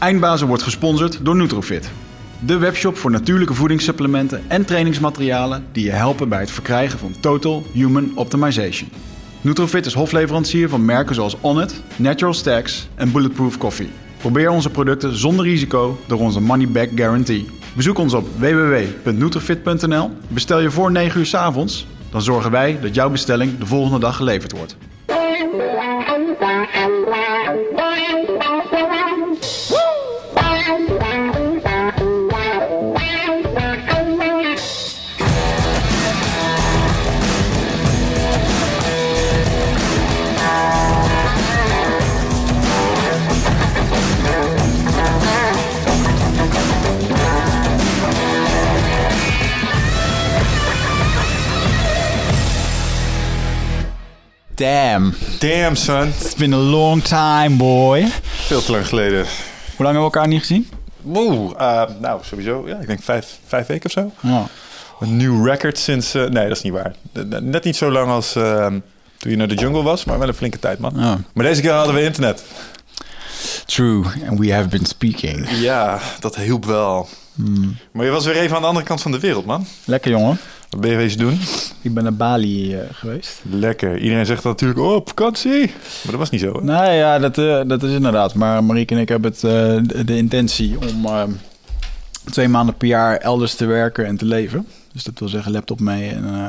Eindbazen wordt gesponsord door Nutrofit. De webshop voor natuurlijke voedingssupplementen en trainingsmaterialen die je helpen bij het verkrijgen van Total Human Optimization. Nutrofit is hofleverancier van merken zoals Onnit, Natural Stacks en Bulletproof Coffee. Probeer onze producten zonder risico door onze money back guarantee. Bezoek ons op www.nutrofit.nl. Bestel je voor 9 uur 's avonds, dan zorgen wij dat jouw bestelling de volgende dag geleverd wordt. Damn, son. It's been a long time, boy. Veel te lang geleden. Hoe lang hebben we elkaar niet gezien? Nou, sowieso. Ja, ik denk 5 weken of zo. Ja. Een nieuw record sinds... nee, dat is niet waar. Net niet zo lang als toen je naar de jungle was, maar wel een flinke tijd, man. Oh. Maar deze keer hadden we internet. True, and we have been speaking. Ja, dat hielp wel. Maar je was weer even aan de andere kant van de wereld, man. Lekker, jongen. Wat ben je wezen doen? Ik ben naar Bali geweest. Lekker. Iedereen zegt dat natuurlijk, op vakantie. Maar dat was niet zo, hè? Nee, ja, dat is inderdaad. Maar Marieke en ik hebben de intentie om 2 maanden per jaar elders te werken en te leven. Dus dat wil zeggen laptop mee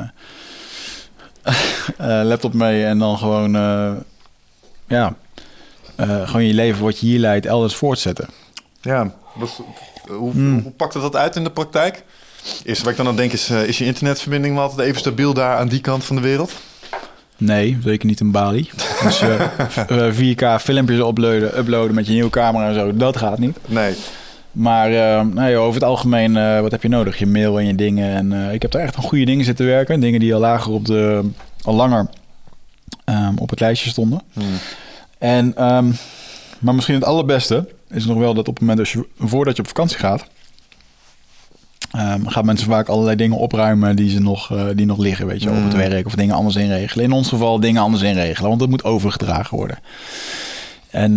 en dan gewoon, gewoon je leven wat je hier leidt elders voortzetten. Ja, hoe pakte dat uit in de praktijk? Eerst wat ik dan aan denk is je internetverbinding wel altijd even stabiel daar aan die kant van de wereld? Nee, zeker niet in Bali. Dus 4K filmpjes uploaden met je nieuwe camera en zo, dat gaat niet. Nee. Maar over het algemeen, wat heb je nodig? Je mail en je dingen. En ik heb daar echt aan goede dingen zitten werken. Dingen die al lager al langer op het lijstje stonden. En, maar misschien het allerbeste is nog wel dat op het moment voordat je op vakantie gaat, gaan mensen vaak allerlei dingen opruimen die nog liggen, weet je, op het werk of dingen anders inregelen. In ons geval dingen anders inregelen, want het moet overgedragen worden. En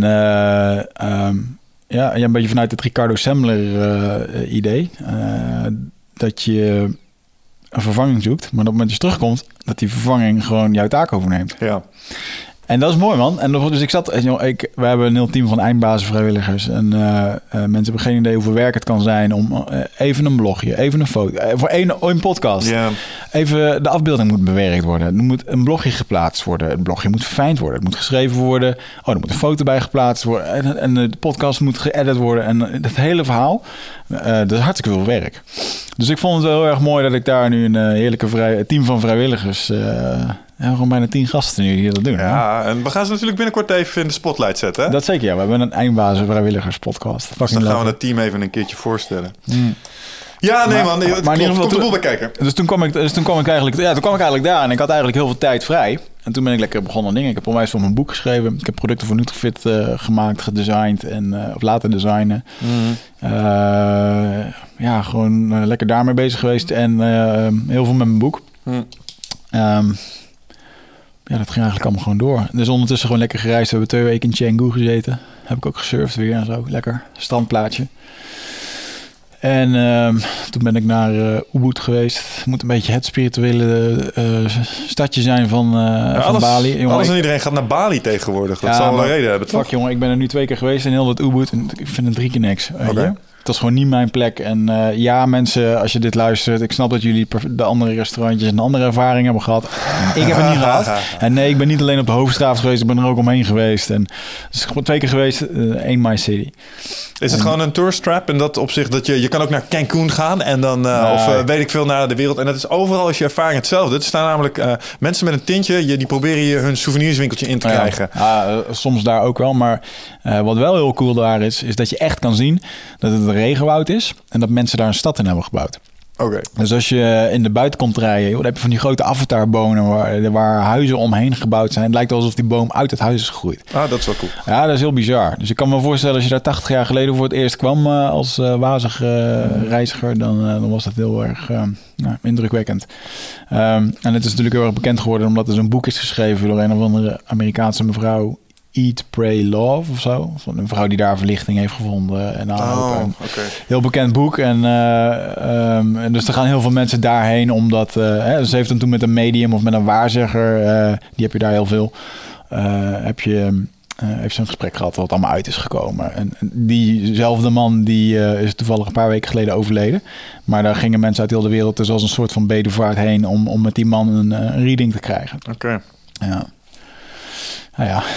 een beetje vanuit het Ricardo Semler idee, dat je een vervanging zoekt, maar op het moment dat je terugkomt, dat die vervanging gewoon jouw taak overneemt. Ja. En dat is mooi, man. En dus we hebben een heel team van eindbazen vrijwilligers. En mensen hebben geen idee hoeveel werk het kan zijn om even een blogje, even een foto, voor één podcast. Yeah. Even de afbeelding moet bewerkt worden. Er moet een blogje geplaatst worden. Het blogje moet verfijnd worden. Het moet geschreven worden. Er moet een foto bij geplaatst worden. En de podcast moet geëdit worden. En het hele verhaal, dat is hartstikke veel werk. Dus ik vond het wel heel erg mooi dat ik daar nu een heerlijke team van vrijwilligers... gewoon bijna 10 gasten nu die dat doen. Ja, en we gaan ze natuurlijk binnenkort even in de spotlight zetten. Hè? Dat zeker, ja. We hebben een eindbazen vrijwilligers podcast. Dus dan gaan we het team even een keertje voorstellen. Ja, nee man. Het komt de boel bij kijken. Dus toen kwam ik eigenlijk daar en ik had eigenlijk heel veel tijd vrij. En toen ben ik lekker begonnen dingen. Ik heb onwijs voor mijn boek geschreven. Ik heb producten voor Nutrofit gemaakt, gedesigned of laten designen. Gewoon lekker daarmee bezig geweest. En heel veel met mijn boek. Dat ging eigenlijk allemaal gewoon door. Dus ondertussen gewoon lekker gereisd. We hebben 2 weken in Canggu gezeten. Heb ik ook gesurfd weer en zo. Lekker strandplaatje. En toen ben ik naar Ubud geweest. Het moet een beetje het spirituele stadje zijn van Bali. Jongen, alles en iedereen gaat naar Bali tegenwoordig. Dat zal wel een reden hebben, toch? Fuck, jongen, ik ben er nu 2 keer geweest in heel dat Ubud. En ik vind het 3 keer niks. Okay. Dat is gewoon niet mijn plek. En mensen, als je dit luistert, ik snap dat jullie de andere restaurantjes een andere ervaring hebben gehad. Ik heb het niet gehad. En nee, ik ben niet alleen op de Hoofdstraat geweest, ik ben er ook omheen geweest. En dus gewoon 2 keer geweest in my city. Is het gewoon een tourist trap in dat opzicht dat je kan ook naar Cancun gaan en dan weet ik veel naar de wereld. En dat is overal is je ervaring hetzelfde. Er staan namelijk mensen met een tintje, die proberen je hun souvenirswinkeltje in te krijgen. Soms daar ook wel, maar wat wel heel cool daar is dat je echt kan zien dat het een regenwoud is en dat mensen daar een stad in hebben gebouwd. Okay. Dus als je in de buiten komt rijden, dan heb je van die grote avatarbomen waar huizen omheen gebouwd zijn. Het lijkt alsof die boom uit het huis is gegroeid. Ah, dat is wel cool. Ja, dat is heel bizar. Dus ik kan me voorstellen, als je daar 80 jaar geleden voor het eerst kwam als wazig reiziger, dan was dat heel erg indrukwekkend. En het is natuurlijk heel erg bekend geworden omdat er zo'n boek is geschreven door een of andere Amerikaanse mevrouw, Eat, Pray, Love of zo. Van een vrouw die daar verlichting heeft gevonden. En heel bekend boek. En dus er gaan heel veel mensen daarheen omdat... ze heeft dan toen met een medium of met een waarzegger... die heb je daar heel veel... heeft ze een gesprek gehad wat allemaal uit is gekomen. En diezelfde man die is toevallig een paar weken geleden overleden. Maar daar gingen mensen uit heel de wereld dus als een soort van bedevaart heen... om met die man een reading te krijgen. Oké. Ja. Nou ja.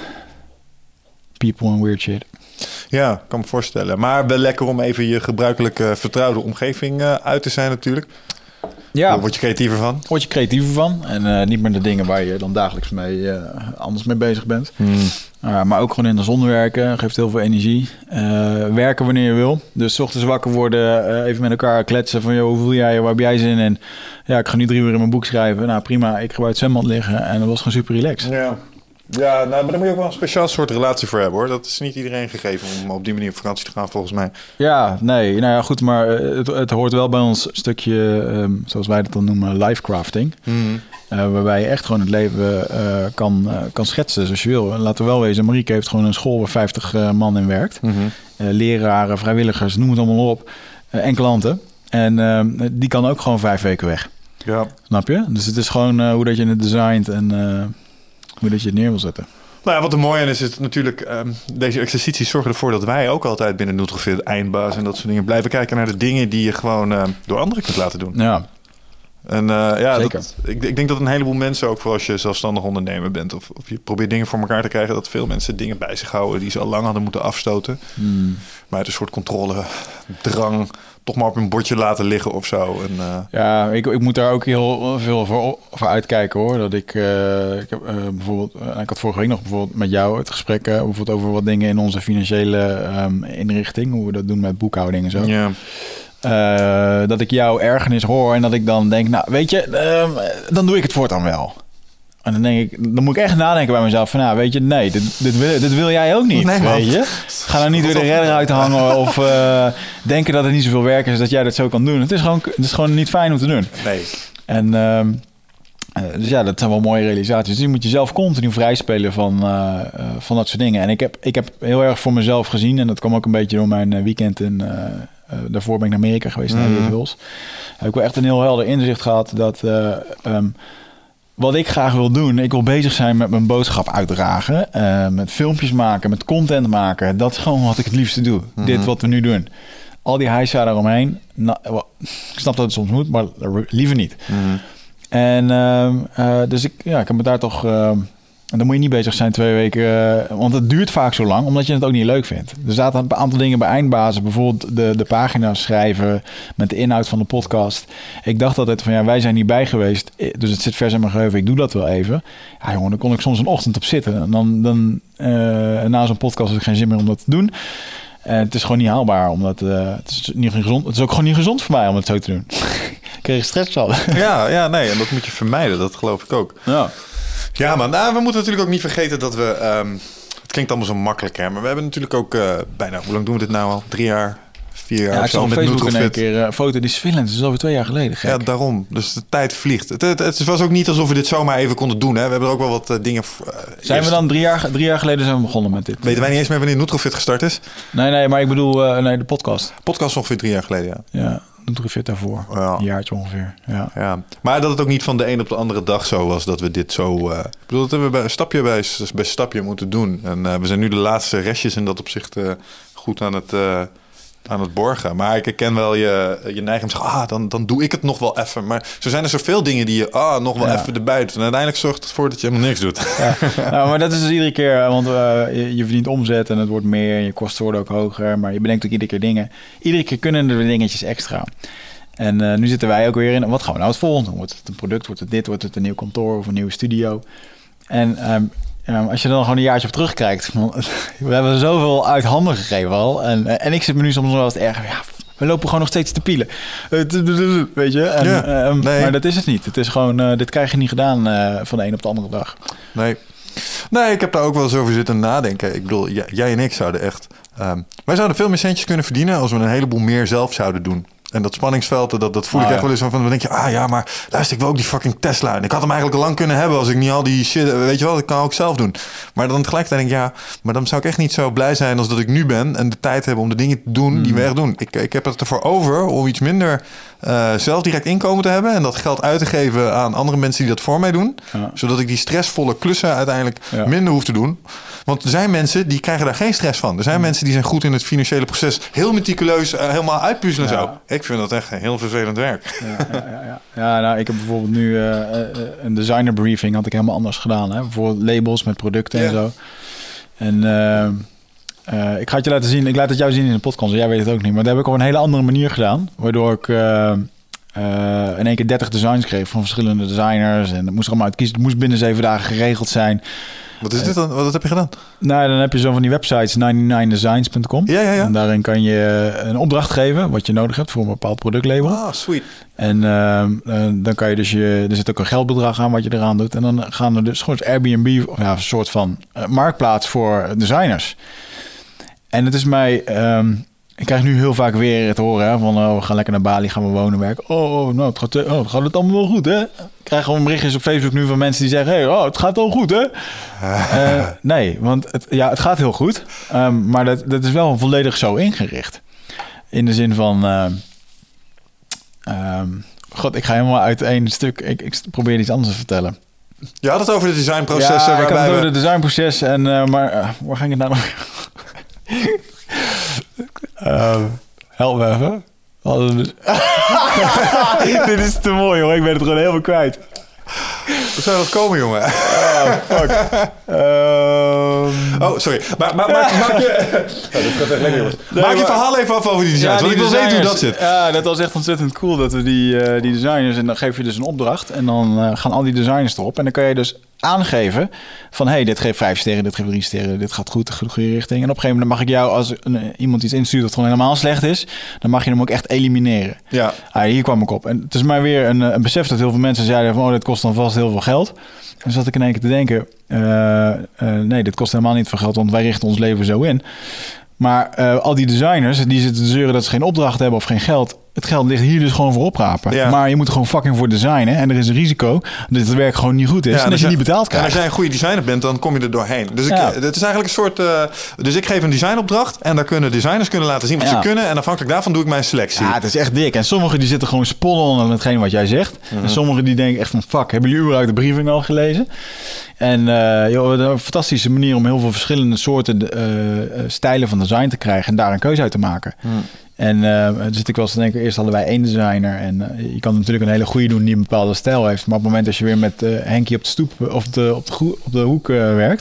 People and weird shit. Ja, kan me voorstellen. Maar wel lekker om even je gebruikelijke vertrouwde omgeving uit te zijn natuurlijk. Ja. Daar word je creatiever van. Word je creatiever van. En niet meer de dingen waar je dan dagelijks anders mee bezig bent. Maar ook gewoon in de zon werken. Geeft heel veel energie. Werken wanneer je wil. Dus 's ochtends wakker worden. Even met elkaar kletsen. Van, joh, hoe voel jij je? Waar heb jij zin in? Ja, ik ga nu 3 uur in mijn boek schrijven. Nou, prima. Ik ga bij het zwembad liggen. En dat was gewoon super relaxed. Ja, maar daar moet je ook wel een speciaal soort relatie voor hebben, hoor. Dat is niet iedereen gegeven om op die manier op vakantie te gaan, volgens mij. Ja, nee. Nou ja, goed. Maar het hoort wel bij ons stukje, zoals wij dat dan noemen, lifecrafting. Waarbij je echt gewoon het leven kan schetsen zoals je wil. En laten we wel wezen, Marieke heeft gewoon een school waar 50 man in werkt. Leraren, vrijwilligers, noem het allemaal op. En klanten. En die kan ook gewoon 5 weken weg. Ja. Snap je? Dus het is gewoon hoe dat je het designt en hoe dat je het neer wil zetten. Nou ja, wat er mooi aan is het natuurlijk... deze exercities zorgen ervoor dat wij ook altijd binnen Nutrofit eindbaas en dat soort dingen blijven kijken naar de dingen die je gewoon door anderen kunt laten doen. Ja. En zeker. Ik denk dat een heleboel mensen, ook voor als je zelfstandig ondernemer bent of je probeert dingen voor elkaar te krijgen, dat veel mensen dingen bij zich houden die ze al lang hadden moeten afstoten. Maar het is een soort controle, drang, toch maar op een bordje laten liggen of zo. En, ja, ik moet daar ook heel veel voor uitkijken, hoor. Dat ik heb bijvoorbeeld, ik had vorige week nog bijvoorbeeld met jou het gesprek bijvoorbeeld over wat dingen in onze financiële inrichting, hoe we dat doen met boekhouding en zo. Ja. Dat ik jouw ergernis hoor en dat ik dan denk, nou, weet je, dan doe ik het voortaan wel. En dan denk ik, dan moet ik echt nadenken bij mezelf van, nou, weet je, nee, dit wil jij ook niet, nee, weet je. Ga nou niet weer de redder uithangen of denken dat het niet zoveel werk is dat jij dat zo kan doen. Het is gewoon niet fijn om te doen. Nee. En dus ja, dat zijn wel mooie realisaties. Dus je moet jezelf continu vrijspelen van dat soort dingen. En ik heb heel erg voor mezelf gezien, en dat kwam ook een beetje door mijn weekend in... daarvoor ben ik naar Amerika geweest, naar Hills. Heb ik wel echt een heel helder inzicht gehad dat wat ik graag wil doen, ik wil bezig zijn met mijn boodschap uitdragen, met filmpjes maken, met content maken. Dat is gewoon wat ik het liefste doe. Dit wat we nu doen. Al die heisa daaromheen, ik snap dat het soms moet, maar liever niet. En dus ik heb me daar toch... En dan moet je niet bezig zijn 2 weken, want het duurt vaak zo lang, omdat je het ook niet leuk vindt. Er zaten een aantal dingen bij eindbazen, bijvoorbeeld de pagina's schrijven met de inhoud van de podcast. Ik dacht altijd van, ja, wij zijn niet bij geweest, dus het zit vers in mijn geheugen, ik doe dat wel even. Ja, jongen, dan kon ik soms een ochtend op zitten. En dan na zo'n podcast heb ik geen zin meer om dat te doen. En het is gewoon niet haalbaar, omdat het is niet gezond. Het is ook gewoon niet gezond voor mij om het zo te doen. Ik kreeg stress van. Ja, nee, en dat moet je vermijden, dat geloof ik ook. Ja. Ja, maar we moeten natuurlijk ook niet vergeten dat we... het klinkt allemaal zo makkelijk, hè? Maar we hebben natuurlijk ook bijna... Hoe lang doen we dit nou al? 3 jaar? 4 jaar? Ja, ik zag op Facebook in een keer een foto die Swillens. Dat is over 2 jaar geleden. Gek. Ja, daarom. Dus de tijd vliegt. Het was ook niet alsof we dit zomaar even konden doen, hè? We hebben er ook wel wat dingen... Zijn we dan 3 jaar geleden zijn we begonnen met dit? Weten wij niet eens meer wanneer Nutrofit gestart is? Nee, maar ik bedoel de podcast. Podcast ongeveer 3 jaar geleden, ja. Ja. Nutrofit daarvoor. Ja. Een jaartje ongeveer. Ja. Maar dat het ook niet van de een op de andere dag zo was dat we dit zo... ik bedoel, dat hebben we stapje bij stapje moeten doen. En we zijn nu de laatste restjes in dat opzicht goed aan het borgen. Maar ik herken wel je neiging om te zeggen, dan doe ik het nog wel even. Maar zo zijn er zoveel dingen die je nog wel even erbij doet. En uiteindelijk zorgt het ervoor dat je helemaal niks doet. Ja. Nou, maar dat is dus iedere keer, want je verdient omzet en het wordt meer en je kosten worden ook hoger. Maar je bedenkt ook iedere keer dingen. Iedere keer kunnen er dingetjes extra. En nu zitten wij ook weer in, wat gaan we nou het volgende? Wordt het een product, wordt het dit, wordt het een nieuw kantoor of een nieuwe studio? En als je dan gewoon een jaartje op terugkijkt, we hebben zoveel uit handen gegeven al. En ik zit me nu soms nog wel eens erger. Ja, we lopen gewoon nog steeds te pielen. Weet je? En, nee. Maar dat is het niet. Het is gewoon, dit krijg je niet gedaan van de een op de andere dag. Nee, ik heb daar ook wel eens over zitten nadenken. Ik bedoel, jij en ik zouden echt... wij zouden veel meer centjes kunnen verdienen als we een heleboel meer zelf zouden doen. En dat spanningsveld, dat voel ik echt wel eens van. Dan denk je, maar luister, ik wil ook die fucking Tesla. En ik had hem eigenlijk al lang kunnen hebben als ik niet al die shit... Weet je wel, dat kan ik ook zelf doen. Maar dan tegelijkertijd denk ik, maar dan zou ik echt niet zo blij zijn als dat ik nu ben... en de tijd heb om de dingen te doen die we echt doen. Ik heb het ervoor over om iets minder zelf direct inkomen te hebben... en dat geld uit te geven aan andere mensen die dat voor mij doen. Ja. Zodat ik die stressvolle klussen uiteindelijk minder hoef te doen. Want er zijn mensen die krijgen daar geen stress van. Er zijn mensen die zijn goed in het financiële proces... heel meticuleus helemaal uitpuzzelen en zo. Ik vind dat echt een heel vervelend werk. Ja, nou, ik heb bijvoorbeeld nu een designer briefing... had ik helemaal anders gedaan. Hè? Bijvoorbeeld labels met producten en zo. En ik ga het je laten zien. Ik laat het jou zien in de podcast. Jij weet het ook niet. Maar dat heb ik op een hele andere manier gedaan. Waardoor ik in één keer 30 designs kreeg... van verschillende designers. En dat moest er allemaal uitkiezen. Het moest binnen 7 dagen geregeld zijn... Wat is dit dan? Wat heb je gedaan? Nou, dan heb je zo van die websites 99designs.com. Ja. En daarin kan je een opdracht geven wat je nodig hebt voor een bepaald productlabel. Ah, sweet. En dan kan je dus er zit ook een geldbedrag aan wat je eraan doet. En dan gaan er dus gewoon Airbnb, een soort van marktplaats voor designers. En het is mij... ik krijg nu heel vaak weer te horen hè, van... we gaan lekker naar Bali, gaan we wonen, werken. Het gaat het allemaal wel goed, hè? Ik krijg gewoon berichtjes op Facebook nu van mensen die zeggen... het gaat al goed, hè? Nee, want het gaat heel goed. Maar dat is wel volledig zo ingericht. In de zin van... God, ik ga helemaal uit één stuk... Ik probeer iets anders te vertellen. Je had het over het designproces. Ja, ik had het over het designproces. Maar waar ging het nou nog... help me even. Dit is te mooi, hoor. Ik ben het gewoon helemaal kwijt. Hoe zou dat komen, jongen? Fuck. Sorry. Maak je... dat gaat echt lekker, jongens. Maak je verhaal even af over die designs. Want ik wil weten hoe dat zit. Ja, dat was echt ontzettend cool dat we die designers... En dan geef je dus een opdracht. En dan gaan al die designers erop. En dan kan je dus aangeven van... dit geeft 5 sterren, dit geeft 3 sterren... dit gaat goed, de goede richting. En op een gegeven moment mag ik jou... als iemand iets instuurt dat gewoon helemaal slecht is... dan mag je hem ook echt elimineren. Ja. Hier kwam ik op. En het is maar weer een besef dat heel veel mensen zeiden... van dit kost dan vast heel veel geld. En dan zat ik in één keer te denken... nee, dit kost helemaal niet veel geld... want wij richten ons leven zo in. Maar al die designers die zitten te zeuren... dat ze geen opdracht hebben of geen geld... Het geld ligt hier dus gewoon voor oprapen. Ja. Maar je moet er gewoon fucking voor designen. En er is een risico dat het werk gewoon niet goed is. En als je niet betaald krijgt. En als jij een goede designer bent, dan kom je er doorheen. Dus het is eigenlijk een soort... dus ik geef een designopdracht. En daar kunnen designers laten zien wat ze kunnen. En afhankelijk daarvan doe ik mijn selectie. Ja, het is echt dik. En sommigen die zitten gewoon spot-on aan hetgeen wat jij zegt. Mm-hmm. En sommigen die denken echt van... Fuck, hebben jullie überhaupt de briefing al gelezen? En een fantastische manier om heel veel verschillende soorten stijlen van design te krijgen. En daar een keuze uit te maken. Mm. En dan zit ik wel eens te denken, eerst hadden wij 1 designer. En je kan natuurlijk een hele goede doen die een bepaalde stijl heeft. Maar op het moment dat je weer met Henkie op de stoep of op de hoek werkt...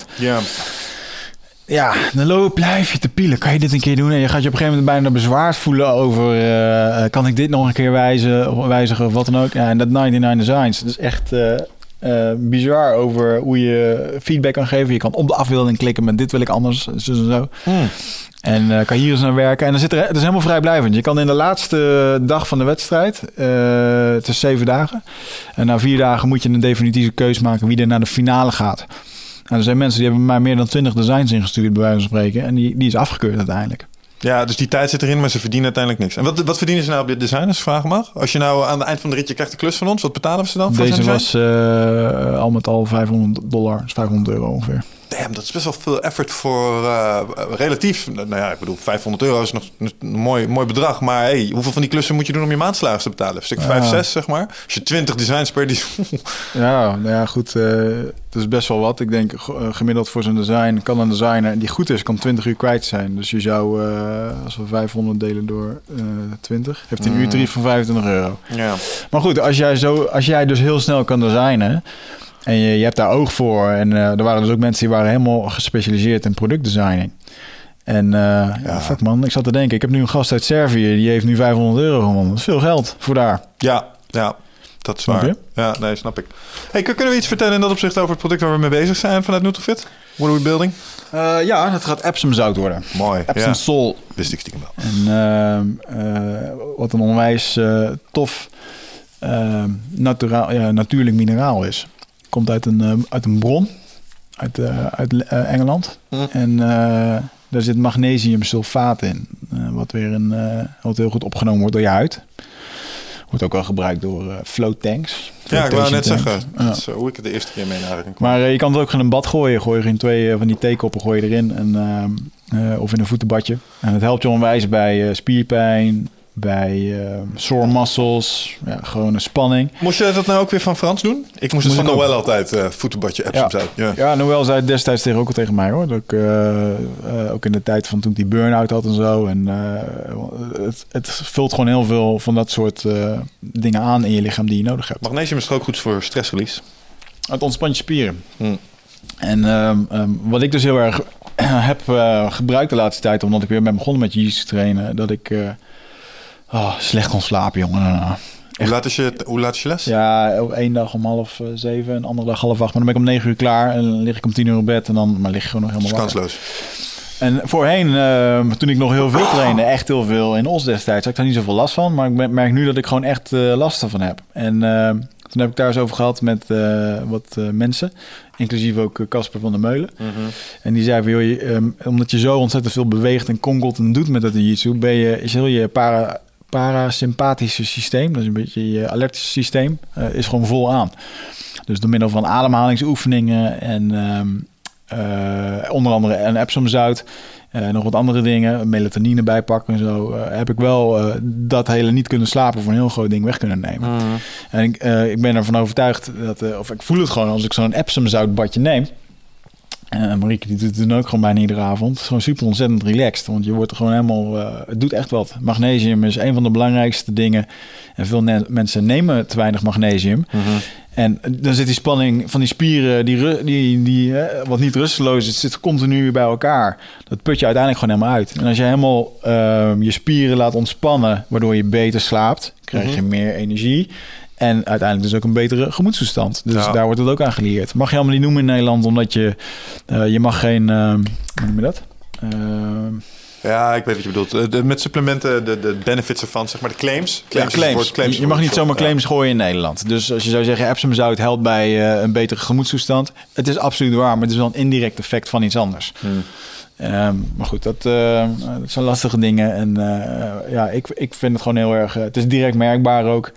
Ja, dan blijf je te pielen. Kan je dit een keer doen? En je gaat je op een gegeven moment bijna bezwaard voelen over... kan ik dit nog een keer wijzigen of wat dan ook? Ja, en dat 99 Designs, dat is echt... bizar over hoe je feedback kan geven. Je kan op de afbeelding klikken met dit wil ik anders, zo en zo. En kan hier eens naar werken. En dan het is helemaal vrijblijvend. Je kan in de laatste dag van de wedstrijd, het is 7 dagen. En na 4 dagen moet je een definitieve keuze maken wie er naar de finale gaat. En er zijn mensen die hebben mij meer dan 20 designs ingestuurd, bij wijze van spreken. En die is afgekeurd uiteindelijk. Ja, dus die tijd zit erin, maar ze verdienen uiteindelijk niks. En wat verdienen ze nou op dit design, als vraag mag? Als je nou aan het eind van de rit, je krijgt de klus van ons, wat betalen we ze dan? Deze was al met al $500, dus €500 ongeveer. Damn, dat is best wel veel effort voor relatief. Nou ja, ik bedoel, €500 is nog een mooi bedrag. Maar hey, hoeveel van die klussen moet je doen om je maandsalariis te betalen? Een stuk 5, 6, zeg maar. Als je 20 designs per... Ja, goed. Het is best wel wat. Ik denk gemiddeld voor zo'n design kan een designer die goed is, kan 20 uur kwijt zijn. Dus je zou, als we 500 delen door 20, heeft hij een uurtarief van €25. Ja. Maar goed, als jij dus heel snel kan designen... En je hebt daar oog voor. En er waren dus ook mensen die waren helemaal gespecialiseerd in productdesigning. En fuck man, ik zat te denken. Ik heb nu een gast uit Servië. Die heeft nu €500 gewonnen. Dat is veel geld voor daar. Ja, dat is waar. Ja, nee, snap ik. Hey, kunnen we iets vertellen in dat opzicht over het product waar we mee bezig zijn vanuit Nutrofit? What are we building? Ja, dat gaat Epsom zout worden. Mooi. Epsom Sol. Wist ik stiekem wel. En wat een onwijs tof natuurlijk mineraal is. Komt uit een bron uit Engeland. En daar zit magnesiumsulfaat in. wat heel goed opgenomen wordt door je huid. Wordt ook wel gebruikt door float tanks. Ja, ik wou net zeggen. Dat is hoe ik het de eerste keer mee naar kwam. Maar je kan het ook in een bad gooien. Gooi je in 2 van die theekoppen gooi je erin. Of in een voetenbadje. En het helpt je onwijs bij spierpijn, bij sore muscles, gewoon een spanning. Moest je dat nou ook weer van Frans doen? Ik moest het van Noël altijd, voetenbadje, Epsom zout. Ja, Noël zei het destijds ook al tegen mij hoor. Dat ik, ook in de tijd van toen ik die burn-out had en zo. En het vult gewoon heel veel van dat soort dingen aan in je lichaam die je nodig hebt. Magnesium is ook goed voor stressrelease. Het ontspant je spieren. En wat ik dus heel erg heb gebruikt de laatste tijd, omdat ik weer ben begonnen met jiu-jitsu trainen, dat ik slecht kon slapen, jongen. Hoe laat is je les? Ja, 1 dag om 6:30, een andere dag 7:30. Maar dan ben ik om 9 uur klaar en dan lig ik om 10 uur op bed en dan lig ik gewoon nog helemaal wakker. Kansloos. En voorheen, toen ik nog heel veel trainde, echt heel veel in Os destijds, had ik daar niet zoveel last van. Maar ik merk nu dat ik gewoon echt last ervan heb. En toen heb ik daar eens over gehad met wat mensen, inclusief ook Casper van der Meulen. Mm-hmm. En die zei van, joh, omdat je zo ontzettend veel beweegt en konkelt en doet met dat jiu-jitsu, is heel je parasympathische systeem, dat is een beetje je alertische systeem, is gewoon vol aan. Dus door middel van ademhalingsoefeningen en onder andere een Epsom-zout, nog wat andere dingen, melatonine bijpakken en zo, heb ik wel dat hele niet kunnen slapen voor een heel groot ding weg kunnen nemen. Mm-hmm. En ik ben ervan overtuigd of ik voel het gewoon als ik zo'n Epsom-zoutbadje neem. Marieke die doet het dan ook gewoon bijna iedere avond. Het is gewoon super ontzettend relaxed. Want je wordt er gewoon helemaal... het doet echt wat. Magnesium is een van de belangrijkste dingen. En veel mensen nemen te weinig magnesium. Mm-hmm. En dan zit die spanning van die spieren... die wat niet rusteloos is, zit continu bij elkaar. Dat put je uiteindelijk gewoon helemaal uit. En als je helemaal je spieren laat ontspannen... waardoor je beter slaapt... krijg je meer energie... En uiteindelijk dus ook een betere gemoedstoestand. Dus daar wordt het ook aan geleerd. Mag je helemaal niet noemen in Nederland, omdat je mag geen... hoe noem je dat? Ja, ik weet wat je bedoelt. Met supplementen, de benefits ervan, zeg maar de claims. Claims. Je mag niet zomaar claims gooien in Nederland. Dus als je zou zeggen, Epsom zout helpt bij een betere gemoedstoestand. Het is absoluut waar, maar het is wel een indirect effect van iets anders. Maar goed, dat zijn lastige dingen. En ik vind het gewoon heel erg... het is direct merkbaar ook.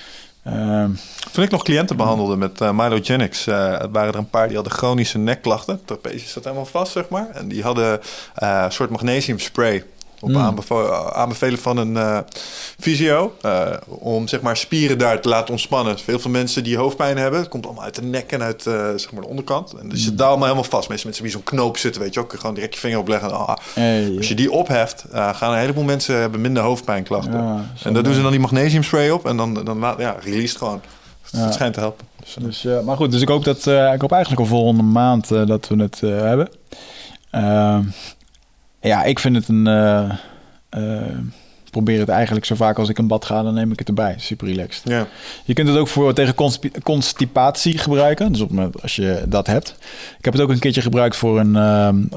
Toen ik nog cliënten behandelde met Mylogenics, waren er een paar die hadden chronische nekklachten. Trapezius zat helemaal vast, zeg maar. En die hadden een soort magnesium spray op aanbevelen van een fysio. Om zeg maar spieren daar te laten ontspannen. Heel veel mensen die hoofdpijn hebben, het komt allemaal uit de nek en uit zeg maar de onderkant. En dus zit daar allemaal helemaal vast. Meestal mensen die zo'n knoop zitten, weet je ook. Gewoon direct je vinger opleggen. Als je die opheft, gaan een heleboel mensen hebben minder hoofdpijnklachten. Ja, en daar doen ze dan die magnesium spray op. En dan release gewoon. Het schijnt te helpen. Maar goed, dus ik hoop eigenlijk al volgende maand dat we het hebben. Ik vind het probeer het eigenlijk zo vaak als ik in bad ga, dan neem ik het erbij. Super relaxed. Ja. Je kunt het ook tegen constipatie gebruiken. Dus als je dat hebt. Ik heb het ook een keertje gebruikt voor een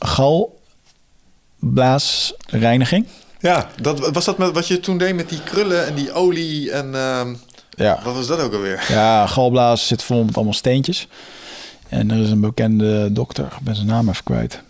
galblaasreiniging. Ja, was dat met wat je toen deed met die krullen en die olie en... Wat was dat ook alweer? Ja, galblaas zit vol met allemaal steentjes. En er is een bekende dokter, ik ben zijn naam even kwijt.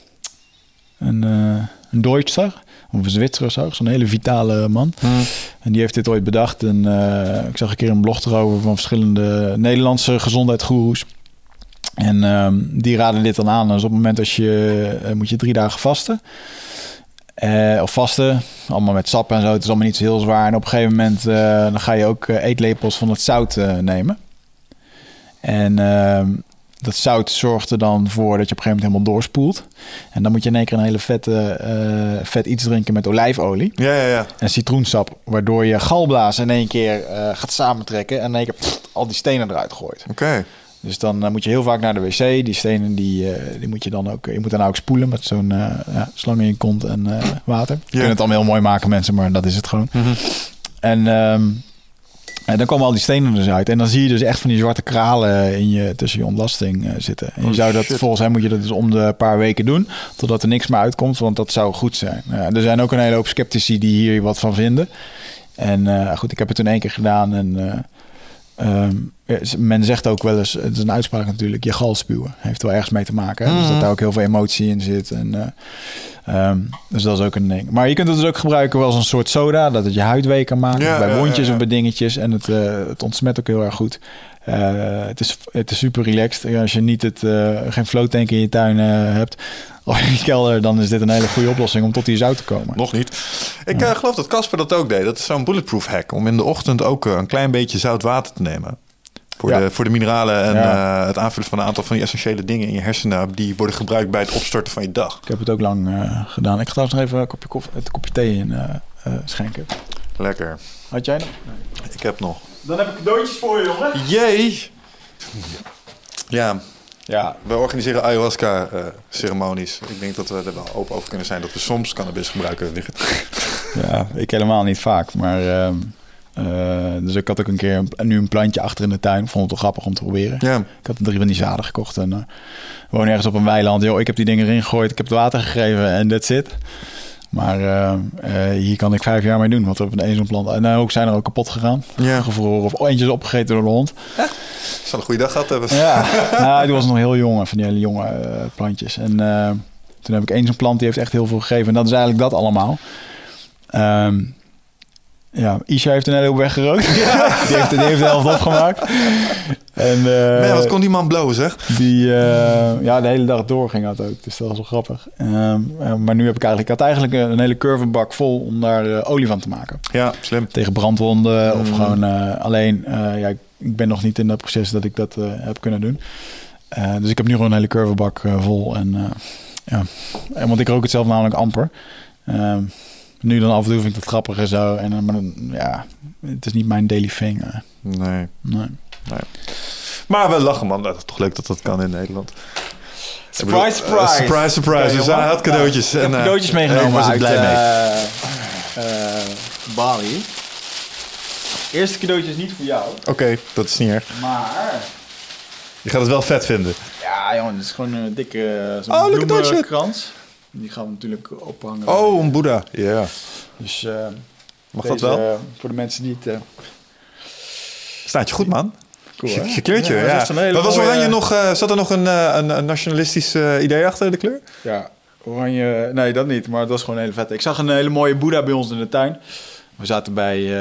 Een Duitser, of een Zwitser, zo'n hele vitale man. En die heeft dit ooit bedacht. En ik zag een keer een blog erover van verschillende Nederlandse gezondheidsgoeroes. En die raden dit dan aan. Dus op het moment moet je 3 dagen vasten. Of vasten, allemaal met sap en zo. Het is allemaal niet zo heel zwaar. En op een gegeven moment dan ga je ook eetlepels van het zout nemen. En dat zout zorgt er dan voor dat je op een gegeven moment helemaal doorspoelt. En dan moet je in één keer een hele vet iets drinken met olijfolie. Ja. En citroensap, waardoor je galblaas in één keer gaat samentrekken. En in één keer al die stenen eruit gooit. Oké. Dus dan moet je heel vaak naar de wc. Die stenen die moet je dan ook... Je moet dan ook spoelen met zo'n slang in je kont en water. Je kunt het allemaal heel mooi maken, mensen, maar dat is het gewoon. Mm-hmm. En dan komen al die stenen dus uit. En dan zie je dus echt van die zwarte kralen tussen je ontlasting zitten. En je zou dat, volgens hem moet je dat dus om de paar weken doen. Totdat er niks meer uitkomt, want dat zou goed zijn. Er zijn ook een hele hoop sceptici die hier wat van vinden. En goed, ik heb het toen 1 keer gedaan. En Men zegt ook wel eens, het is een uitspraak natuurlijk, je gal spuwen. Heeft er wel ergens mee te maken. Hè? Dus dat daar ook heel veel emotie in zit. En, dus dat is ook een ding. Maar je kunt het dus ook gebruiken wel als een soort soda, dat het je huid week kan maken. Bij wondjes of bij dingetjes. En het ontsmet ook heel erg goed. Het is super relaxed. Als je niet geen floattank in je tuin hebt of in je kelder, dan is dit een hele goede oplossing om tot die zout te komen. Nog niet. Ik geloof dat Casper dat ook deed. Dat is zo'n bulletproof hack om in de ochtend ook een klein beetje zout water te nemen. Voor de mineralen en het aanvullen van een aantal van die essentiële dingen in je hersenen die worden gebruikt bij het opstarten van je dag. Ik heb het ook lang gedaan. Ik ga trouwens nog even een kopje thee in schenken. Lekker. Had jij nog? Nee. Ik heb nog. Dan heb ik cadeautjes voor je, jongen. Jee! Ja, we organiseren ayahuasca-ceremonies. Ik denk dat we er wel open over kunnen zijn dat we soms cannabis gebruiken. Ja, ik helemaal niet vaak. Maar dus ik had ook een keer nu een plantje achter in de tuin. Vond het wel grappig om te proberen. Ja. Ik had 3 van die zaden gekocht en we wonen ergens op een weiland. Yo, ik heb die dingen erin gegooid, ik heb het water gegeven en that's it. Maar hier kan ik 5 jaar mee doen. Want we hebben zo'n plant. En ook zijn er ook kapot gegaan. Ja. Gevroren of eentje is opgegeten door de hond. Ja. Zal een goede dag gehad hebben. Ja, die was nog heel jong. Van die hele jonge plantjes. En toen heb ik zo'n plant die heeft echt heel veel gegeven. En dat is eigenlijk dat allemaal. Isha heeft een hele hoop weggerookt. Ja. die heeft de helft opgemaakt. En, wat kon die man blowen, zeg? Die de hele dag door ging dat ook. Dus dat was wel grappig. Maar nu had ik eigenlijk een hele curvebak vol om daar olie van te maken. Ja, slim. Tegen brandwonden of gewoon alleen. Ik ben nog niet in dat proces dat ik dat heb kunnen doen. Dus ik heb nu gewoon een hele curvebak vol. Want ik rook het zelf namelijk amper. Nu dan af en toe vind ik dat grappig en zo. Maar het is niet mijn daily thing. Nee. Maar we lachen, man. Dat is toch leuk dat dat kan in Nederland. Surprise, surprise. Surprise. Dus hij had cadeautjes. Ik heb cadeautjes meegenomen. Was ik blij mee. Bali. Eerste cadeautje is niet voor jou. Oké, dat is niet erg. Maar je gaat het wel vet vinden. Ja, jongen. Het is gewoon een dikke bloemenkrans. Die gaan we natuurlijk ophangen. Oh, een Boeddha. Ja. Yeah. Dus mag dat wel? Voor de mensen die het... Staat je goed, man. Cool, hè? Je kleurtje, ja. Maar was oranje nog... zat er nog een nationalistisch idee achter de kleur? Ja, oranje... Nee, dat niet. Maar het was gewoon een hele vette. Ik zag een hele mooie Boeddha bij ons in de tuin. We zaten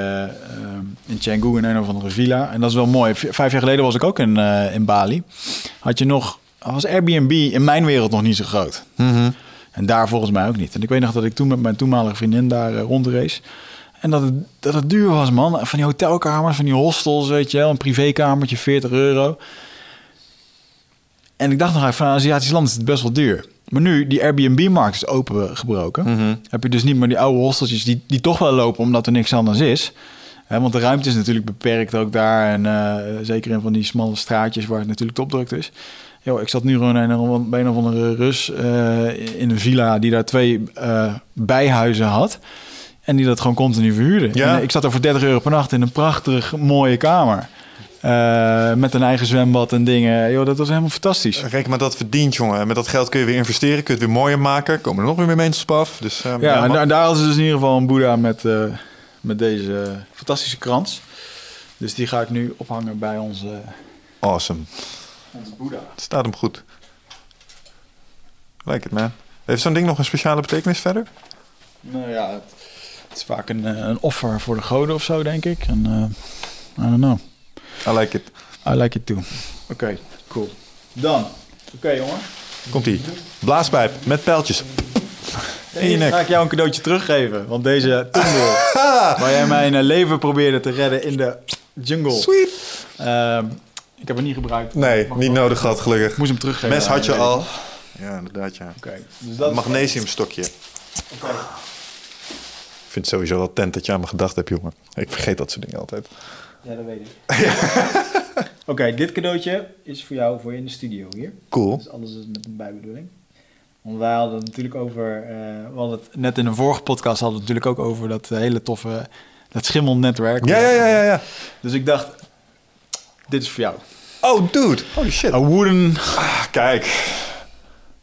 in Canggu in een of andere villa. En dat is wel mooi. 5 jaar geleden was ik ook in Bali. Was Airbnb in mijn wereld nog niet zo groot. Mm-hmm. En daar volgens mij ook niet. En ik weet nog dat ik toen met mijn toenmalige vriendin daar rondrace. En dat het duur was, man. Van die hotelkamers, van die hostels, weet je wel. Een privékamertje, €40. En ik dacht nog even, van een Aziatisch land is het best wel duur. Maar nu, die Airbnb-markt is opengebroken. Mm-hmm. Heb je dus niet meer die oude hosteltjes die toch wel lopen, omdat er niks anders is. Want de ruimte is natuurlijk beperkt ook daar. En zeker in van die smalle straatjes waar het natuurlijk topdruk is. Yo, ik zat nu gewoon bij een of andere Rus in een villa die daar 2 bijhuizen had. En die dat gewoon continu verhuurde. Ja. En ik zat er voor €30 per nacht in een prachtig mooie kamer. Met een eigen zwembad en dingen. Yo, dat was helemaal fantastisch. Reken maar dat verdient, jongen. Met dat geld kun je weer investeren. Kun je het weer mooier maken. Komen er nog weer meer mensen op af. Dus, en daar hadden ze dus in ieder geval een Boeddha met deze fantastische krans. Dus die ga ik nu ophangen bij onze... Awesome. Onze Boeddha. Het staat hem goed. Like it, man. Heeft zo'n ding nog een speciale betekenis verder? Nou ja, het is vaak een offer voor de goden of zo, denk ik. En I don't know. I like it. I like it too. Oké, cool. Dan. Oké, jongen. Komt-ie. Blaaspijp met pijltjes. In je nek. Ga ik jou een cadeautje teruggeven. Want deze tunnel waar jij mijn leven probeerde te redden in de jungle. Sweet. Ik heb hem niet gebruikt. Nee, niet nodig gehad, gelukkig. Ik moest hem teruggeven. Mes had je al. Ja, inderdaad, ja. Okay. Dus dat een magnesiumstokje. Okay. Ik vind het sowieso wel tent dat je aan me gedacht hebt, jongen. Ik vergeet dat soort dingen altijd. Ja, dat weet ik. Oké, dit cadeautje is voor jou, voor je in de studio hier. Cool. Dus alles is met een bijbedoeling. Want wij hadden het natuurlijk over... we hadden het net in een vorige podcast hadden we het natuurlijk ook over dat hele toffe... Dat schimmelnetwerk. Ja. Dus ik dacht, dit is voor jou. Oh, dude. Holy shit. A wooden... Kijk.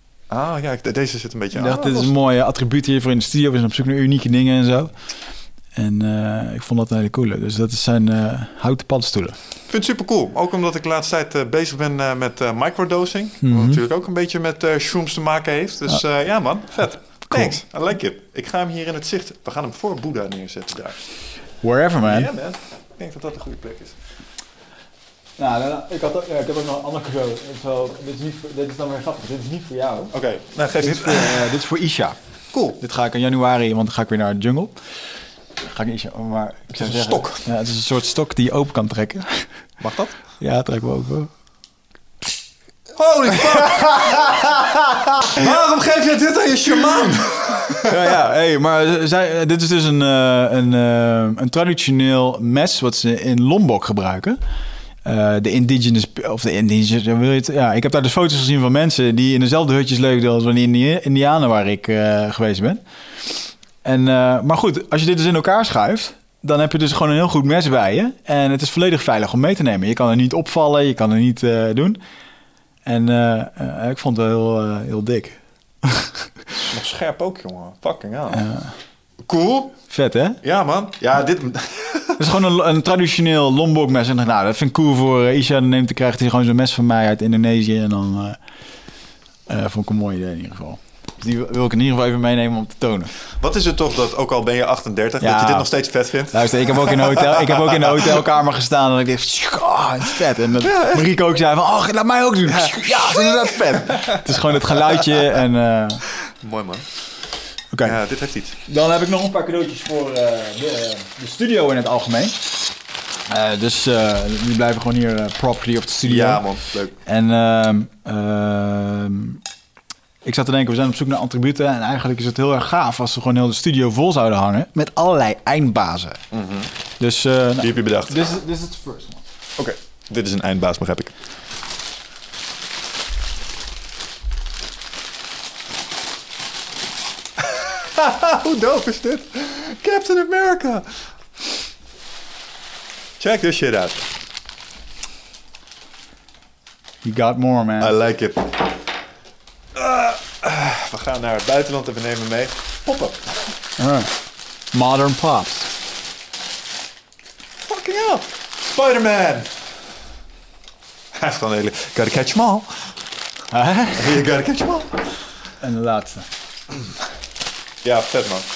Ja, deze zit een beetje aan. Ik dacht, dit is een mooie attribuut hier voor in de studio. We zijn op zoek naar unieke dingen en zo. En ik vond dat een hele coole. Dus dat zijn houten paddenstoelen. Ik vind het super cool. Ook omdat ik de laatste tijd bezig ben met microdosing. Wat natuurlijk ook een beetje met shrooms te maken heeft. Dus ja man, vet. Cool. Thanks, I like it. Ik ga hem hier in het zicht. We gaan hem voor Boeddha neerzetten daar. Wherever, man. Ja, man. Ik denk dat dat een goede plek is. Nou, ik heb ook nog een ander cadeau. Dit is dan weer grappig. Dit is niet voor jou. Oké, nou geef dit. Dit is voor Isha. Cool. Dit ga ik in januari, want dan ga ik weer naar de jungle. Ga ik Isha, maar ik zou zeggen, stok. Ja, het is een soort stok die je open kan trekken. Mag dat? Ja, trek me open. Holy fuck! Waarom geef je dit aan je shaman? Hey, maar dit is dus een traditioneel mes wat ze in Lombok gebruiken. De indigenous, ja, ik heb daar dus foto's gezien van mensen die in dezelfde hutjes leefden als van die Indianen waar ik geweest ben. En, maar goed, als je dit dus in elkaar schuift, dan heb je dus gewoon een heel goed mes bij je. En het is volledig veilig om mee te nemen. Je kan er niet opvallen, je kan er niet doen. En ik vond het wel heel dik. Nog scherp ook, jongen. Fucking hell. Cool. Vet, hè? Ja, man. Ja, dit... Het is gewoon een traditioneel Lombok mes. En nou, dat vind ik cool voor Isha. Dan krijgt hij gewoon zo'n mes van mij uit Indonesië. En dan vond ik een mooi idee in ieder geval. Dus die wil ik in ieder geval even meenemen om te tonen. Wat is het toch dat, ook al ben je 38, dat je dit nog steeds vet vindt? Luister, ik heb ook in de hotelkamer gestaan en ik dacht, het is vet. En Marieke ook zei van, laat mij ook doen. Ja, het is inderdaad vet. Het is gewoon het geluidje en... Mooi, man. Okay. Ja, dit heeft iets. Dan heb ik nog een paar cadeautjes voor de studio in het algemeen. Dus die blijven gewoon hier property of de studio. Ja, man. Leuk. En ik zat te denken, we zijn op zoek naar attributen. En eigenlijk is het heel erg gaaf als we gewoon heel de studio vol zouden hangen. Met allerlei eindbazen. Mm-hmm. Dus, die heb je bedacht. Dit is het first one. Oké. Dit is een eindbaas, begrijp ik. Hoe dope is dit? Captain America. Check this shit out. You got more, man. I like it. We gaan naar het buitenland en we nemen mee poppen. Modern pops. Fucking hell. Spider-Man. Hij heeft gewoon een hele... Gotta catch them all. You gotta catch them all. En de laatste. Ja, vet man.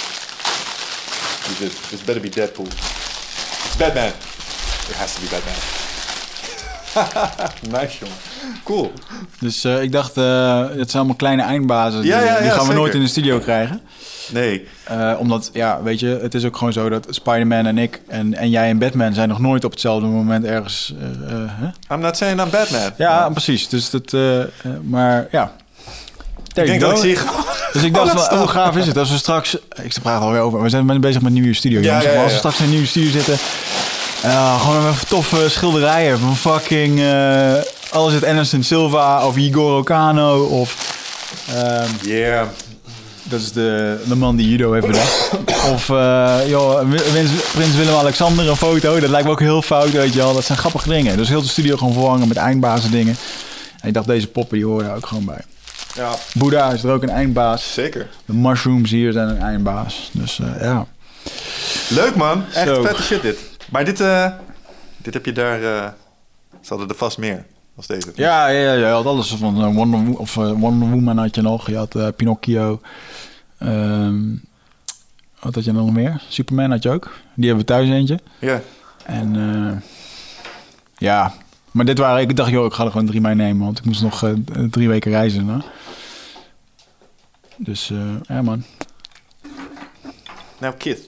This better be Deadpool. It's Batman. It has to be Batman. Nice, jongen. Cool. Dus ik dacht, het zijn allemaal kleine eindbazen. Die gaan we zeker nooit in de studio krijgen. Nee. Omdat, ja, weet je, het is ook gewoon zo dat Spider-Man en ik en jij en Batman zijn nog nooit op hetzelfde moment ergens... I'm not saying I'm Batman. Ja, precies. Dus dat, maar ja. Ik denk dat ik zie... Dus ik dacht van, hoe gaaf is het als we straks... Ik praat alweer over. We zijn bezig met een nieuwe studio. Ja. Maar als we straks in een nieuwe studio zitten... gewoon even toffe schilderijen van fucking... alles uit Anderson Silva of Igor Ocano of... Dat is de man die judo heeft bedacht. Of Prins Willem-Alexander een foto. Dat lijkt me ook heel fout, weet je wel. Dat zijn grappige dingen. Dus heel de studio gewoon vervangen met eindbazen dingen. En ik dacht, deze poppen die horen daar ook gewoon bij. Ja. Boeddha is er ook een eindbaas. Zeker. De mushrooms hier zijn een eindbaas. Dus ja. Leuk man. Echt vette shit dit. Maar dit heb je daar... ze hadden er vast meer als deze. Ja, je had alles van Wonder Woman had je nog. Je had Pinocchio. Wat had je nog meer? Superman had je ook. Die hebben we thuis eentje. Ja. En ja... Maar dit waren... Ik dacht, joh, ik ga er gewoon 3 meenemen. Want ik moest nog 3 weken reizen. Hè? Dus, ja man. Nou, kid.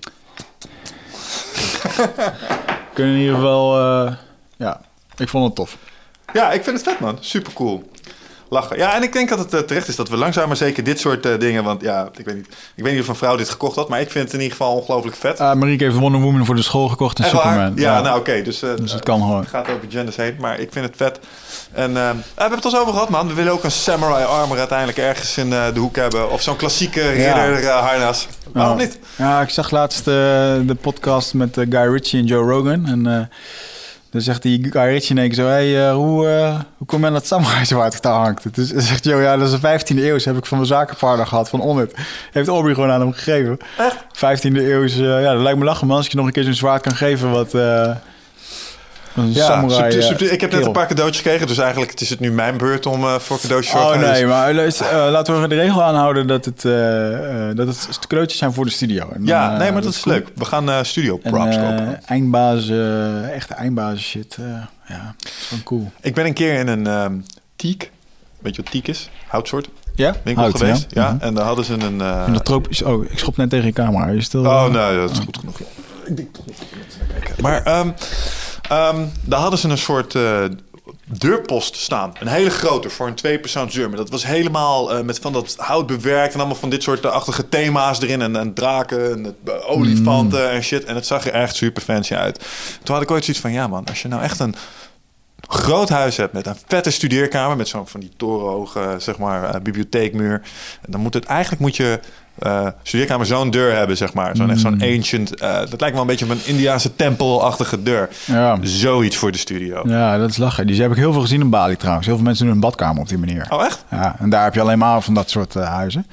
Kunnen in ieder geval... ja, ik vond het tof. Ja, ik vind het vet, man. Super cool. Lachen. Ja, en ik denk dat het terecht is dat we langzaam maar zeker dit soort dingen... Want ja, ik weet niet of een vrouw dit gekocht had... maar ik vind het in ieder geval ongelooflijk vet. Marieke heeft Wonder Woman voor de school gekocht en Superman. Ja, nou oké. Dus het kan gewoon. Het gaat over genders heen, maar ik vind het vet. En we hebben het al over gehad, man. We willen ook een samurai armor uiteindelijk ergens in de hoek hebben. Of zo'n klassieke ridder harnas. Waarom niet? Ja, ik zag laatst de podcast met Guy Ritchie en Joe Rogan. En Dan zegt die Guy Ritchie in één keer zo... Hey, hoe kom je aan dat samurai zwaard te hangt? Dus zegt Joe, ja, dat is de 15e eeuw. Heb ik van mijn zakenpartner gehad, van Onnit. Heeft Aubrey gewoon aan hem gegeven. Echt? 15e eeuw, ja, dat lijkt me lachen, man. Als je nog een keer zo'n zwaard kan geven wat... samurai, ik heb net een paar cadeautjes gekregen, dus eigenlijk is het nu mijn beurt om voor cadeautjes voor te nee, maar laten we de regel aanhouden dat het cadeautjes zijn voor de studio. En, nee, maar dat is cool. Leuk. We gaan studio props kopen. Echte eindbazen shit. Ja, dat is gewoon cool. Ik ben een keer in een teak, weet je wat teak is? Houtsoort. Ja? Winkel Hout, geweest. Ja. En daar hadden ze een... En dat tropisch... Oh, ik schop net tegen je camera. Je stil, nee, dat is goed genoeg. Ik denk toch niet. Maar daar hadden ze een soort deurpost staan. Een hele grote voor een 2-persoonsdeur. Maar dat was helemaal met van dat hout bewerkt en allemaal van dit soort achtige thema's erin. En draken en olifanten en shit. En het zag er echt super fancy uit. Toen had ik ooit zoiets van, ja man, als je nou echt een groot huis hebt met een vette studeerkamer, met zo'n van die torenhoge, zeg maar, bibliotheekmuur. Dan moet je studeerkamer zo'n deur hebben, zeg maar. Zo'n ancient... dat lijkt wel een beetje op een Indiaanse tempelachtige deur. Ja. Zoiets voor de studio. Ja, dat is lachen. Die heb ik heel veel gezien in Bali trouwens. Heel veel mensen doen een badkamer op die manier. Oh, echt? Ja, en daar heb je alleen maar van dat soort huizen.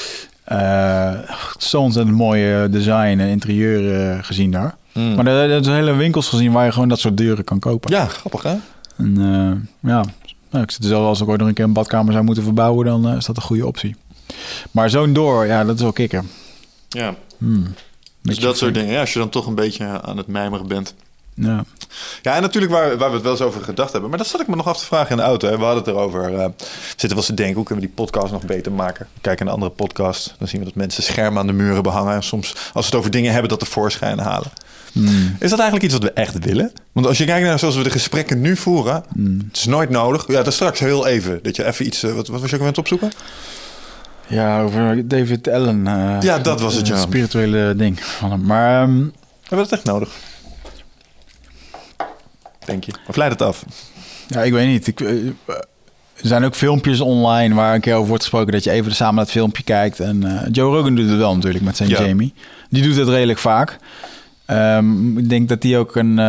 Zo'n ontzettend mooie design en interieur gezien daar. Maar er zijn hele winkels gezien waar je gewoon dat soort deuren kan kopen. Ja, grappig hè? En ik zit er zelf, als ik ooit nog een keer een badkamer zou moeten verbouwen, dan is dat een goede optie. Maar zo'n door, ja, dat is wel kikker. Ja. Dus dat soort dingen. Ja, als je dan toch een beetje aan het mijmeren bent. Ja. Ja, en natuurlijk waar we het wel eens over gedacht hebben. Maar dat zat ik me nog af te vragen in de auto. Hè. We hadden het erover. We zitten wel eens te denken, hoe kunnen we die podcast nog beter maken? Kijken naar andere podcasts. Dan zien we dat mensen schermen aan de muren behangen. En soms, als we het over dingen hebben, dat tevoorschijn halen. Is dat eigenlijk iets wat we echt willen? Want als je kijkt naar zoals we de gesprekken nu voeren, het is nooit nodig. Ja, dat straks heel even. Dat je even iets... Wat was je ook aan het opzoeken? Ja, over David Allen. Ja, dat was het, ja. Spirituele ding van hem. Maar... hebben we dat echt nodig? Denk je? Of leidt het af? Ja, ik weet niet. Er zijn ook filmpjes online waar een keer over wordt gesproken dat je even samen dat filmpje kijkt. En Joe Rogan doet het wel natuurlijk met zijn Jamie. Die doet het redelijk vaak. Ik denk dat die ook een...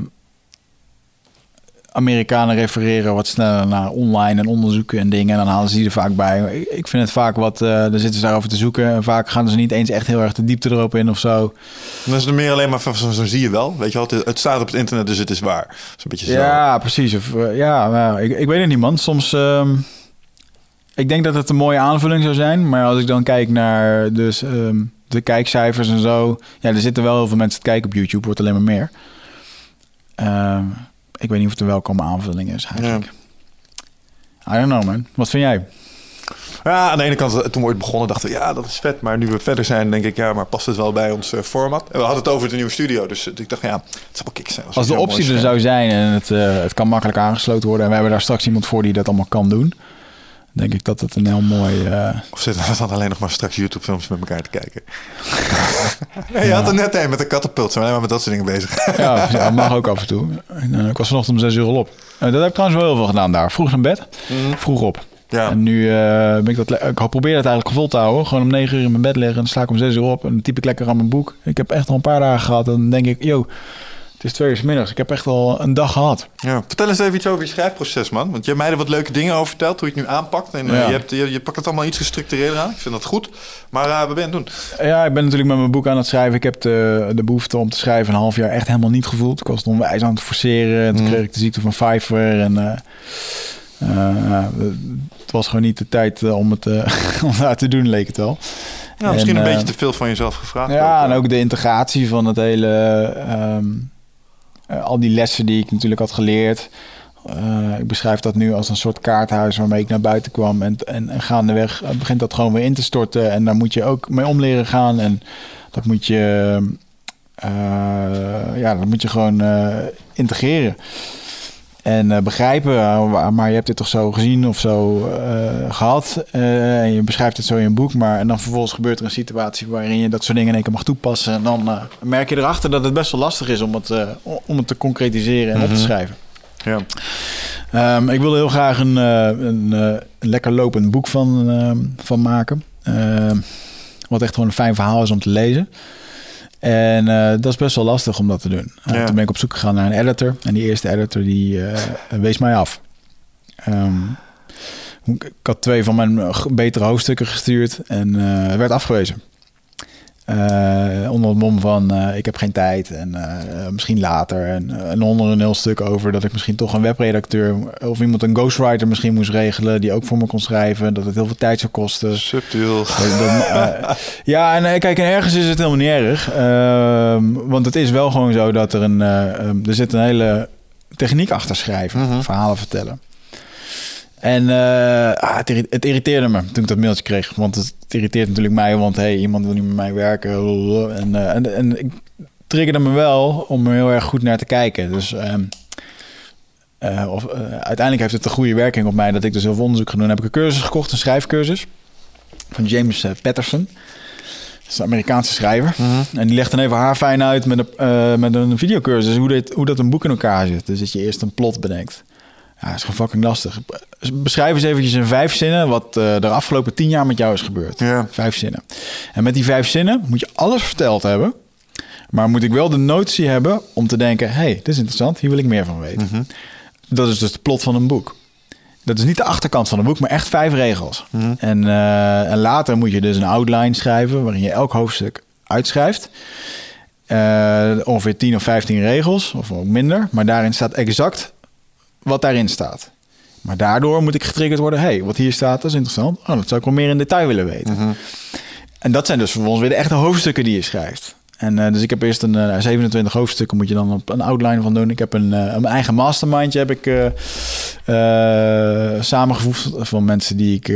Amerikanen refereren wat sneller naar online en onderzoeken en dingen. En dan halen ze die er vaak bij. Ik vind het vaak wat... dan zitten ze daarover te zoeken. En vaak gaan ze niet eens echt heel erg de diepte erop in of zo. Dan is het meer alleen maar van zo zie je wel. Weet je wel, het staat op het internet, dus het is waar. Dat is een beetje zo. Ja, precies. Of, ik weet het niet, man. Soms... ik denk dat het een mooie aanvulling zou zijn. Maar als ik dan kijk naar de kijkcijfers en zo... Ja, er zitten wel heel veel mensen te kijken op YouTube. Wordt alleen maar meer. Ik weet niet of het een welkome aanvulling is eigenlijk. Ja. I don't know, man. Wat vind jij? Ja, aan de ene kant, toen we ooit begonnen, dachten we... ja, dat is vet. Maar nu we verder zijn, denk ik... ja, maar past het wel bij ons format? En we hadden het over de nieuwe studio. Dus ik dacht, ja, het zou wel kick zijn. Als de optie er zou zijn en het kan makkelijk aangesloten worden... en we hebben daar straks iemand voor die dat allemaal kan doen... denk ik dat het een heel mooi... Of zitten we dan alleen nog maar straks YouTube-films met elkaar te kijken? Je had er net een met een katapult. Zijn we alleen maar met dat soort dingen bezig. Ja, dat mag ook af en toe. Ik was vanochtend om 6 uur al op. Dat heb ik trouwens wel heel veel gedaan daar. Vroeg naar bed, vroeg op. Ja. En nu ben ik probeer het eigenlijk vol te houden. Gewoon om 9 uur in mijn bed liggen. En dan sla ik om 6 uur op. En dan typ ik lekker aan mijn boek. Ik heb echt al een paar dagen gehad. En dan denk ik, het is 2 uur 's middags. Ik heb echt al een dag gehad. Ja. Vertel eens even iets over je schrijfproces, man. Want je hebt mij er wat leuke dingen over verteld. Hoe je het nu aanpakt. En je pakt het allemaal iets gestructureerder aan. Ik vind dat goed. Maar wat ben je aan het doen? Ja, ik ben natuurlijk met mijn boek aan het schrijven. Ik heb de behoefte om te schrijven een half jaar echt helemaal niet gevoeld. Ik was het onwijs aan het forceren. En toen kreeg ik de ziekte van Pfeiffer. En het was gewoon niet de tijd om het daar te doen, leek het wel. Ja, misschien een beetje te veel van jezelf gevraagd. Ja, en ook de integratie van het hele... al die lessen die ik natuurlijk had geleerd. Ik beschrijf dat nu als een soort kaarthuis waarmee ik naar buiten kwam. En gaandeweg begint dat gewoon weer in te storten. En daar moet je ook mee om leren gaan. En dat moet je, gewoon integreren. En begrijpen, maar je hebt dit toch zo gezien of zo gehad. En je beschrijft het zo in een boek. En dan vervolgens gebeurt er een situatie waarin je dat soort dingen in één keer mag toepassen. En dan merk je erachter dat het best wel lastig is om het te concretiseren en op te schrijven. Ja. Ik wilde heel graag een lekker lopend boek van maken. Wat echt gewoon een fijn verhaal is om te lezen. En dat is best wel lastig om dat te doen. Toen ben ik op zoek gegaan naar een editor. En die eerste editor die wees mij af. Ik had 2 van mijn betere hoofdstukken gestuurd en werd afgewezen. Onder het mom van ik heb geen tijd en misschien later. En onder een heel stuk over dat ik misschien toch een webredacteur of iemand een ghostwriter misschien moest regelen die ook voor me kon schrijven. Dat het heel veel tijd zou kosten. Subtiel. Ja, en kijk, en ergens is het helemaal niet erg. Want het is wel gewoon zo dat er er zit een hele techniek achter schrijven, verhalen vertellen. En het irriteerde me toen ik dat mailtje kreeg. Want het irriteert natuurlijk mij, want iemand wil niet met mij werken. En ik triggerde me wel om er heel erg goed naar te kijken. Dus uiteindelijk heeft het een goede werking op mij dat ik dus heel veel onderzoek ga doen. Heb ik een cursus gekocht, een schrijfcursus van James Patterson. Dat is een Amerikaanse schrijver. En die legt dan even haar fijn uit met een videocursus hoe dat een boek in elkaar zit. Dus dat je eerst een plot bedenkt. Ja, dat is gewoon fucking lastig. Beschrijf eens eventjes in 5 zinnen wat er de afgelopen 10 jaar met jou is gebeurd. Ja. 5 zinnen. En met die 5 zinnen moet je alles verteld hebben. Maar moet ik wel de notie hebben om te denken, dit is interessant, hier wil ik meer van weten. Dat is dus de plot van een boek. Dat is niet de achterkant van een boek, maar echt 5 regels. En later moet je dus een outline schrijven waarin je elk hoofdstuk uitschrijft. Ongeveer 10 of 15 regels, of ook minder. Maar daarin staat exact wat daarin staat. Maar daardoor moet ik getriggerd worden. Wat hier staat, dat is interessant. Dat zou ik wel meer in detail willen weten. En dat zijn dus vervolgens weer de echte hoofdstukken die je schrijft. En dus ik heb eerst 27 hoofdstukken moet je dan op een outline van doen. Ik heb een eigen mastermindje heb ik samengevoegd van mensen die ik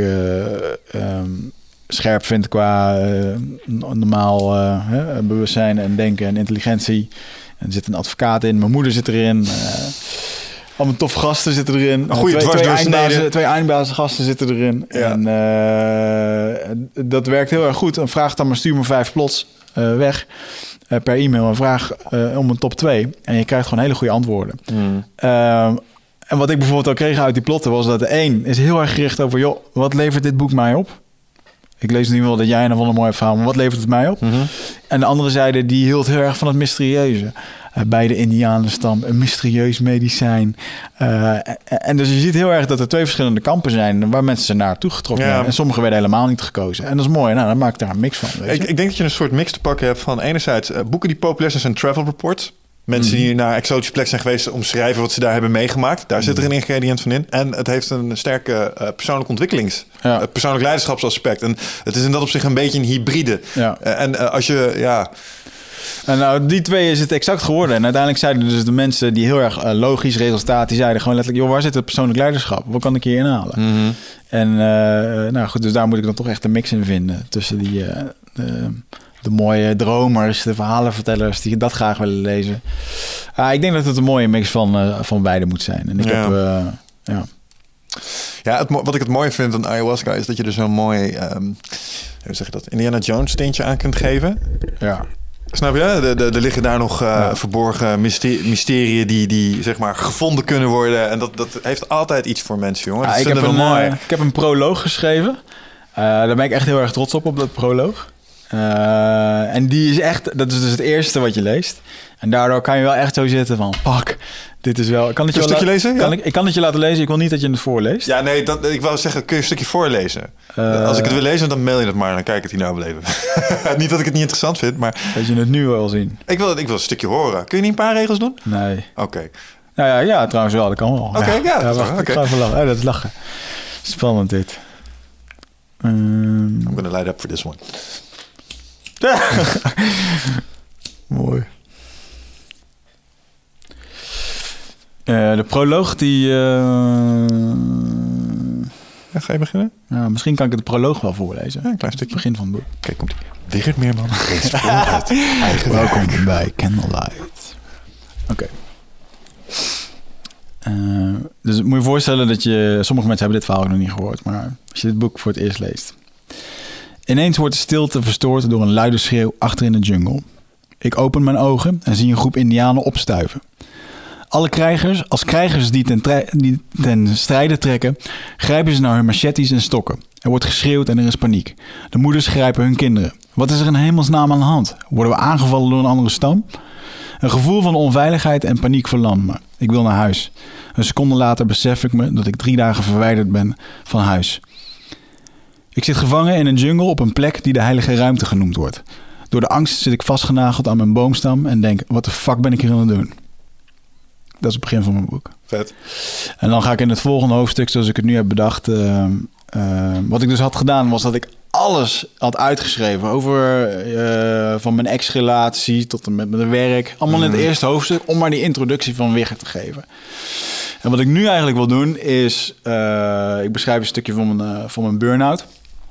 scherp vind qua normaal bewustzijn en denken en intelligentie. En er zit een advocaat in, mijn moeder zit erin. Allemaal toffe gasten zitten erin. Twee eindbazen gasten zitten erin. Ja. En dat werkt heel erg goed. Een vraag dan maar stuur me 5 plots weg. Per e-mail een vraag om een top 2. En je krijgt gewoon hele goede antwoorden. En wat ik bijvoorbeeld ook kreeg uit die plotten was dat de 1 is heel erg gericht over, joh, wat levert dit boek mij op? Ik lees nu wel dat jij een mooi verhaal, maar wat levert het mij op? En de andere zijde, die hield heel erg van het mysterieuze. Bij de Indianenstam, een mysterieus medicijn. En dus je ziet heel erg dat er 2 verschillende kampen zijn waar mensen naartoe getrokken werden. En sommige werden helemaal niet gekozen. En dat is mooi. Dan maak ik daar een mix van. Ik denk dat je een soort mix te pakken hebt van enerzijds boeken die populair zijn, zijn travel reports. Mensen die naar exotische plekken zijn geweest om schrijven wat ze daar hebben meegemaakt. Daar zit er een ingrediënt van in. En het heeft een sterke persoonlijk persoonlijk leiderschapsaspect. En het is in dat opzicht een beetje een hybride. Ja. En als je, En nou, die 2 is het exact geworden. En uiteindelijk zeiden dus de mensen die heel erg logisch resultaat, die zeiden gewoon letterlijk, joh, waar zit het persoonlijk leiderschap? Wat kan ik hier inhalen? En goed, dus daar moet ik dan toch echt een mix in vinden tussen die de mooie dromers, de verhalenvertellers die dat graag willen lezen. Ik denk dat het een mooie mix van beide moet zijn. En ik heb, wat ik het mooie vind aan ayahuasca is dat je er zo'n mooi, hoe zeg je dat, Indiana Jones tintje aan kunt geven. Ja. Snap je? Er liggen daar nog verborgen mysterieën die zeg maar gevonden kunnen worden. En dat heeft altijd iets voor mensen, jongen. Dat ik heb een proloog geschreven. Daar ben ik echt heel erg trots op dat proloog. En die is echt, dat is dus het eerste wat je leest. En daardoor kan je wel echt zo zitten van, pak, dit is wel... Kan ik je een stukje lezen? Ja. Ik kan het je laten lezen. Ik wil niet dat je het voorleest. Ja, nee, ik wou zeggen, kun je een stukje voorlezen? Als ik het wil lezen, dan mail je het maar. Dan kijk ik het hier nou beleven. Niet dat ik het niet interessant vind, maar... Dat je het nu wel zien. Ik wil een stukje horen. Kun je niet een paar regels doen? Nee. Oké. Nou ja, trouwens wel. Dat kan wel. Oké, wacht, ik ga even lachen. Dat is lachen. Spannend dit. I'm gonna light up for this one. Mooi. De proloog die... ga je beginnen? Nou, misschien kan ik het de proloog wel voorlezen. Ja, een klein stukje. Het begin van het boek. Kijk, komt ie. Wigert Meerman. Welkom bij Candlelight. Oké. Dus moet je voorstellen dat sommige mensen hebben dit verhaal nog niet gehoord, maar als je dit boek voor het eerst leest. Ineens wordt de stilte verstoord door een luide schreeuw achter in de jungle. Ik open mijn ogen en zie een groep indianen opstuiven. Alle krijgers, als krijgers die ten strijde trekken, grijpen ze naar hun machetes en stokken. Er wordt geschreeuwd en er is paniek. De moeders grijpen hun kinderen. Wat is er in hemelsnaam aan de hand? Worden we aangevallen door een andere stam? Een gevoel van onveiligheid en paniek verlamt me. Ik wil naar huis. Een seconde later besef ik me dat ik 3 dagen verwijderd ben van huis. Ik zit gevangen in een jungle op een plek die de heilige ruimte genoemd wordt. Door de angst zit ik vastgenageld aan mijn boomstam en denk, wat de fuck ben ik hier aan het doen? Dat is het begin van mijn boek. Vet. En dan ga ik in het volgende hoofdstuk, zoals ik het nu heb bedacht. Wat ik dus had gedaan, was dat ik alles had uitgeschreven. Over van mijn ex-relatie tot en met mijn werk. Allemaal in het eerste hoofdstuk, om maar die introductie van Wichert te geven. En wat ik nu eigenlijk wil doen, is... ik beschrijf een stukje van mijn burn-out.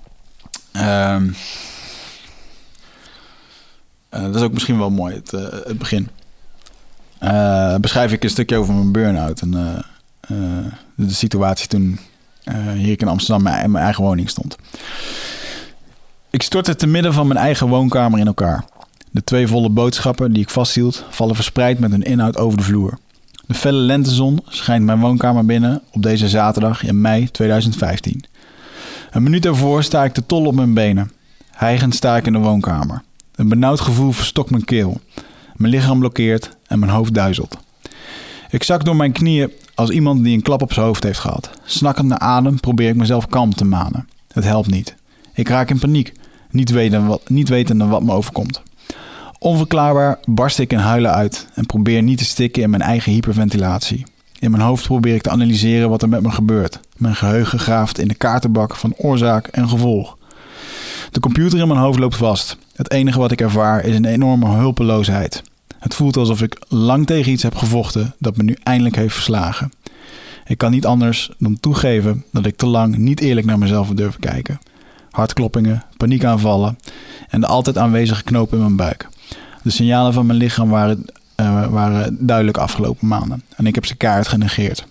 Dat is ook misschien wel mooi, het begin. Beschrijf ik een stukje over mijn burn-out. En de situatie toen hier ik in Amsterdam in mijn eigen woning stond. Ik stortte te midden van mijn eigen woonkamer in elkaar. De 2 volle boodschappen die ik vasthield vallen verspreid met hun inhoud over de vloer. De felle lentezon schijnt mijn woonkamer binnen op deze zaterdag in mei 2015. Een minuut daarvoor sta ik te tollen op mijn benen. Hijgend sta ik in de woonkamer. Een benauwd gevoel verstokt mijn keel. Mijn lichaam blokkeert en mijn hoofd duizelt. Ik zak door mijn knieën als iemand die een klap op zijn hoofd heeft gehad. Snakkend naar adem probeer ik mezelf kalm te manen. Het helpt niet. Ik raak in paniek, niet wetende wat me overkomt. Onverklaarbaar barst ik in huilen uit en probeer niet te stikken in mijn eigen hyperventilatie. In mijn hoofd probeer ik te analyseren wat er met me gebeurt. Mijn geheugen graaft in de kaartenbak van oorzaak en gevolg. De computer in mijn hoofd loopt vast. Het enige wat ik ervaar is een enorme hulpeloosheid. Het voelt alsof ik lang tegen iets heb gevochten dat me nu eindelijk heeft verslagen. Ik kan niet anders dan toegeven dat ik te lang niet eerlijk naar mezelf heb durven kijken. Hartkloppingen, paniekaanvallen en de altijd aanwezige knoop in mijn buik. De signalen van mijn lichaam waren duidelijk afgelopen maanden en ik heb ze keihard genegeerd.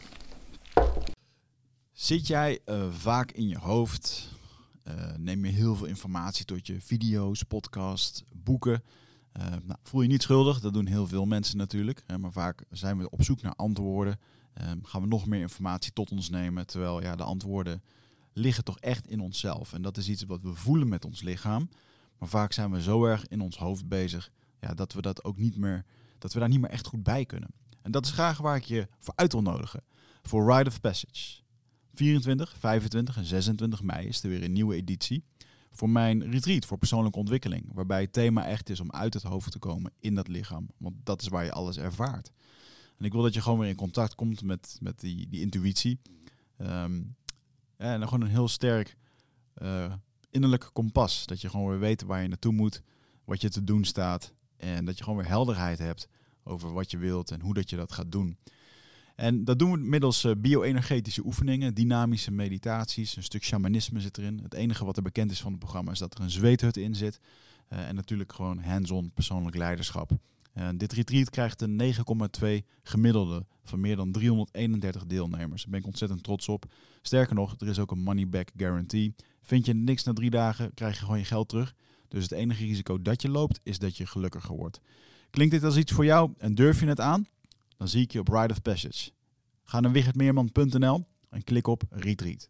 Zit jij vaak in je hoofd? Neem je heel veel informatie tot je, video's, podcasts, boeken? Voel je niet schuldig, dat doen heel veel mensen natuurlijk. Maar vaak zijn we op zoek naar antwoorden. Gaan we nog meer informatie tot ons nemen. Terwijl de antwoorden liggen toch echt in onszelf. En dat is iets wat we voelen met ons lichaam. Maar vaak zijn we zo erg in ons hoofd bezig dat we dat ook niet meer, dat we daar niet meer echt goed bij kunnen. En dat is graag waar ik je voor uit wil nodigen. Voor Rite of Passage. 24, 25 en 26 mei is er weer een nieuwe editie. Voor mijn retreat voor persoonlijke ontwikkeling. Waarbij het thema echt is om uit het hoofd te komen in dat lichaam. Want dat is waar je alles ervaart. En ik wil dat je gewoon weer in contact komt met die intuïtie. En dan gewoon een heel sterk innerlijk kompas. Dat je gewoon weer weet waar je naartoe moet. Wat je te doen staat. En dat je gewoon weer helderheid hebt over wat je wilt en hoe dat je dat gaat doen. En dat doen we middels bio-energetische oefeningen, dynamische meditaties, een stuk shamanisme zit erin. Het enige wat er bekend is van het programma is dat er een zweethut in zit. En natuurlijk gewoon hands-on persoonlijk leiderschap. Dit retreat krijgt een 9,2 gemiddelde van meer dan 331 deelnemers. Daar ben ik ontzettend trots op. Sterker nog, er is ook een money-back guarantee. Vind je niks na 3 dagen, krijg je gewoon je geld terug. Dus het enige risico dat je loopt, is dat je gelukkiger wordt. Klinkt dit als iets voor jou en durf je het aan? Dan zie ik je op Rite of Passage. Ga naar wichertmeerman.nl en klik op Retreat.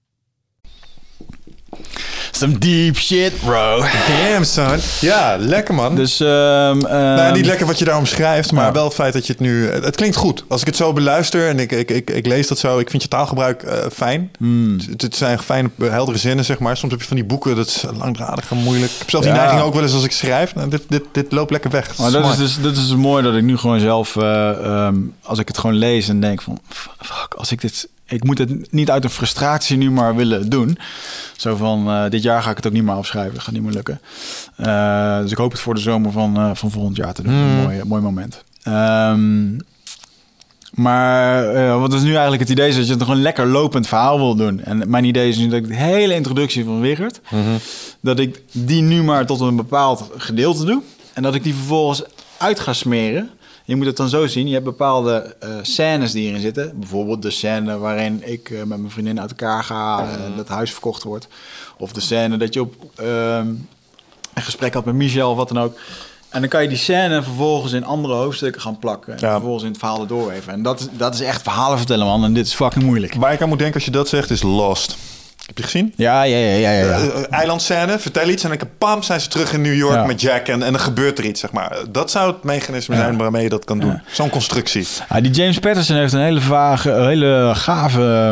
Some deep shit, bro. Damn, son. Ja, lekker, man. Dus, niet lekker wat je daarom schrijft, maar wel het feit dat je het nu... Het klinkt goed. Als ik het zo beluister en ik lees dat zo, ik vind je taalgebruik fijn. Het zijn fijne, heldere zinnen, zeg maar. Soms heb je van die boeken, dat is langdradig en moeilijk. Ik heb zelfs die neiging ook wel eens als ik schrijf. Nou, dit loopt lekker weg. Maar dat is dus mooi dat ik nu gewoon zelf, als ik het gewoon lees en denk van... Fuck, als ik dit... Ik moet het niet uit een frustratie nu maar willen doen. Zo van, dit jaar ga ik het ook niet meer afschrijven. Dat gaat niet meer lukken. Dus ik hoop het voor de zomer van volgend jaar te doen. Een mooi moment. Maar wat is nu eigenlijk het idee? Is dat je het gewoon een lekker lopend verhaal wil doen. En mijn idee is nu dat ik de hele introductie van Wichert... dat ik die nu maar tot een bepaald gedeelte doe. En dat ik die vervolgens uit ga smeren... Je moet het dan zo zien. Je hebt bepaalde scènes die erin zitten. Bijvoorbeeld de scène waarin ik met mijn vriendin uit elkaar ga... dat huis verkocht wordt. Of de scène dat je op een gesprek had met Michel of wat dan ook. En dan kan je die scène vervolgens in andere hoofdstukken gaan plakken. En vervolgens in het verhaal doorweven. En dat is echt verhalen vertellen, man. En dit is fucking moeilijk. Waar ik aan moet denken als je dat zegt is Lost. Heb je gezien? Ja. Eilandscène, vertel iets en dan pam, zijn ze terug in New York met Jack en dan gebeurt er iets, zeg maar. Dat zou het mechanisme zijn waarmee je dat kan doen. Zo'n constructie. Die James Patterson heeft een hele gave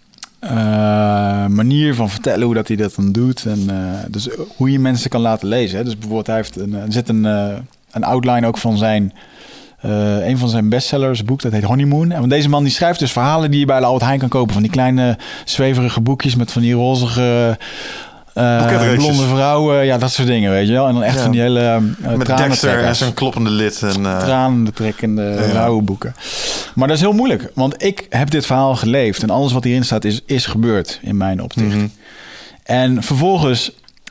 manier van vertellen hoe dat hij dat dan doet. En dus hoe je mensen kan laten lezen. Hè. Dus bijvoorbeeld hij heeft er zit een outline ook van zijn een van zijn bestsellers boek, dat heet Honeymoon. En deze man die schrijft dus verhalen die je bij de Albert Heijn kan kopen. Van die kleine zweverige boekjes met van die rozige blonde vrouwen. Ja, dat soort dingen, weet je wel. En dan echt van die hele met Dexter en zijn kloppende lid. En tranentrekkende rauwe boeken. Maar dat is heel moeilijk. Want ik heb dit verhaal geleefd. En alles wat hierin staat is gebeurd in mijn opticht. Mm-hmm. En vervolgens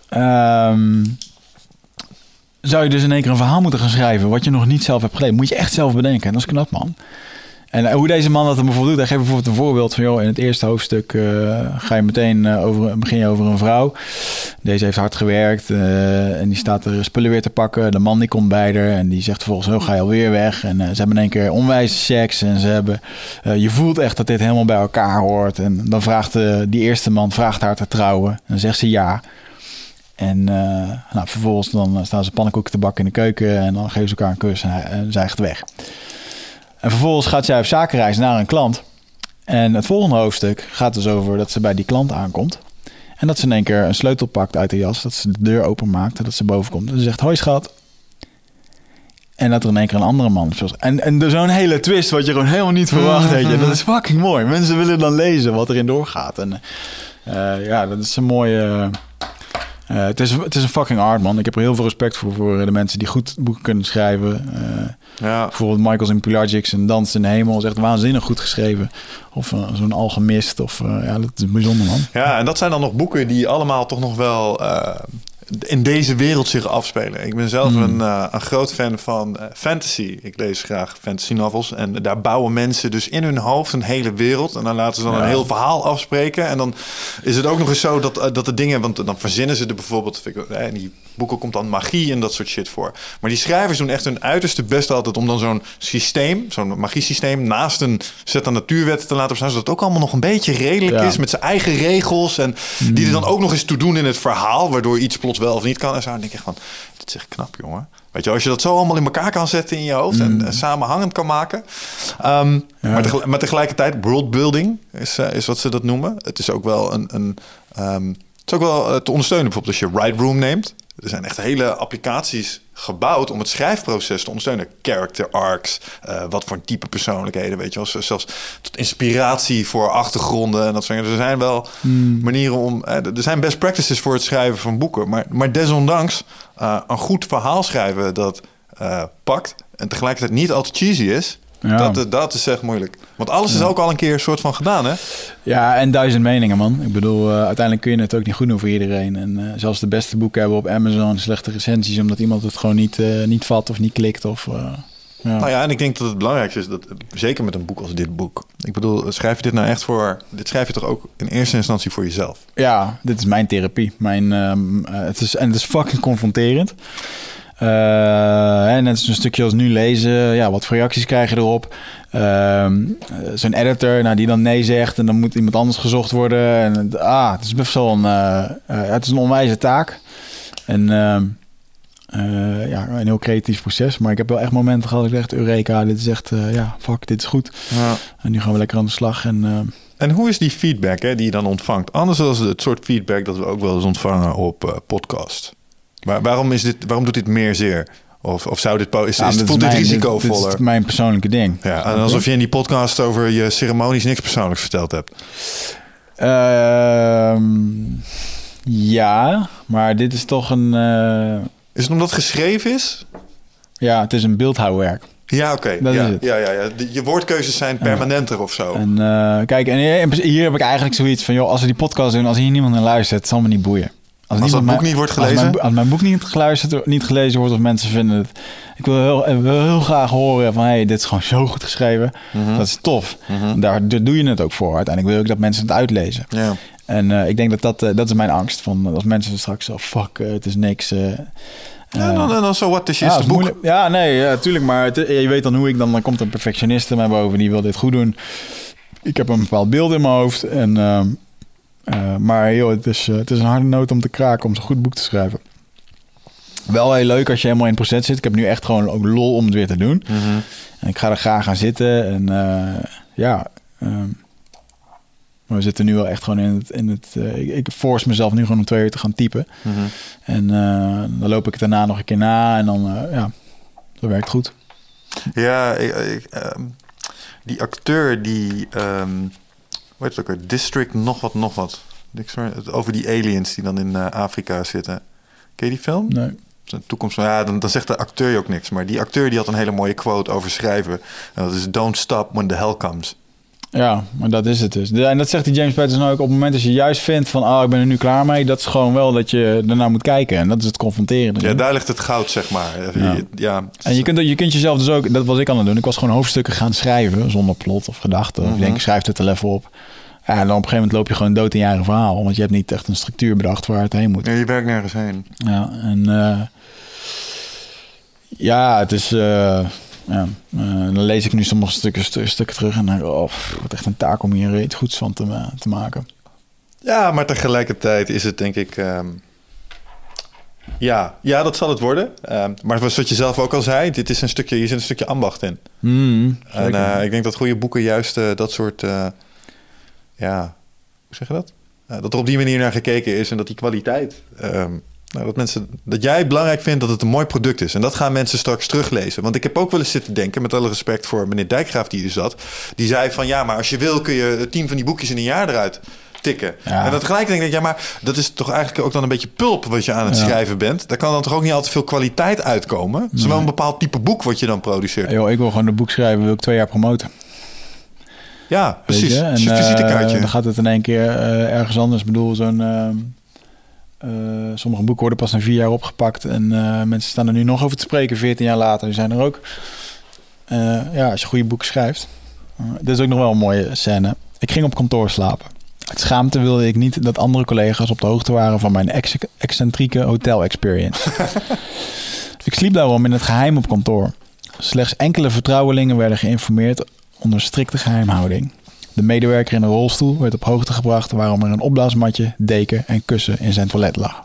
zou je dus in één keer een verhaal moeten gaan schrijven wat je nog niet zelf hebt gelezen. Moet je echt zelf bedenken. En dat is knap, man. En hoe deze man dat dan bijvoorbeeld doet, hij geeft bijvoorbeeld een voorbeeld van, joh, in het eerste hoofdstuk ga je meteen begin je over een vrouw. Deze heeft hard gewerkt en die staat er spullen weer te pakken. De man die komt bij haar en die zegt vervolgens, ga je alweer weg. En ze hebben in één keer onwijs seks en ze hebben, je voelt echt dat dit helemaal bij elkaar hoort. En dan vraagt die eerste man haar te trouwen. En dan zegt ze ja. En vervolgens dan staan ze pannenkoeken te bakken in de keuken en dan geven ze elkaar een kus en zij gaat weg. En vervolgens gaat zij op zakenreis naar een klant. En het volgende hoofdstuk gaat dus over dat ze bij die klant aankomt. En dat ze in één keer een sleutel pakt uit de jas. Dat ze de deur openmaakt en dat ze boven komt. En ze zegt, hoi schat. En dat er in één keer een andere man is. En er zo'n hele twist wat je gewoon helemaal niet verwacht. Weet je. Dat is fucking mooi. Mensen willen dan lezen wat erin doorgaat. En dat is een mooie... Het is een fucking art, man. Ik heb er heel veel respect voor de mensen die goed boeken kunnen schrijven. Bijvoorbeeld Michael's in Pelagics en Dans in de Hemel is echt waanzinnig goed geschreven. Of zo'n Alchemist. Dat is bijzonder, man. Ja, en dat zijn dan nog boeken die allemaal toch nog wel in deze wereld zich afspelen. Ik ben zelf een groot fan van fantasy. Ik lees graag fantasy novels. En daar bouwen mensen dus in hun hoofd een hele wereld. En dan laten ze dan een heel verhaal afspreken. En dan is het ook nog eens zo dat de dingen... Want dan verzinnen ze er bijvoorbeeld... In die boeken komt dan magie en dat soort shit voor. Maar die schrijvers doen echt hun uiterste best altijd... om dan zo'n systeem, zo'n magiesysteem... naast een set aan natuurwetten te laten bestaan... zodat het ook allemaal nog een beetje redelijk is... met zijn eigen regels. En die er dan ook nog eens toe doen in het verhaal... waardoor iets plots wel of niet kan. En zo denk ik echt van, dit is echt knap, jongen. Weet je, als je dat zo allemaal in elkaar kan zetten in je hoofd... en samenhangend kan maken. Maar tegelijkertijd, worldbuilding is wat ze dat noemen. Het is ook wel het is ook wel te ondersteunen. Bijvoorbeeld als je Write Room neemt. Er zijn echt hele applicaties gebouwd om het schrijfproces te ondersteunen. Character arcs, wat voor een type persoonlijkheden, weet je wel. Zelfs tot inspiratie voor achtergronden en dat soort dingen. Er zijn wel manieren om... er zijn best practices voor het schrijven van boeken. Maar desondanks een goed verhaal schrijven dat pakt en tegelijkertijd niet al te cheesy is... Ja. Dat is echt moeilijk. Want alles is ook al een keer een soort van gedaan, hè? Ja, en 1000 meningen, man. Ik bedoel, uiteindelijk kun je het ook niet goed doen voor iedereen. En zelfs de beste boeken hebben op Amazon slechte recensies... omdat iemand het gewoon niet vat of niet klikt. Nou ja, en ik denk dat het belangrijkste is... dat zeker met een boek als dit boek... Ik bedoel, schrijf je dit nou echt voor... Dit schrijf je toch ook in eerste instantie voor jezelf? Ja, dit is mijn therapie. Het is fucking confronterend. En net een stukje als nu lezen, ja, wat voor reacties krijg je erop? Zo'n editor, die dan nee zegt en dan moet iemand anders gezocht worden. En het is best wel het is een onwijze taak. En een heel creatief proces. Maar ik heb wel echt momenten gehad dat ik dacht, Eureka, dit is echt, fuck, dit is goed. Ja. En nu gaan we lekker aan de slag. En hoe is die feedback die je dan ontvangt? Anders dan het soort feedback dat we ook wel eens ontvangen op podcast. Maar waarom doet dit meer zeer? Of zou dit voelt dit risicovoller? Dit is mijn persoonlijke ding. Ja, en alsof je in die podcast over je ceremonies niks persoonlijks verteld hebt. Ja, maar dit is toch een... Is het omdat het geschreven is? Ja, het is een beeldhouwwerk. Ja, oké. Ja. Je woordkeuzes zijn permanenter of zo. En kijk, en hier heb ik eigenlijk zoiets van... joh, als we die podcast doen, als hier niemand naar luistert... het zal me niet boeien. Als dat boek niet wordt gelezen? Als mijn boek niet gelezen wordt of mensen vinden het... Ik wil heel graag horen van... hey, dit is gewoon zo goed geschreven. Mm-hmm. Dat is tof. Mm-hmm. Daar doe je het ook voor. Uiteindelijk wil ik dat mensen het uitlezen. Yeah. En ik denk dat is mijn angst. Van als mensen straks zo... fuck, het is niks... dan zo wat is je eerste boek? Moeilijk. Ja, nee, tuurlijk. Maar je weet dan hoe ik dan komt een perfectionist naar boven. Die wil dit goed doen. Ik heb een bepaald beeld in mijn hoofd. En Maar joh, het is een harde noot om te kraken om zo'n goed boek te schrijven. Wel heel leuk als je helemaal in het proces zit. Ik heb nu echt gewoon ook lol om het weer te doen. Mm-hmm. En ik ga er graag aan zitten. En we zitten nu wel echt gewoon in het ik force mezelf nu gewoon om 2 uur te gaan typen. Mm-hmm. En dan loop ik het daarna nog een keer na. En dan, dat werkt goed. Ja, die acteur die... hoe heet het ook weer? District nog wat. Over die aliens die dan in Afrika zitten. Ken je die film? Nee. De toekomst, dan zegt de acteur je ook niks. Maar die acteur die had een hele mooie quote over schrijven. En dat is: don't stop when the hell comes. Ja, maar dat is het dus. En dat zegt die James Patterson ook. Op het moment dat je juist vindt van... ik ben er nu klaar mee. Dat is gewoon wel dat je daarna moet kijken. En dat is het confronteren. Ja, daar ligt het goud, zeg maar. Ja. En je kunt jezelf dus ook... Dat was ik aan het doen. Ik was gewoon hoofdstukken gaan schrijven. Zonder plot of gedachten. Of denk, schrijf het er even op. Ja, en dan op een gegeven moment loop je gewoon dood in je eigen verhaal. Want je hebt niet echt een structuur bedacht waar het heen moet. Ja, je werkt nergens heen. Ja, en... het is... dan lees ik nu sommige stukken terug en denk ik, wat echt een taak om hier iets goeds van te maken. Ja, maar tegelijkertijd is het denk ik... dat zal het worden. Maar wat je zelf ook al zei, hier zit een stukje ambacht in. En ik denk dat goede boeken juist dat soort... hoe zeg je dat? Dat er op die manier naar gekeken is en dat die kwaliteit... dat jij het belangrijk vindt dat het een mooi product is. En dat gaan mensen straks teruglezen. Want ik heb ook wel eens zitten denken, met alle respect voor meneer Dijkgraaf die hier zat. Die zei van, maar als je wil kun je 10 van die boekjes in een jaar eruit tikken. Ja. En dat tegelijkertijd denk ik, maar dat is toch eigenlijk ook dan een beetje pulp wat je aan het schrijven bent. Daar kan dan toch ook niet altijd veel kwaliteit uitkomen. Het is wel een bepaald type boek wat je dan produceert. Ik wil gewoon een boek schrijven, wil ik 2 jaar promoten. Ja, precies. En, een visitekaartje. Dan gaat het in één keer ergens anders. Ik bedoel, sommige boeken worden pas na 4 jaar opgepakt. En mensen staan er nu nog over te spreken 14 jaar later. Die zijn er ook. Als je goede boeken schrijft. Dit is ook nog wel een mooie scène. Ik ging op kantoor slapen. Uit schaamte wilde ik niet dat andere collega's op de hoogte waren van mijn excentrieke hotel experience. Ik sliep daarom in het geheim op kantoor. Slechts enkele vertrouwelingen werden geïnformeerd onder strikte geheimhouding. De medewerker in een rolstoel werd op hoogte gebracht waarom er een opblaasmatje, deken en kussen in zijn toilet lag.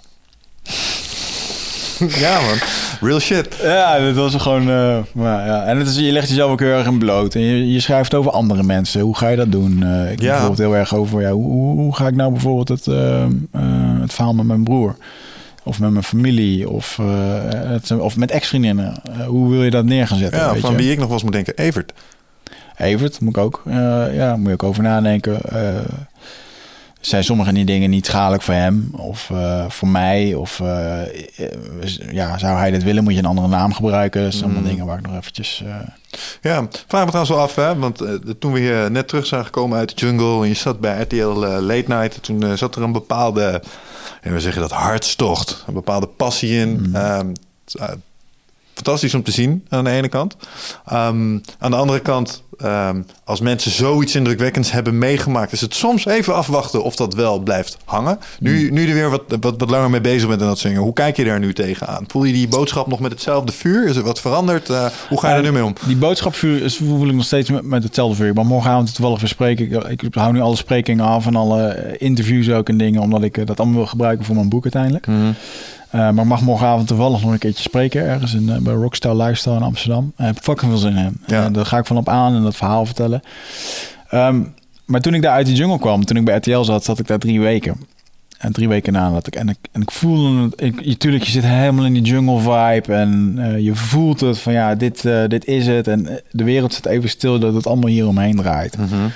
Ja man, real shit. Ja, dat was gewoon... En je legt jezelf ook heel erg in bloot. En je schrijft over andere mensen. Hoe ga je dat doen? Ik bijvoorbeeld heel erg over... hoe ga ik nou bijvoorbeeld het verhaal met mijn broer? Of met mijn familie? Of met ex-vriendinnen? Hoe wil je dat neer gaan zetten? Ja, van wie ik nog wel eens moet denken. Evert, moet ik ook. Moet je ook over nadenken. Zijn sommige die dingen niet schadelijk voor hem of voor mij? Of zou hij dit willen? Moet je een andere naam gebruiken? Dat zijn allemaal dingen waar ik nog eventjes... Ja, vraag me trouwens wel af, hè? Want toen we hier net terug zijn gekomen uit de jungle en je zat bij RTL Late Night, toen zat er een bepaalde, we zeggen dat, hartstocht, een bepaalde passie in. Fantastisch om te zien aan de ene kant. Aan de andere kant, als mensen zoiets indrukwekkends hebben meegemaakt, is het soms even afwachten of dat wel blijft hangen. Nu er weer wat langer mee bezig bent en dat zingen. Hoe kijk je daar nu tegenaan? Voel je die boodschap nog met hetzelfde vuur? Is er wat veranderd? Hoe ga je er nu mee om? Die boodschapvuur voel ik nog steeds met hetzelfde vuur. Maar morgenavond toevallig weer spreken. Ik hou nu alle sprekingen af en alle interviews ook en dingen, omdat ik dat allemaal wil gebruiken voor mijn boek uiteindelijk. Maar ik mag morgenavond toevallig nog een keertje spreken ergens bij Rockstar Lifestyle in Amsterdam. Daar heb ik fucking veel zin in. Ja. Daar ga ik van op aan en dat verhaal vertellen. Maar toen ik daar uit de jungle kwam, toen ik bij RTL zat ik daar 3 weken. En 3 weken na dat ik voelde het. Tuurlijk, je zit helemaal in die jungle vibe en je voelt het van dit is het. En de wereld zit even stil dat het allemaal hier omheen draait.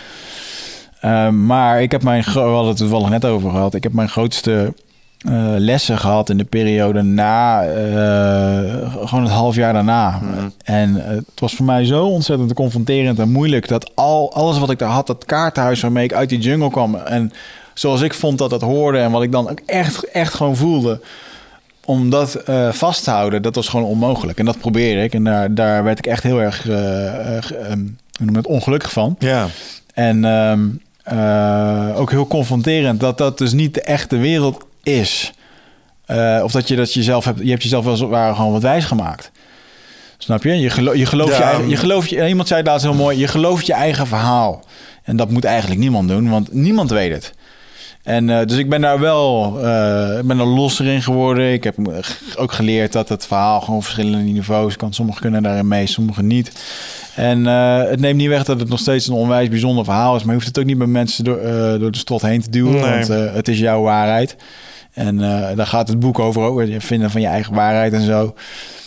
Maar ik heb we hadden het toevallig net over gehad. Ik heb mijn grootste lessen gehad in de periode na, gewoon het half jaar daarna. En het was voor mij zo ontzettend confronterend en moeilijk dat alles wat ik daar had, dat kaartenhuis waarmee ik uit die jungle kwam en zoals ik vond dat hoorde en wat ik dan ook echt gewoon voelde, om dat vast te houden, dat was gewoon onmogelijk. En dat probeerde ik en daar werd ik echt heel erg ongelukkig van. Ja. En ook heel confronterend dat dus niet de echte wereld is. Of dat je jezelf hebt... Je hebt jezelf wel gewoon wat wijs gemaakt. Snap je? Je gelooft iemand zei laatst heel mooi, je gelooft je eigen verhaal. En dat moet eigenlijk niemand doen, want niemand weet het. En dus ik ben daar wel ben er losser in geworden. Ik heb ook geleerd dat het verhaal gewoon verschillende niveaus kan. Sommigen kunnen daarin mee, sommigen niet. En het neemt niet weg dat het nog steeds een onwijs bijzonder verhaal is. Maar je hoeft het ook niet bij mensen door de strot heen te duwen. Nee. Want het is jouw waarheid. En daar gaat het boek over ook. Het vinden van je eigen waarheid en zo.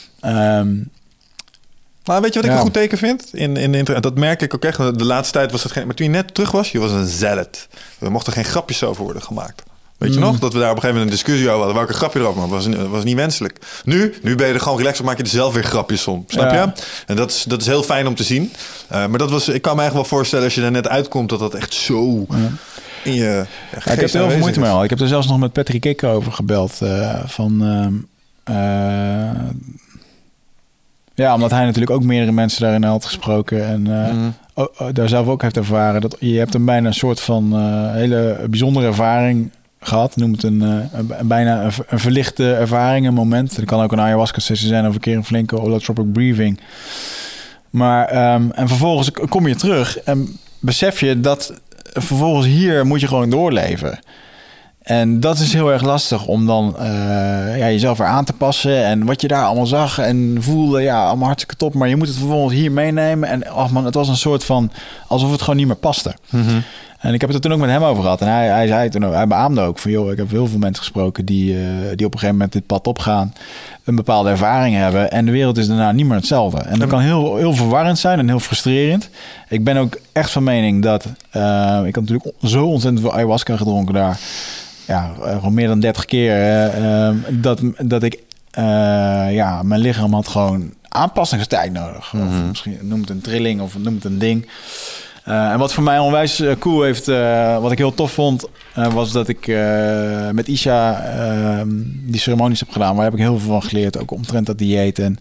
Maar weet je wat ik een goed teken vind? Dat merk ik ook echt. De laatste tijd was het geen... Maar toen je net terug was, je was een zealot. Er mochten geen grapjes over worden gemaakt. Weet je nog? Dat we daar op een gegeven moment een discussie over hadden. Welke grapje erover maar was niet wenselijk. Nu ben je er gewoon relaxed op, maak je er zelf weer grapjes om. Snap je? En dat is heel fijn om te zien. Maar ik kan me eigenlijk wel voorstellen als je er net uitkomt dat echt zo... in je ik heb er heel veel moeite mee al. Ik heb er zelfs nog met Patrick Kikker over gebeld. Ja, omdat hij natuurlijk ook meerdere mensen daarin had gesproken. En daar zelf ook heeft ervaren. Dat je hebt een bijna een soort van hele bijzondere ervaring gehad. Noem het bijna een verlichte ervaring, een moment. Het kan ook een ayahuasca-sessie zijn of een keer een flinke holotropic breathing. Maar en vervolgens kom je terug en besef je dat vervolgens hier moet je gewoon doorleven. En dat is heel erg lastig om dan jezelf weer aan te passen. En wat je daar allemaal zag en voelde, allemaal hartstikke top. Maar je moet het vervolgens hier meenemen. En het was een soort van alsof het gewoon niet meer paste. Mm-hmm. En ik heb het er toen ook met hem over gehad. En hij zei toen ook, hij beaamde ook van, joh, ik heb heel veel mensen gesproken die op een gegeven moment dit pad opgaan, een bepaalde ervaring hebben. En de wereld is daarna niet meer hetzelfde. En dat kan heel, heel verwarrend zijn en heel frustrerend. Ik ben ook echt van mening dat, ik had natuurlijk zo ontzettend veel ayahuasca gedronken daar. Ja, gewoon meer dan 30 keer. Dat ik mijn lichaam had gewoon aanpassingstijd nodig. Mm-hmm. Of misschien noem het een trilling of noem het een ding. En wat voor mij onwijs cool heeft, wat ik heel tof vond, was dat ik met Isha die ceremonies heb gedaan. Waar heb ik heel veel van geleerd, ook omtrent dat dieet. En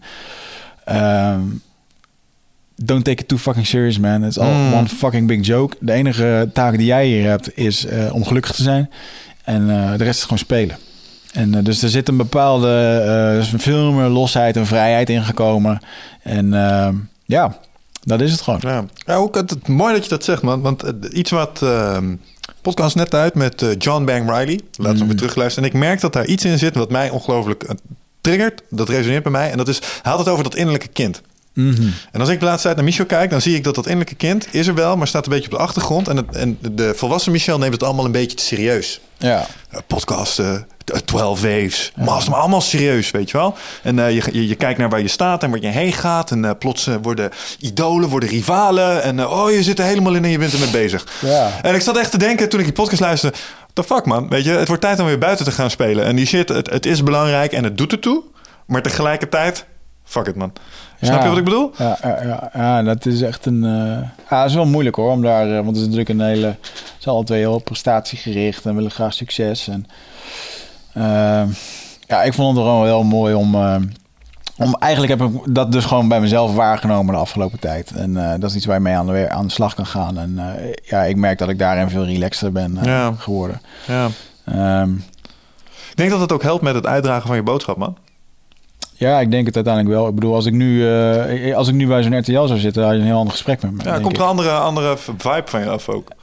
don't take it too fucking serious, man. It's all one fucking big joke. De enige taak die jij hier hebt is om gelukkig te zijn. En de rest is gewoon spelen. En dus er zit een bepaalde veel meer losheid en vrijheid in gekomen. En dat is het gewoon. Ja, ook het mooi dat je dat zegt, man. Want iets wat... podcast net uit met John Bang Riley. Laten we weer terugluisteren. En ik merk dat daar iets in zit wat mij ongelooflijk triggert. Dat resoneert bij mij. En dat is... Hij had het over dat innerlijke kind. Mm-hmm. En als ik de laatste tijd naar Michel kijk, dan zie ik dat innerlijke kind is er wel, maar staat een beetje op de achtergrond. En de volwassen Michel neemt het allemaal een beetje te serieus. Ja. Podcasten, 12 Waves, master, maar allemaal serieus, weet je wel. En je kijkt naar waar je staat en waar je heen gaat. En plots worden idolen, worden rivalen. En je zit er helemaal in en je bent ermee bezig. Ja. En ik zat echt te denken toen ik die podcast luisterde, the fuck man, weet je, het wordt tijd om weer buiten te gaan spelen. En die shit, het is belangrijk en het doet ertoe. Maar tegelijkertijd, fuck it man. Snap je wat ik bedoel? Ja, dat is echt een... het is wel moeilijk hoor, om daar... want het is natuurlijk een hele... Ze zijn alle twee heel prestatiegericht en willen graag succes. En ik vond het gewoon wel mooi om... Eigenlijk heb ik dat dus gewoon bij mezelf waargenomen de afgelopen tijd. En dat is iets waar je mee aan de slag kan gaan. En ik merk dat ik daarin veel relaxter ben geworden. Ja. Ik denk dat het ook helpt met het uitdragen van je boodschap, man. Ja, ik denk het uiteindelijk wel. Ik bedoel, als ik nu bij zo'n RTL zou zitten, had je een heel ander gesprek met me. Ja, komt er een andere vibe van je af ook?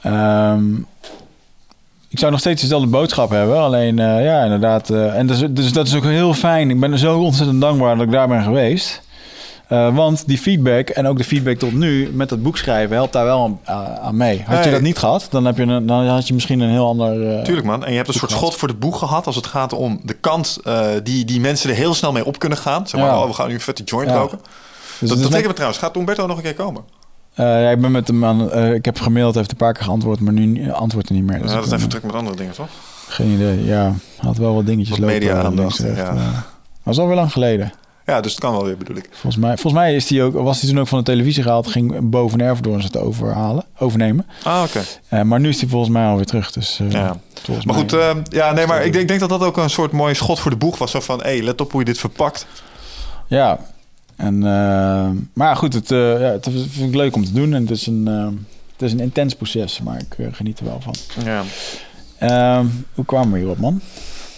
Ik zou nog steeds dezelfde boodschap hebben. Alleen, inderdaad. En dus dat is ook heel fijn. Ik ben er zo ontzettend dankbaar dat ik daar ben geweest. Want die feedback en ook de feedback tot nu met dat boek schrijven helpt daar wel aan mee. Had je dat niet gehad, dan had je misschien een heel ander... Tuurlijk man. En je hebt een soort schot voor de boeg gehad als het gaat om de kant die mensen er heel snel mee op kunnen gaan. Zeg maar, we gaan nu een vette joint roken. Dus dat betekent trouwens. Gaat Humberto nog een keer komen? Ik ben met hem ik heb gemaild, heeft een paar keer geantwoord, maar nu antwoordt hij niet meer. Dus dat is even druk met andere dingen, toch? Geen idee, ja. Had wel wat dingetjes lopen. Media aandacht, was alweer lang geleden. Ja, dus het kan wel weer, bedoel ik. Volgens mij was hij toen ook van de televisie gehaald. Ging boven Erfdoorn zitten overnemen. Ah, oké. Maar nu is hij volgens mij alweer terug. Dus, maar goed, maar ik denk dat dat ook een soort mooi schot voor de boeg was. Zo van, let op hoe je dit verpakt. Ja, en, maar goed, het vind ik leuk om te doen. En het is een intens proces, maar ik geniet er wel van. Ja. Hoe kwamen we hierop, man?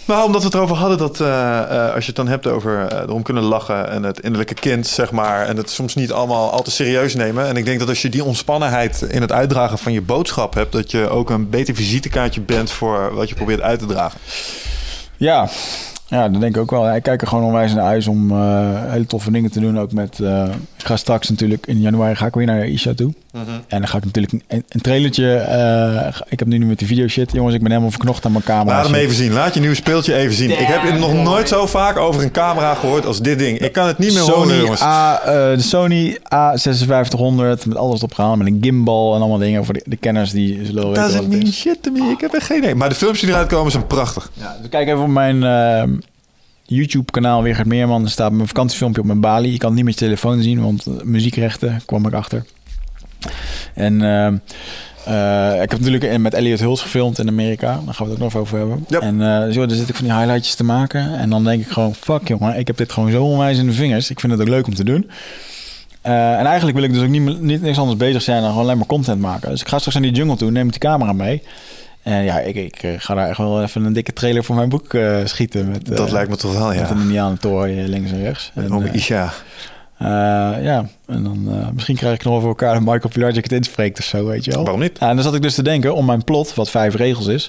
Nou, omdat we het erover hadden dat als je het dan hebt over erom kunnen lachen en het innerlijke kind, zeg maar, en het soms niet allemaal al te serieus nemen. En ik denk dat als je die ontspannenheid in het uitdragen van je boodschap hebt, dat je ook een beter visitekaartje bent voor wat je probeert uit te dragen. Ja, dat denk ik ook wel. Ik kijk er gewoon onwijs naar uit om hele toffe dingen te doen. Ook met... ik ga straks natuurlijk in januari ga ik weer naar Isha toe. Mm-hmm. En dan ga ik natuurlijk een trailertje... ik heb nu met die video shit. Jongens, ik ben helemaal verknocht aan mijn camera. Laat hem even zien. Laat je nieuwe speeltje even zien. Damn, ik heb nog nooit zo vaak over een camera gehoord als dit ding. Ik kan het niet meer horen, jongens. De Sony A5600 met alles opgehaald. Met een gimbal en allemaal dingen. Voor de kenners die zullen weten wat het is. Doesn't shit to me. Ik heb er geen idee. Maar de filmpjes die eruit komen zijn prachtig. Ja, dus kijk even op mijn... YouTube-kanaal Wigert Meerman. Er staat mijn vakantiefilmpje op mijn Bali. Je kan het niet met je telefoon zien, want muziekrechten kwam ik achter. En ik heb natuurlijk met Elliot Hulse gefilmd in Amerika. Daar gaan we het ook nog over hebben. Yep. En zo, daar zit ik van die highlightjes te maken. En dan denk ik gewoon, fuck jongen, ik heb dit gewoon zo onwijs in de vingers. Ik vind het ook leuk om te doen. En eigenlijk wil ik dus ook niet niks anders bezig zijn dan gewoon alleen maar content maken. Dus ik ga straks naar die jungle toe, neem die camera mee. En ja, ik ga daar echt wel even een dikke trailer voor mijn boek schieten. Met, dat lijkt me toch wel, ja. Met een Indianentooi links en rechts. En Isha. Ja, en dan misschien krijg ik nog wel voor elkaar dat Michael Pilarczyk het inspreekt of zo, weet je wel. Waarom niet? En dan zat ik dus te denken, om mijn plot, wat 5 regels is...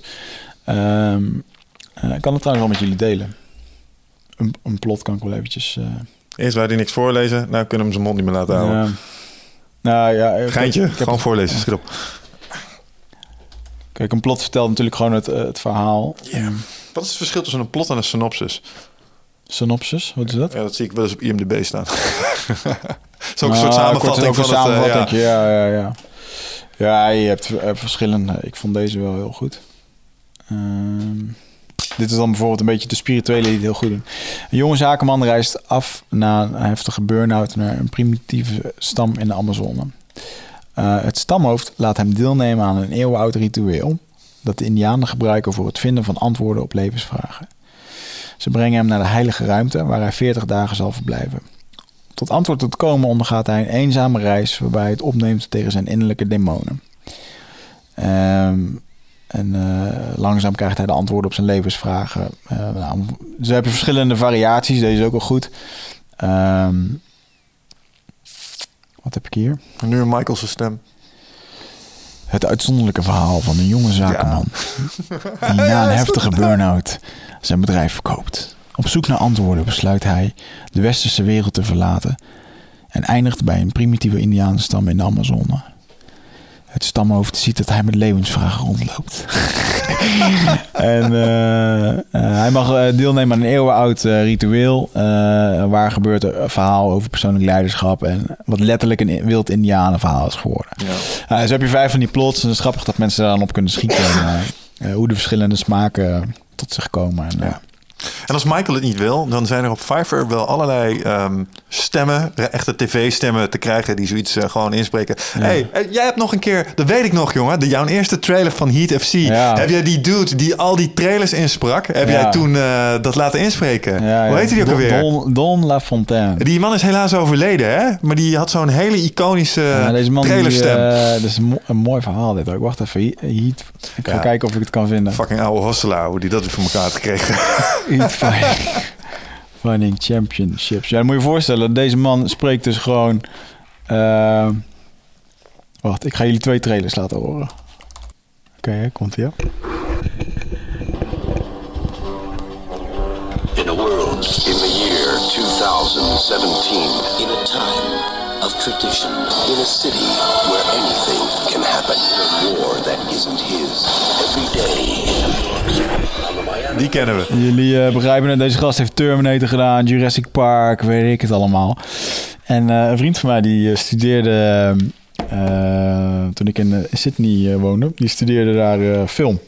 ik kan het trouwens wel met jullie delen. Een plot kan ik wel eventjes... Eerst wou hij niks voorlezen, nou kunnen we hem zijn mond niet meer laten houden. Nou ja... Geintje, gewoon voorlezen, schiet op. Kijk, een plot vertelt natuurlijk gewoon het verhaal. Yeah. Wat is het verschil tussen een plot en een synopsis? Synopsis, wat is dat? Ja, dat zie ik wel eens op IMDb staan. Zo ook een soort samenvatting van het... Ja. Ja, je hebt verschillende. Ik vond deze wel heel goed. Dit is dan bijvoorbeeld een beetje de spirituele die het heel goed doen. Een jonge zakenman reist af na een heftige burn-out naar een primitieve stam in de Amazone. Het stamhoofd laat hem deelnemen aan een eeuwenoud ritueel dat de Indianen gebruiken voor het vinden van antwoorden op levensvragen. Ze brengen hem naar de heilige ruimte waar hij 40 dagen zal verblijven. Tot antwoord te komen ondergaat hij een eenzame reis waarbij hij het opneemt tegen zijn innerlijke demonen. Langzaam krijgt hij de antwoorden op zijn levensvragen. Dus heb je verschillende variaties. Deze is ook wel goed. Wat heb ik hier? En nu Michael's stem. Het uitzonderlijke verhaal van een jonge zakenman die na een heftige burn-out zijn bedrijf verkoopt. Op zoek naar antwoorden besluit hij de westerse wereld te verlaten en eindigt bij een primitieve Indianenstam in de Amazone. Het stamhoofd ziet dat hij met levensvragen rondloopt. En hij mag deelnemen aan een eeuwenoud ritueel. Waar gebeurt een verhaal over persoonlijk leiderschap. En wat letterlijk een wild Indianenverhaal is geworden. Ja. Dus heb je 5 van die plots. En het is grappig dat mensen daar dan op kunnen schieten. Hoe de verschillende smaken tot zich komen. En als Michael het niet wil, dan zijn er op Fiverr wel allerlei stemmen, echte tv-stemmen te krijgen die zoiets gewoon inspreken. Ja. Hey, jij hebt nog een keer, dat weet ik nog, jongen, jouw eerste trailer van Heat FC. Ja. Heb jij die dude die al die trailers insprak, heb jij toen dat laten inspreken? Ja, hoe heette die ook alweer? Don LaFontaine. Die man is helaas overleden, hè? Maar die had zo'n hele iconische trailerstem. Dat is een mooi verhaal dit ook. Wacht even, Heat. Ik ga kijken of ik het kan vinden. Fucking oude hostelaar, hoe die dat weer voor elkaar had gekregen. Fighting Championships. Ja, dan moet je je voorstellen, deze man spreekt dus gewoon... Wacht, ik ga jullie 2 trailers laten horen. Oké, komt-ie op. In a world in the year 2017, in a time of tradition, in a city where anything can happen, a war that isn't his, every day. Die kennen we. Jullie begrijpen het, deze gast heeft Terminator gedaan, Jurassic Park, weet ik het allemaal. En een vriend van mij die studeerde, toen ik in Sydney woonde, die studeerde daar film.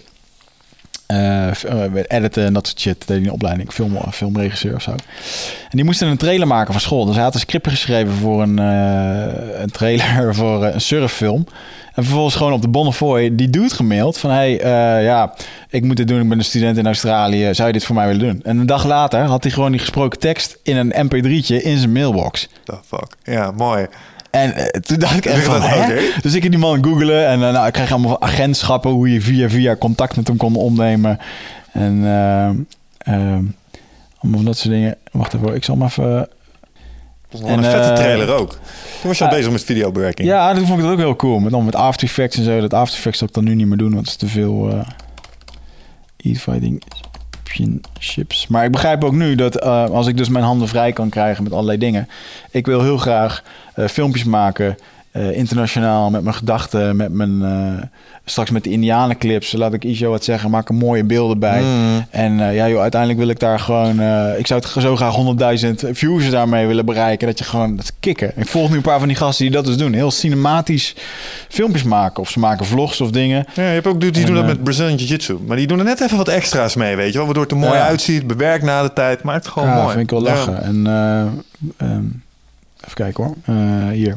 Editen en dat soort shit. Deed hij een opleiding, filmregisseur of zo. En die moesten een trailer maken van school. Dus hij had een script geschreven voor een trailer voor een surffilm. En vervolgens gewoon op de Bonnefoy die dude gemaild van... ik moet dit doen, ik ben een student in Australië. Zou je dit voor mij willen doen? En een dag later had hij gewoon die gesproken tekst in een mp3'tje in zijn mailbox. The fuck? Ja, mooi. En toen dacht ik echt van, hè? Okay. Dus ik ging die man googlen en ik kreeg allemaal agentschappen... hoe je via contact met hem kon opnemen. En Allemaal van dat soort dingen. Wacht even, ik zal hem even... Dat was nog een vette trailer ook. Toen was je al bezig met videobewerking. Ja, toen vond ik het ook heel cool. Met After Effects en zo. Dat After Effects zal ik dan nu niet meer doen, want het is te veel e-fighting championships. Maar ik begrijp ook nu dat als ik dus mijn handen vrij kan krijgen met allerlei dingen. Ik wil heel graag filmpjes maken, internationaal, met mijn gedachten, met mijn... straks met de Indianenclips, laat ik Isho wat zeggen, maak er mooie beelden bij. En uiteindelijk wil ik daar gewoon... ik zou het zo graag 100.000 views daarmee willen bereiken. Dat je gewoon... Dat kicken. Ik volg nu een paar van die gasten die dat dus doen. Heel cinematisch filmpjes maken. Of ze maken vlogs of dingen. Ja, je hebt ook die doen dat met Brazilian Jiu-Jitsu. Maar die doen er net even wat extra's mee, weet je wel. Waardoor het er mooi uitziet, bewerkt na de tijd. Maar het is gewoon mooi. Ja, vind ik wel lachen. Ja. En even kijken hoor. Hier.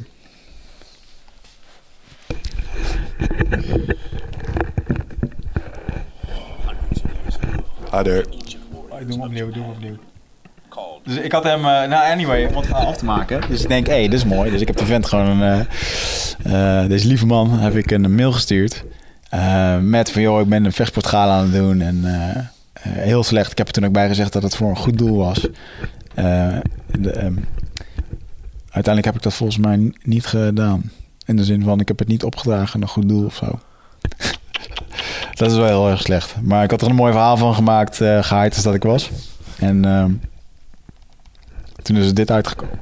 Harder. Ik doe hem opnieuw. Dus ik had hem... anyway, om het verhaal af te maken. Dus ik denk, dit is mooi. Dus ik heb de vent gewoon deze lieve man heb ik een mail gestuurd. Met van, joh, ik ben een vechtsportgala aan het doen. En heel slecht. Ik heb er toen ook bij gezegd dat het voor een goed doel was. Uiteindelijk heb ik dat volgens mij niet gedaan. In de zin van, ik heb het niet opgedragen aan een goed doel of zo. Dat is wel heel erg slecht. Maar ik had er een mooi verhaal van gemaakt, gehyped als dat ik was. En toen is dit uitgekomen.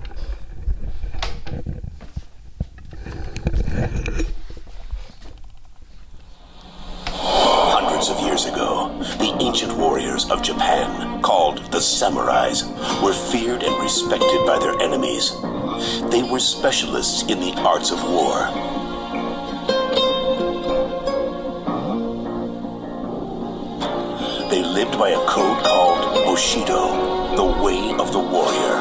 Hundreds of years ago, the ancient warriors of Japan, called the samurais, were feared and respected by their enemies. They were specialists in the arts of war. They lived by a code called Bushido, the way of the warrior.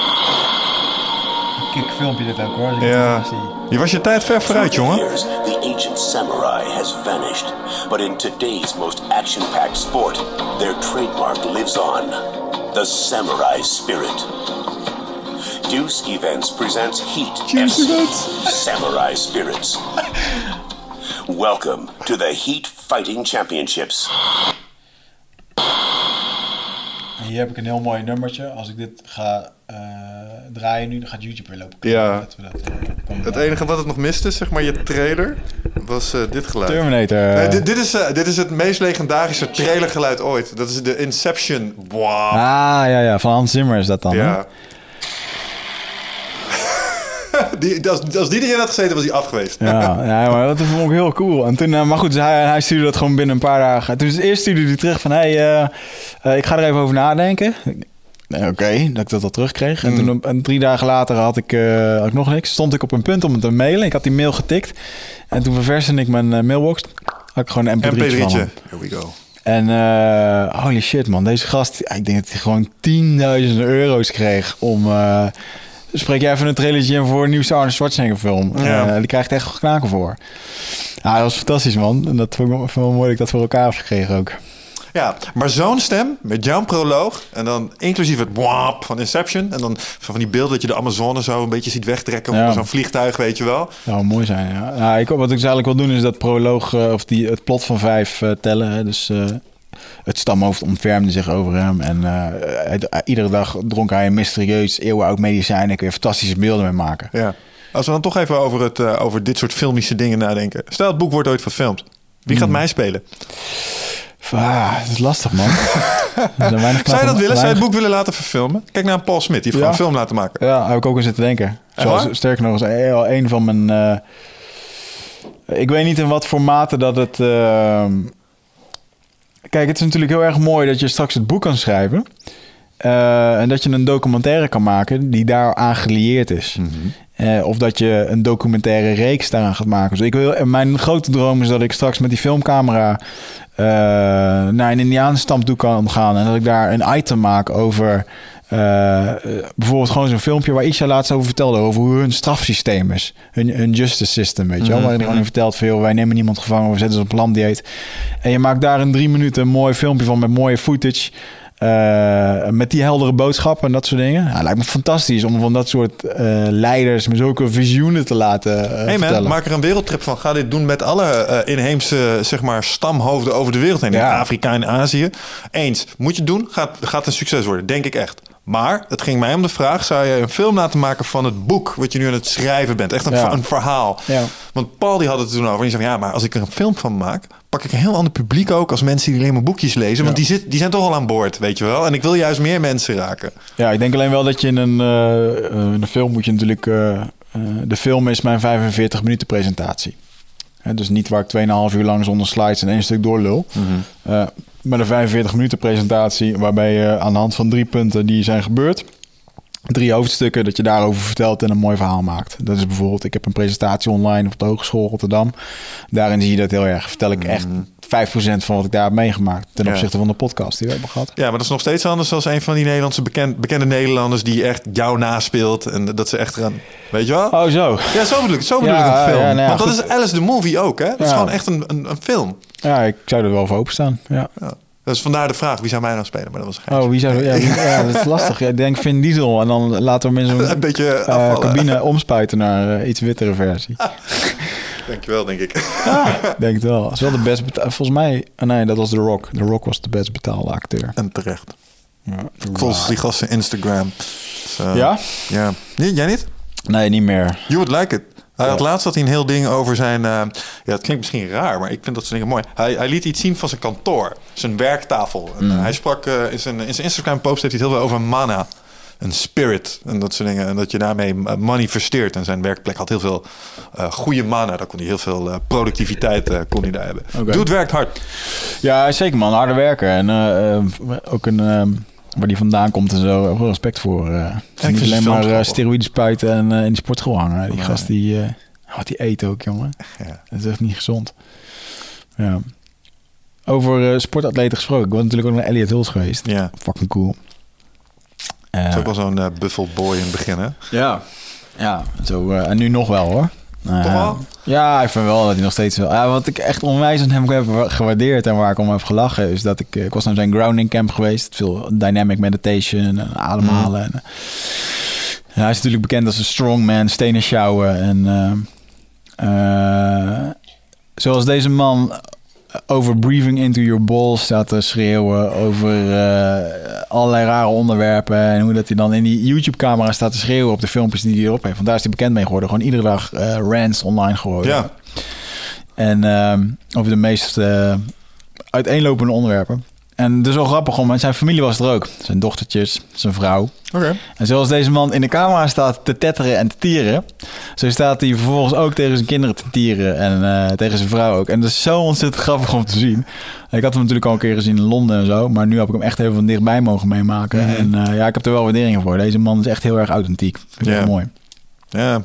Kijk, filmpje dit ook hoor. Ja, je was je tijd ver vooruit, jongen. The ancient samurai has vanished, but in today's most action-packed sport, their trademark lives on. The samurai spirit. Deuce Events presents Heat FC Samurai Spirits. Welcome to the Heat Fighting Championships. Hier heb ik een heel mooi nummertje. Als ik dit ga draaien nu, dan gaat YouTube weer lopen. Ja. Het enige wat het nog miste, zeg maar, je trailer, was dit geluid. Terminator. Nee, dit is het meest legendarische trailergeluid ooit. Dat is de Inception. Wow. Ja. Van Hans Zimmer is dat dan. Ja. Hè? Als die erin had gezeten, was hij af geweest. Ja, maar dat vond ik heel cool. En toen, maar goed, dus hij stuurde dat gewoon binnen een paar dagen. Toen eerst stuurde hij terug van, ik ga er even over nadenken. Oké, dat ik dat al terugkreeg. En toen 3 dagen later had ik nog niks. Stond ik op een punt om het te mailen. Ik had die mail getikt. En toen ververste ik mijn mailbox. Had ik gewoon een mp3'tje van hem. Here we go. En holy shit man, deze gast, ik denk dat hij gewoon 10.000 euro's kreeg om... spreek jij even een trailertje in voor een nieuw Arnold Schwarzenegger film. Ja. Die krijgt echt knaken voor. Ja, dat was fantastisch man. En dat vond ik wel mooi dat ik dat voor elkaar heb gekregen ook. Ja, maar zo'n stem met jouw proloog en dan inclusief het wap van Inception en dan van die beelden dat je de Amazone zo een beetje ziet wegtrekken op zo'n vliegtuig, weet je wel. Dat zou mooi zijn, ja. Wat ik eigenlijk wil doen is dat proloog of het plot van 5 tellen. Hè. Dus het stamhoofd ontfermde zich over hem en iedere dag dronk hij een mysterieus eeuwenoud medicijn en kun je fantastische beelden mee maken. Ja. Als we dan toch even over dit soort filmische dingen nadenken. Stel, het boek wordt ooit verfilmd. Wie gaat mij spelen? Dat is lastig, man. Zou je dat willen? Zou je het boek willen laten verfilmen? Kijk naar Paul Smith, die heeft gewoon een film laten maken. Ja, heb ik ook aan zitten denken. Sterker nog, een van mijn... ik weet niet in wat voor mate dat het... Kijk, het is natuurlijk heel erg mooi dat je straks het boek kan schrijven. En dat je een documentaire kan maken die daaraan gelieerd is. Mm-hmm. Of dat je een documentaire reeks daaraan gaat maken. Dus mijn grote droom is dat ik straks met die filmcamera naar een Indianenstam toe kan gaan. En dat ik daar een item maak over... bijvoorbeeld gewoon zo'n filmpje waar Isha laatst over vertelde... over hoe hun strafsysteem is. Hun justice system, weet je wel. Waarin hij gewoon vertelt van... wij nemen niemand gevangen, we zetten ze op een landdieet. En je maakt daar in 3 minuten een mooi filmpje van met mooie footage... Met die heldere boodschappen en dat soort dingen. Ja, lijkt me fantastisch om van dat soort leiders met zulke visioenen te laten vertellen. Maak er een wereldtrip van. Ga dit doen met alle inheemse stamhoofden over de wereld heen. In Afrika en Azië. Eens. Moet je het doen? Gaat een succes worden. Denk ik echt. Maar het ging mij om de vraag, zou je een film laten maken van het boek wat je nu aan het schrijven bent? Echt een verhaal. Ja. Want Paul die had het er toen over. En die zei, maar als ik er een film van maak, pak ik een heel ander publiek ook als mensen die alleen maar boekjes lezen. Want die zijn toch al aan boord, weet je wel. En ik wil juist meer mensen raken. Ja, ik denk alleen wel dat je in een film moet je natuurlijk... de film is mijn 45 minuten presentatie. Dus niet waar ik 2,5 uur lang zonder slides en 1 stuk doorlul. Mm-hmm. Maar de 45 minuten presentatie waarbij je aan de hand van 3 punten die zijn gebeurd, 3 hoofdstukken, dat je daarover vertelt en een mooi verhaal maakt. Dat is bijvoorbeeld, ik heb een presentatie online op de Hogeschool Rotterdam. Daarin zie je dat heel erg. Vertel ik echt 5% van wat ik daar heb meegemaakt ten opzichte van de podcast die we hebben gehad. Ja, maar dat is nog steeds anders dan een van die Nederlandse bekende Nederlanders die echt jou naspeelt en dat ze echt gaan, weet je wel? Oh, zo. Ja, zo bedoel ik een film. Ja, want dat is Alice the Movie ook, hè? Dat is gewoon echt een film. Ja, ik zou er wel voor openstaan. Ja. Dus vandaar de vraag, wie zou mij nou spelen? Maar dat was geen wie zou... Ja, dat is lastig. Ik denk Vin Diesel en dan laten we hem in zo'n een beetje cabine omspuiten naar iets wittere versie. Dankjewel, denk ik. Denk het wel. Dat is wel de best volgens mij... nee, dat was The Rock. The Rock was de best betaalde acteur. En terecht. Ja, volgens die gasten Instagram. Ja? Ja. Jij niet? Nee, niet meer. You would like it. Hij had laatst een heel ding over zijn... het klinkt misschien raar, maar ik vind dat soort dingen mooi. Hij liet iets zien van zijn kantoor. Zijn werktafel. En, hij sprak in zijn Instagram-post heeft hij het heel veel over mana. Een spirit en dat soort dingen. En dat je daarmee manifesteert. En zijn werkplek had heel veel goede mana. Daar kon hij heel veel productiviteit kon hij daar hebben. Okay. Doe het werkt hard. Ja, zeker man. Harde werken. En ook waar die vandaan komt en zo. Veel respect voor. Niet alleen maar steroïden spuiten en in de sportschool hangen. Die gast die... wat die eet ook, jongen. Ja. Dat is echt niet gezond. Ja. Over sportatleten gesproken. Ik was natuurlijk ook naar Elliot Hills geweest. Ja. Fucking cool. Het is ook wel zo'n buffel boy in het begin, hè? Ja. Zo, en nu nog wel, hoor. Toch wel? Ja, ik vind wel dat hij nog steeds wel... wat ik echt onwijs aan hem heb gewaardeerd en waar ik om heb gelachen... is dat ik was naar zijn grounding camp geweest. Veel dynamic meditation en ademhalen. En, hij is natuurlijk bekend als een strongman, stenen sjouwen. En zoals deze man... over breathing into your balls staat te schreeuwen. Over allerlei rare onderwerpen. En hoe dat hij dan in die YouTube-camera staat te schreeuwen op de filmpjes die hij erop heeft. Want daar is hij bekend mee geworden. Gewoon iedere dag rants online geworden. Ja. En over de meest uiteenlopende onderwerpen. En dat is wel grappig, want zijn familie was er ook. Zijn dochtertjes, zijn vrouw. Okay. En zoals deze man in de camera staat te tetteren en te tieren... zo staat hij vervolgens ook tegen zijn kinderen te tieren... en tegen zijn vrouw ook. En dat is zo ontzettend grappig om te zien. Ik had hem natuurlijk al een keer gezien in Londen en zo... maar nu heb ik hem echt even van dichtbij mogen meemaken. Mm-hmm. En ik heb er wel waardering voor. Deze man is echt heel erg authentiek. Vind ik mooi. Ja.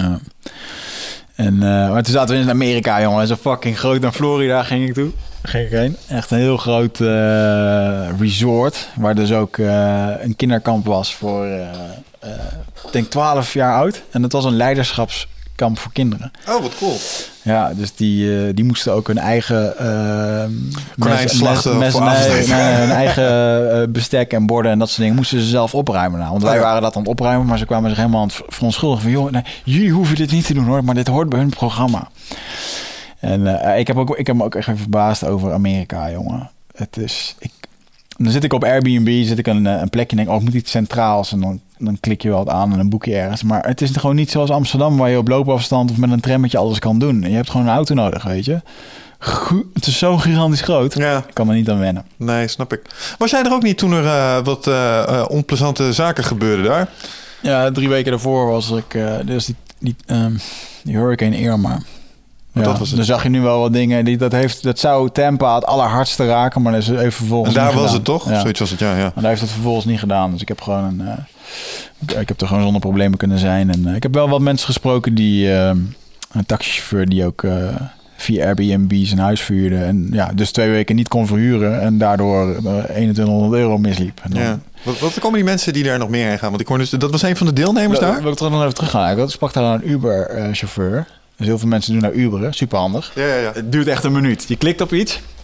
Maar toen zaten we in Amerika, jongen. Zo fucking groot. Naar Florida ging ik toe. Ging ik heen. Echt een heel groot resort. Waar dus ook een kinderkamp was voor, ik denk 12 jaar oud. En het was een leiderschapskamp voor kinderen. Oh, wat cool. Ja, dus die moesten ook hun eigen konijnslachten hun eigen bestek en borden en dat soort dingen moesten ze zelf opruimen. Nou, want wij waren dat aan het opruimen, maar ze kwamen zich helemaal aan het verontschuldigen van, joh, nee, jullie hoeven dit niet te doen hoor, maar dit hoort bij hun programma. En ik heb me ook echt even verbaasd over Amerika, jongen. Het is... Dan zit ik op Airbnb, zit ik een plekje en denk, ik moet iets centraals. En dan klik je wel wat aan en een boekje ergens. Maar het is gewoon niet zoals Amsterdam, waar je op loopafstand of met een trammetje alles kan doen. En je hebt gewoon een auto nodig, weet je. Het is zo gigantisch groot. Ja. Ik kan er niet aan wennen. Nee, snap ik. Was jij er ook niet toen er wat onplezante zaken gebeurden daar? Ja, 3 weken daarvoor was ik... dus die Hurricane Irma. Ja, dat was het. Dan zag je nu wel wat dingen. Dat zou Tampa het allerhardste raken, maar dat is even vervolgens. En daar was gedaan. Het toch? Ja. Zoiets was het, ja. Maar daar heeft het vervolgens niet gedaan. Dus ik heb gewoon ik heb er gewoon zonder problemen kunnen zijn. En ik heb wel wat mensen gesproken die een taxichauffeur die ook via Airbnb zijn huis vuurde. En ja, dus 2 weken niet kon verhuren en daardoor €2100 misliep. En dan, Wat komen die mensen die daar nog meer heen gaan? Want ik hoor dus, dat was een van de deelnemers daar? Wil ik er nog even terug gaan? Ik sprak daar een Uber-chauffeur. Dus heel veel mensen doen naar Uberen. Superhandig. Ja. Het duurt echt een minuut. Je klikt op iets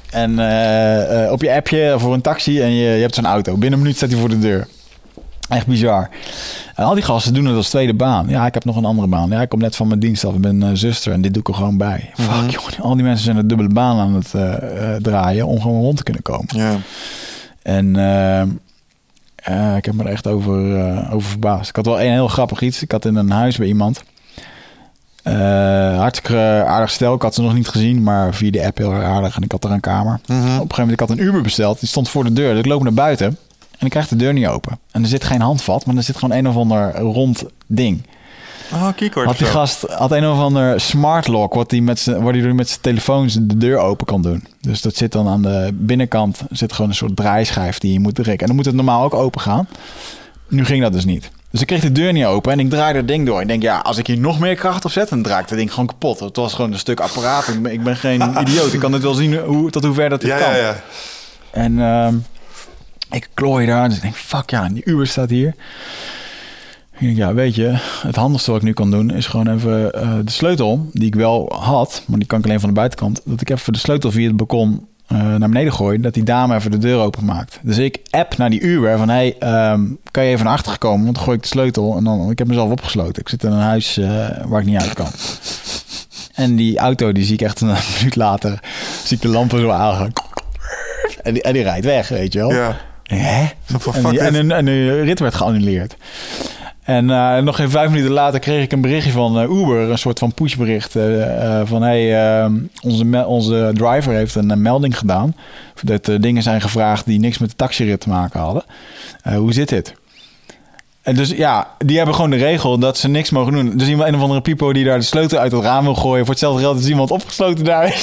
En op je appje voor een taxi en je hebt zo'n auto. Binnen een minuut staat hij voor de deur. Echt bizar. En al die gasten doen het als tweede baan. Ja, ik heb nog een andere baan. Ja, ik kom net van mijn dienst af. Ik ben zuster en dit doe ik er gewoon bij. Fuck, jongen. Al die mensen zijn een dubbele baan aan het draaien om gewoon rond te kunnen komen. Ja. En ik heb me er echt over verbaasd. Ik had wel een heel grappig iets. Ik had in een huis bij iemand. Hartstikke aardig stel. Ik had ze nog niet gezien, maar via de app heel erg aardig. En ik had er een kamer. Op een gegeven moment, ik had een Uber besteld. Die stond voor de deur. Dus ik loop naar buiten en ik krijg de deur niet open. En er zit geen handvat, maar er zit gewoon een of ander rond ding. Keycord. Had die gast had een of ander smart lock, waar hij met zijn telefoon de deur open kan doen. Dus dat zit dan aan de binnenkant, zit gewoon een soort draaischijf die je moet drukken. En dan moet het normaal ook open gaan. Nu ging dat dus niet. Dus ik kreeg de deur niet open en ik draaide het ding door. Ik denk, als ik hier nog meer kracht op zet, dan draai ik het ding gewoon kapot. Het was gewoon een stuk apparaat. Ik ben geen idioot. Ik kan het wel zien tot hoe ver dat dit kan. Ja. En ik klooi daar. Dus ik denk, fuck ja, die Uber staat hier. Ik denk, weet je, het handigste wat ik nu kan doen is gewoon even de sleutel, die ik wel had, maar die kan ik alleen van de buitenkant, dat ik even de sleutel via het balkon naar beneden gooi, dat die dame even de deur open maakt. Dus ik app naar die Uber van, kan je even naar achter komen? Want dan gooi ik de sleutel en dan, ik heb mezelf opgesloten. Ik zit in een huis waar ik niet uit kan. En die auto, die zie ik echt een minuut later, zie ik de lampen zo aangaan. En die rijdt weg, weet je wel. Ja. Hè? En de rit werd geannuleerd. En nog geen 5 minuten later kreeg ik een berichtje van Uber, een soort van pushbericht van onze driver heeft een melding gedaan dat er dingen zijn gevraagd die niks met de taxirit te maken hadden. Hoe zit dit? En dus die hebben gewoon de regel dat ze niks mogen doen. Dus iemand, een of andere pipo die daar de sleutel uit het raam wil gooien, voor hetzelfde geld is iemand opgesloten daar.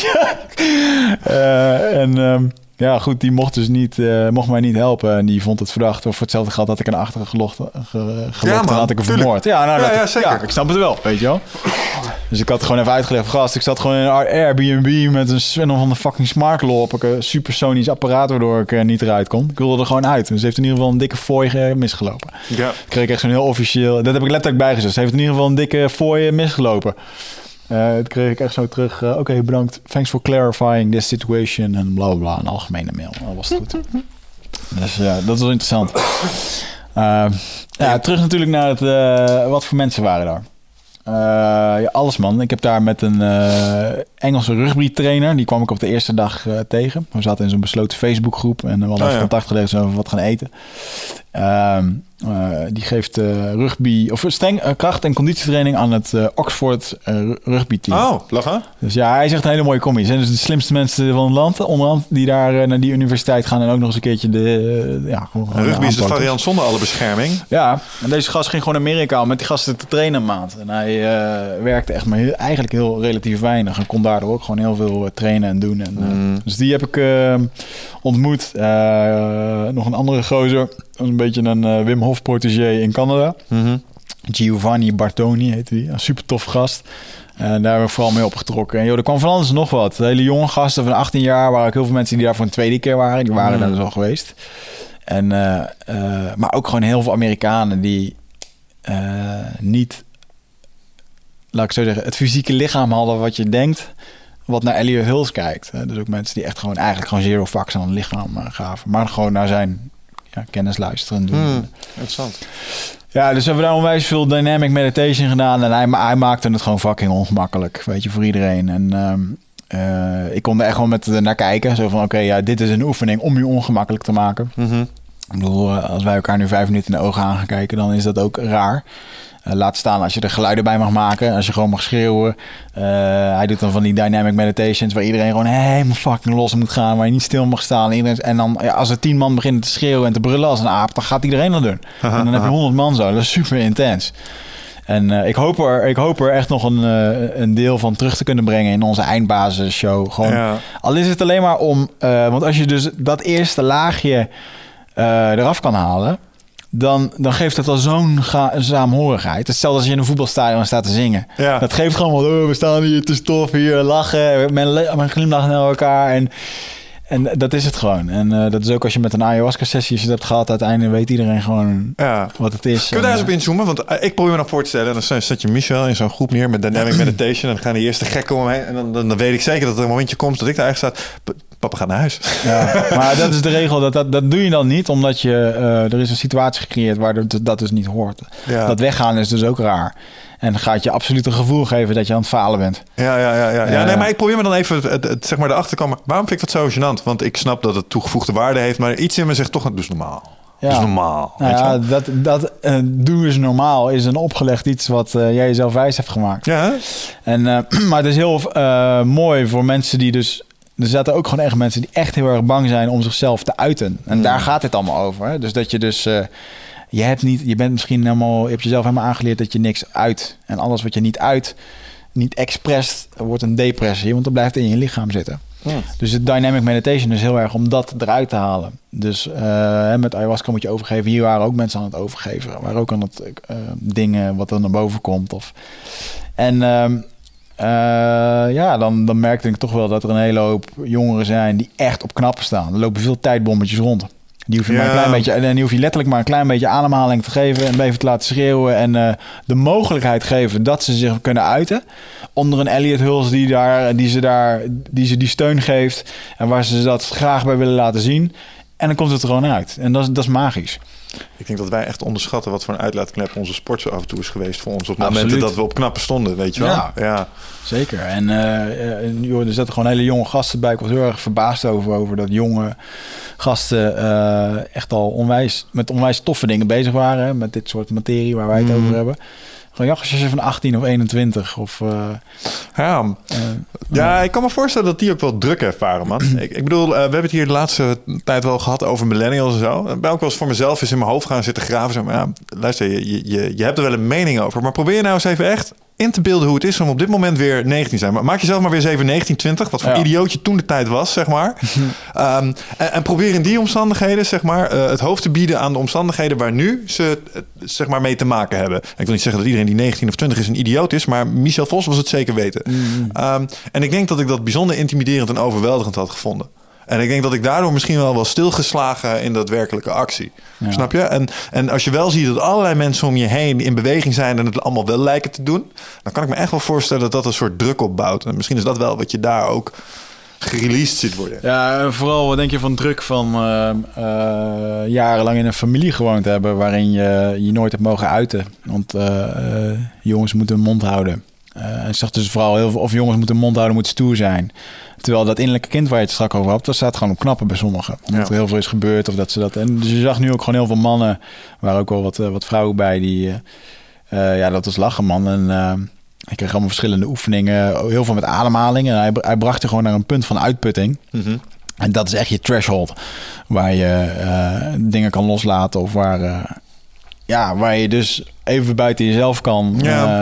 Ja, goed, die mocht dus niet, mocht mij niet helpen. En die vond het verdacht. Of voor hetzelfde geld had ik een achter gelogd en had ik hem vermoord. Ja, zeker. Ja, ik snap het wel, weet je wel. Dus ik had gewoon even uitgelegd, gast. Ik zat gewoon in een Airbnb met een van de fucking smart lock. Ik een supersonisch apparaat waardoor ik niet eruit kon. Ik wilde er gewoon uit. Dus heeft in ieder geval een dikke fooi misgelopen. Ja. Ik kreeg echt zo'n heel officieel... Dat heb ik letterlijk bijgezet. Ze heeft in ieder geval een dikke fooi misgelopen. Het kreeg ik echt zo terug. Oké, bedankt. Thanks for clarifying this situation. En bla bla. Een algemene mail. Dat was het goed. Dus dat was interessant. Terug natuurlijk naar het... wat voor mensen waren daar? Alles man. Ik heb daar met een Engelse rugby-trainer. Die kwam ik op de eerste dag tegen. We zaten in zo'n besloten Facebookgroep. En we hadden contact gelegd over wat gaan eten. Die geeft rugby of kracht- en conditietraining aan het Oxford rugbyteam. Oh, lachen. Dus hij zegt een hele mooie commies. Zijn dus de slimste mensen van het land, onderhand, die daar naar die universiteit gaan en ook nog eens een keertje rugby is de variant zonder alle bescherming. Ja, en deze gast ging gewoon Amerika om met die gasten te trainen een maand. En hij werkte echt maar eigenlijk heel relatief weinig en kon daardoor ook gewoon heel veel trainen en doen. En, dus die heb ik ontmoet. Nog een andere gozer. Dat is een beetje een Wim Hof protégé in Canada. Giovanni Bartoni heette die. Een super tof gast. En daar hebben we vooral mee opgetrokken. En er kwam van alles nog wat. Hele jonge gasten van 18 jaar. Waren ook heel veel mensen die daar voor een tweede keer waren. Die waren daar dus al geweest. En, maar ook gewoon heel veel Amerikanen die niet, laat ik zo zeggen, het fysieke lichaam hadden wat je denkt, wat naar Elliot Hills kijkt. Dus ook mensen die echt gewoon eigenlijk gewoon zero fucks aan het lichaam gaven. Maar gewoon naar zijn kennis luisteren en doen. Interessant. Ja, dus hebben we daar onwijs veel dynamic meditation gedaan. En hij maakte het gewoon fucking ongemakkelijk, weet je, voor iedereen. En ik kon er echt gewoon met naar kijken. Zo van, oké, dit is een oefening om je ongemakkelijk te maken. Ik bedoel, als wij elkaar nu 5 minuten in de ogen aan gaan kijken, dan is dat ook raar. Laat staan als je er geluiden bij mag maken. Als je gewoon mag schreeuwen. Hij doet dan van die dynamic meditations waar iedereen gewoon helemaal fucking los moet gaan. Waar je niet stil mag staan. En dan als er 10 man beginnen te schreeuwen en te brullen als een aap, dan gaat iedereen dat doen. En dan heb je 100 man zo. Dat is super intens. En ik hoop er echt nog een deel van terug te kunnen brengen in onze eindbasisshow. Gewoon, al is het alleen maar om... want als je dus dat eerste laagje eraf kan halen, dan geeft het al zo'n saamhorigheid. Hetzelfde als je in een voetbalstadion staat te zingen. Ja. Dat geeft gewoon wel, we staan hier te stof, hier lachen, men glimlachen naar elkaar. En dat is het gewoon. En dat is ook als je met een ayahuasca-sessie hebt gehad, uiteindelijk weet iedereen gewoon wat het is. Kunnen we daar eens op inzoomen? Want ik probeer me nog voor te stellen. En dan zet je Michel in zo'n groep neer met dynamic meditation. En dan gaan de eerste gekken om me heen. En dan weet ik zeker dat er een momentje komt dat ik daar echt staat. Papa gaat naar huis. Ja, maar dat is de regel. Dat doe je dan niet, omdat er is een situatie gecreëerd waar dat dus niet hoort. Ja. Dat weggaan is dus ook raar. En dan gaat je absoluut een gevoel geven dat je aan het falen bent. Ja, nee, maar ik probeer me dan even zeg maar erachter te komen. Waarom vind ik dat zo gênant? Want ik snap dat het toegevoegde waarde heeft, maar iets in me zegt toch, dat is normaal. Ja. Dat is normaal. Nou ja, dat doe is normaal is een opgelegd iets wat jij jezelf wijs hebt gemaakt. Ja. En, maar het is heel mooi voor mensen die dus... Er zaten ook gewoon echt mensen die echt heel erg bang zijn om zichzelf te uiten. En daar gaat het allemaal over. Hè? Dus dat je dus... je bent misschien helemaal... Je hebt jezelf helemaal aangeleerd dat je niks uit. En alles wat je niet uit, niet express, wordt een depressie. Want dan blijft het in je lichaam zitten. Dus het dynamic meditation is heel erg om dat eruit te halen. Dus met ayahuasca moet je overgeven. Hier waren ook mensen aan het overgeven. Waren ook aan het dingen wat er naar boven komt. En dan merkte ik toch wel dat er een hele hoop jongeren zijn die echt op knappen staan. Er lopen veel tijdbommetjes rond. Die hoef je maar een klein beetje, en die hoef je letterlijk maar een klein beetje ademhaling te geven en even te laten schreeuwen en de mogelijkheid geven dat ze zich kunnen uiten onder een Elliot Hulse die ze die steun geeft en waar ze dat graag bij willen laten zien. En dan komt het er gewoon uit. En dat is magisch. Ik denk dat wij echt onderschatten wat voor een uitlaatklep onze sport zo af en toe is geweest voor ons op momenten dat we op knappen stonden, weet je wel? Ja. Zeker. En er zaten gewoon hele jonge gasten bij. Ik was heel erg verbaasd over dat jonge gasten echt al met onwijs toffe dingen bezig waren. Met dit soort materie waar wij het over hebben. Gewoon jachers van 18 of 21. Ik kan me voorstellen dat die ook wel druk ervaren, man. Ik bedoel, we hebben het hier de laatste tijd wel gehad over millennials en zo. En bij ook wel eens voor mezelf is in mijn hoofd gaan zitten graven. Zo, maar ja, luister, je hebt er wel een mening over. Maar probeer nou eens even echt in te beelden hoe het is om op dit moment weer 19 te zijn. Maar maak jezelf maar weer eens even 19, 20. Wat voor idioot je toen de tijd was, zeg maar. En probeer in die omstandigheden, zeg maar, het hoofd te bieden aan de omstandigheden waar nu ze, zeg maar, mee te maken hebben. Ik wil niet zeggen dat iedereen die 19 of 20 is een idioot is, maar Michel Vos was het zeker weten. En ik denk dat ik dat bijzonder intimiderend en overweldigend had gevonden. En ik denk dat ik daardoor misschien wel stilgeslagen in dat werkelijke actie. Ja. Snap je? En als je wel ziet dat allerlei mensen om je heen in beweging zijn en het allemaal wel lijken te doen, dan kan ik me echt wel voorstellen dat dat een soort druk opbouwt. En misschien is dat wel wat je daar ook gereleased ziet worden. Ja, vooral wat denk je van druk van jarenlang in een familie gewoond hebben waarin je nooit hebt mogen uiten. Want jongens moeten hun mond houden. En ik zag dus vooral heel veel, of jongens moeten hun mond houden, moeten stoer zijn. Terwijl dat innerlijke kind waar je het straks over had, dat staat gewoon op knappen bij sommigen. Omdat er heel veel is gebeurd of dat ze dat. En dus je zag nu ook gewoon heel veel mannen, er waren ook wel wat vrouwen bij die, dat was lachen, man. En hij kreeg allemaal verschillende oefeningen, heel veel met ademhaling. En hij bracht je gewoon naar een punt van uitputting. Mm-hmm. En dat is echt je threshold, waar je dingen kan loslaten of waar je dus even buiten jezelf kan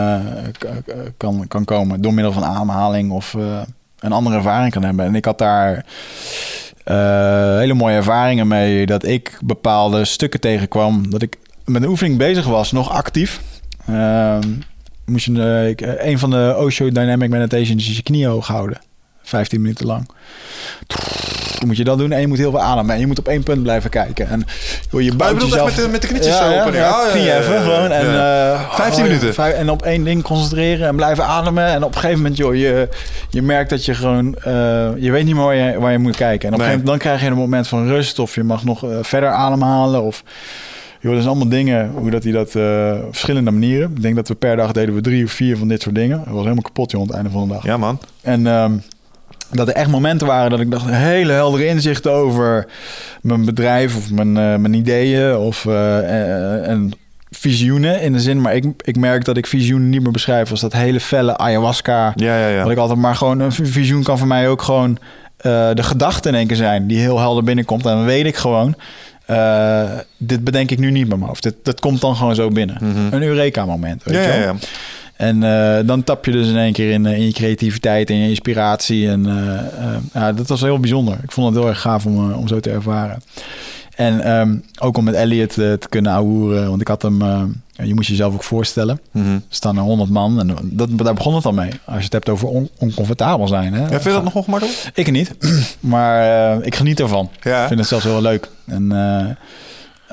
komen door middel van ademhaling of een andere ervaring kan hebben. En ik had daar hele mooie ervaringen mee, dat ik bepaalde stukken tegenkwam, dat ik met een oefening bezig was, nog actief. Moest je een van de Osho Dynamic Meditations is je knieën hoog houden. 15 minuten lang. Dan moet je dat doen en je moet heel veel ademen. En je moet op één punt blijven kijken. En je bouwt jezelf... met de knietjes zo open. Knieën even gewoon. En, 15 minuten. En op één ding concentreren en blijven ademen. En op een gegeven moment, je merkt dat je gewoon... je weet niet meer waar je moet kijken. En op een gegeven moment, dan krijg je een moment van rust. Of je mag nog verder ademhalen. Of... dat zijn allemaal dingen, hoe dat hij dat verschillende manieren. Ik denk dat we per dag deden we 3 of 4 van dit soort dingen. Dat was helemaal kapot, joh, aan het einde van de dag. Ja, man. En dat er echt momenten waren dat ik dacht, hele heldere inzichten over mijn bedrijf of mijn ideeën of en visioenen in de zin. Maar ik merk dat ik visioenen niet meer beschrijf als dat hele felle ayahuasca. Ja. Wat ik altijd maar gewoon, een visioen kan voor mij ook gewoon de gedachte in één keer zijn die heel helder binnenkomt. En dan weet ik gewoon, dit bedenk ik nu niet met mijn hoofd. Dat komt dan gewoon zo binnen. Mm-hmm. Een Eureka-moment. Weet je wel? Ja. En dan tap je dus in één keer in je creativiteit en je inspiratie. En dat was heel bijzonder. Ik vond het heel erg gaaf om zo te ervaren. En ook om met Elliot te kunnen ouwehoeren. Want ik had hem... je moet jezelf ook voorstellen. Mm-hmm. Er staan er 100 man. En daar begon het al mee. Als je het hebt over oncomfortabel zijn. Hè? Ja, vind je dat nog ongemakkelijk? Ik niet. Maar ik geniet ervan. Ja. Ik vind het zelfs heel leuk. En...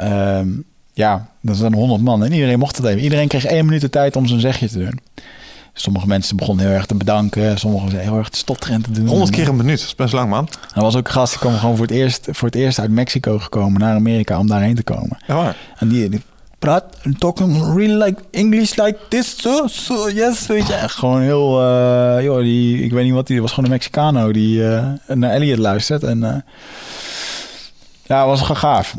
dat zijn 100 man en iedereen mocht het even. Iedereen kreeg 1 minuut de tijd om zijn zegje te doen. Sommige mensen begonnen heel erg te bedanken. Sommigen heel erg te stotteren te doen. 100 keer een minuut, dat is best lang, man. Er was ook een gast die kwam gewoon voor het eerst uit Mexico gekomen naar Amerika om daarheen te komen. Ja, waar? En die praat, talking really like English like this, so yes, weet je. Gewoon heel, ik weet niet wat, die was gewoon een Mexicano die naar Elliot luistert. En ja, was gewoon gaaf.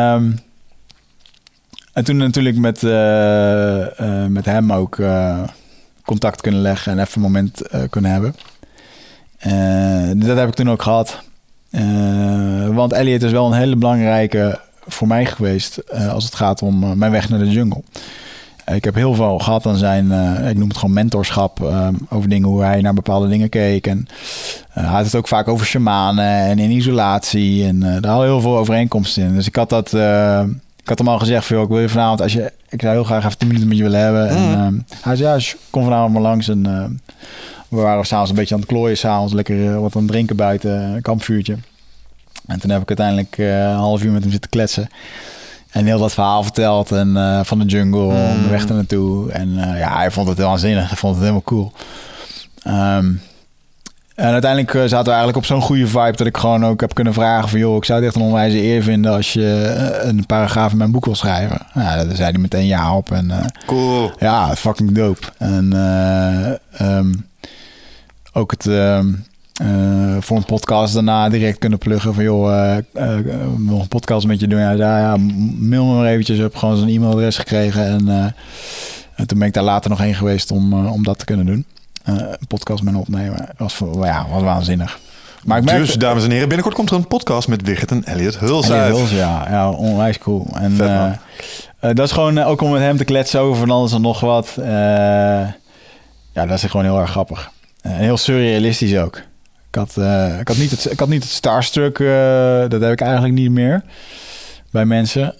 En toen natuurlijk met hem ook contact kunnen leggen en even een moment kunnen hebben. Dat heb ik toen ook gehad. Want Elliot is wel een hele belangrijke voor mij geweest als het gaat om mijn weg naar de jungle. Ik heb heel veel gehad aan zijn, ik noem het gewoon mentorschap, over dingen, hoe hij naar bepaalde dingen keek. En hij had het ook vaak over shamanen en in isolatie. En daar hadden heel veel overeenkomsten in. Dus ik had dat... Ik had hem al gezegd, ik wil je vanavond, ik zou heel graag even 10 minuten met je willen hebben. En hij zei, ja, kom vanavond maar langs. En we waren s'avonds een beetje aan het klooien, s'avonds lekker wat aan het drinken buiten, een kampvuurtje. En toen heb ik uiteindelijk een half uur met hem zitten kletsen. En heel dat verhaal verteld en van de jungle, de weg er naartoe. En ja, hij vond het heel waanzinnig, hij vond het helemaal cool. En uiteindelijk zaten we eigenlijk op zo'n goede vibe dat ik gewoon ook heb kunnen vragen van... joh, ik zou het echt een onwijze eer vinden als je een paragraaf in mijn boek wil schrijven. Nou, daar zei hij meteen ja op. En, cool. Ja, fucking dope. En ook het voor een podcast daarna direct kunnen pluggen van... joh, nog een podcast met je doen. Ja, ja, mail me maar eventjes. Ik heb gewoon zo'n e-mailadres gekregen. En toen ben ik daar later nog heen geweest om dat te kunnen doen. Een podcast met opnemen. Was waanzinnig. Maar ik merkte, dus, dames en heren, binnenkort komt er een podcast met Wigert en Elliot Huls uit. Huls, ja, onwijs cool. En dat is gewoon ook om met hem te kletsen over van alles en nog wat. Ja, dat is gewoon heel erg grappig. En heel surrealistisch ook. Ik had niet het starstruck, dat heb ik eigenlijk niet meer bij mensen.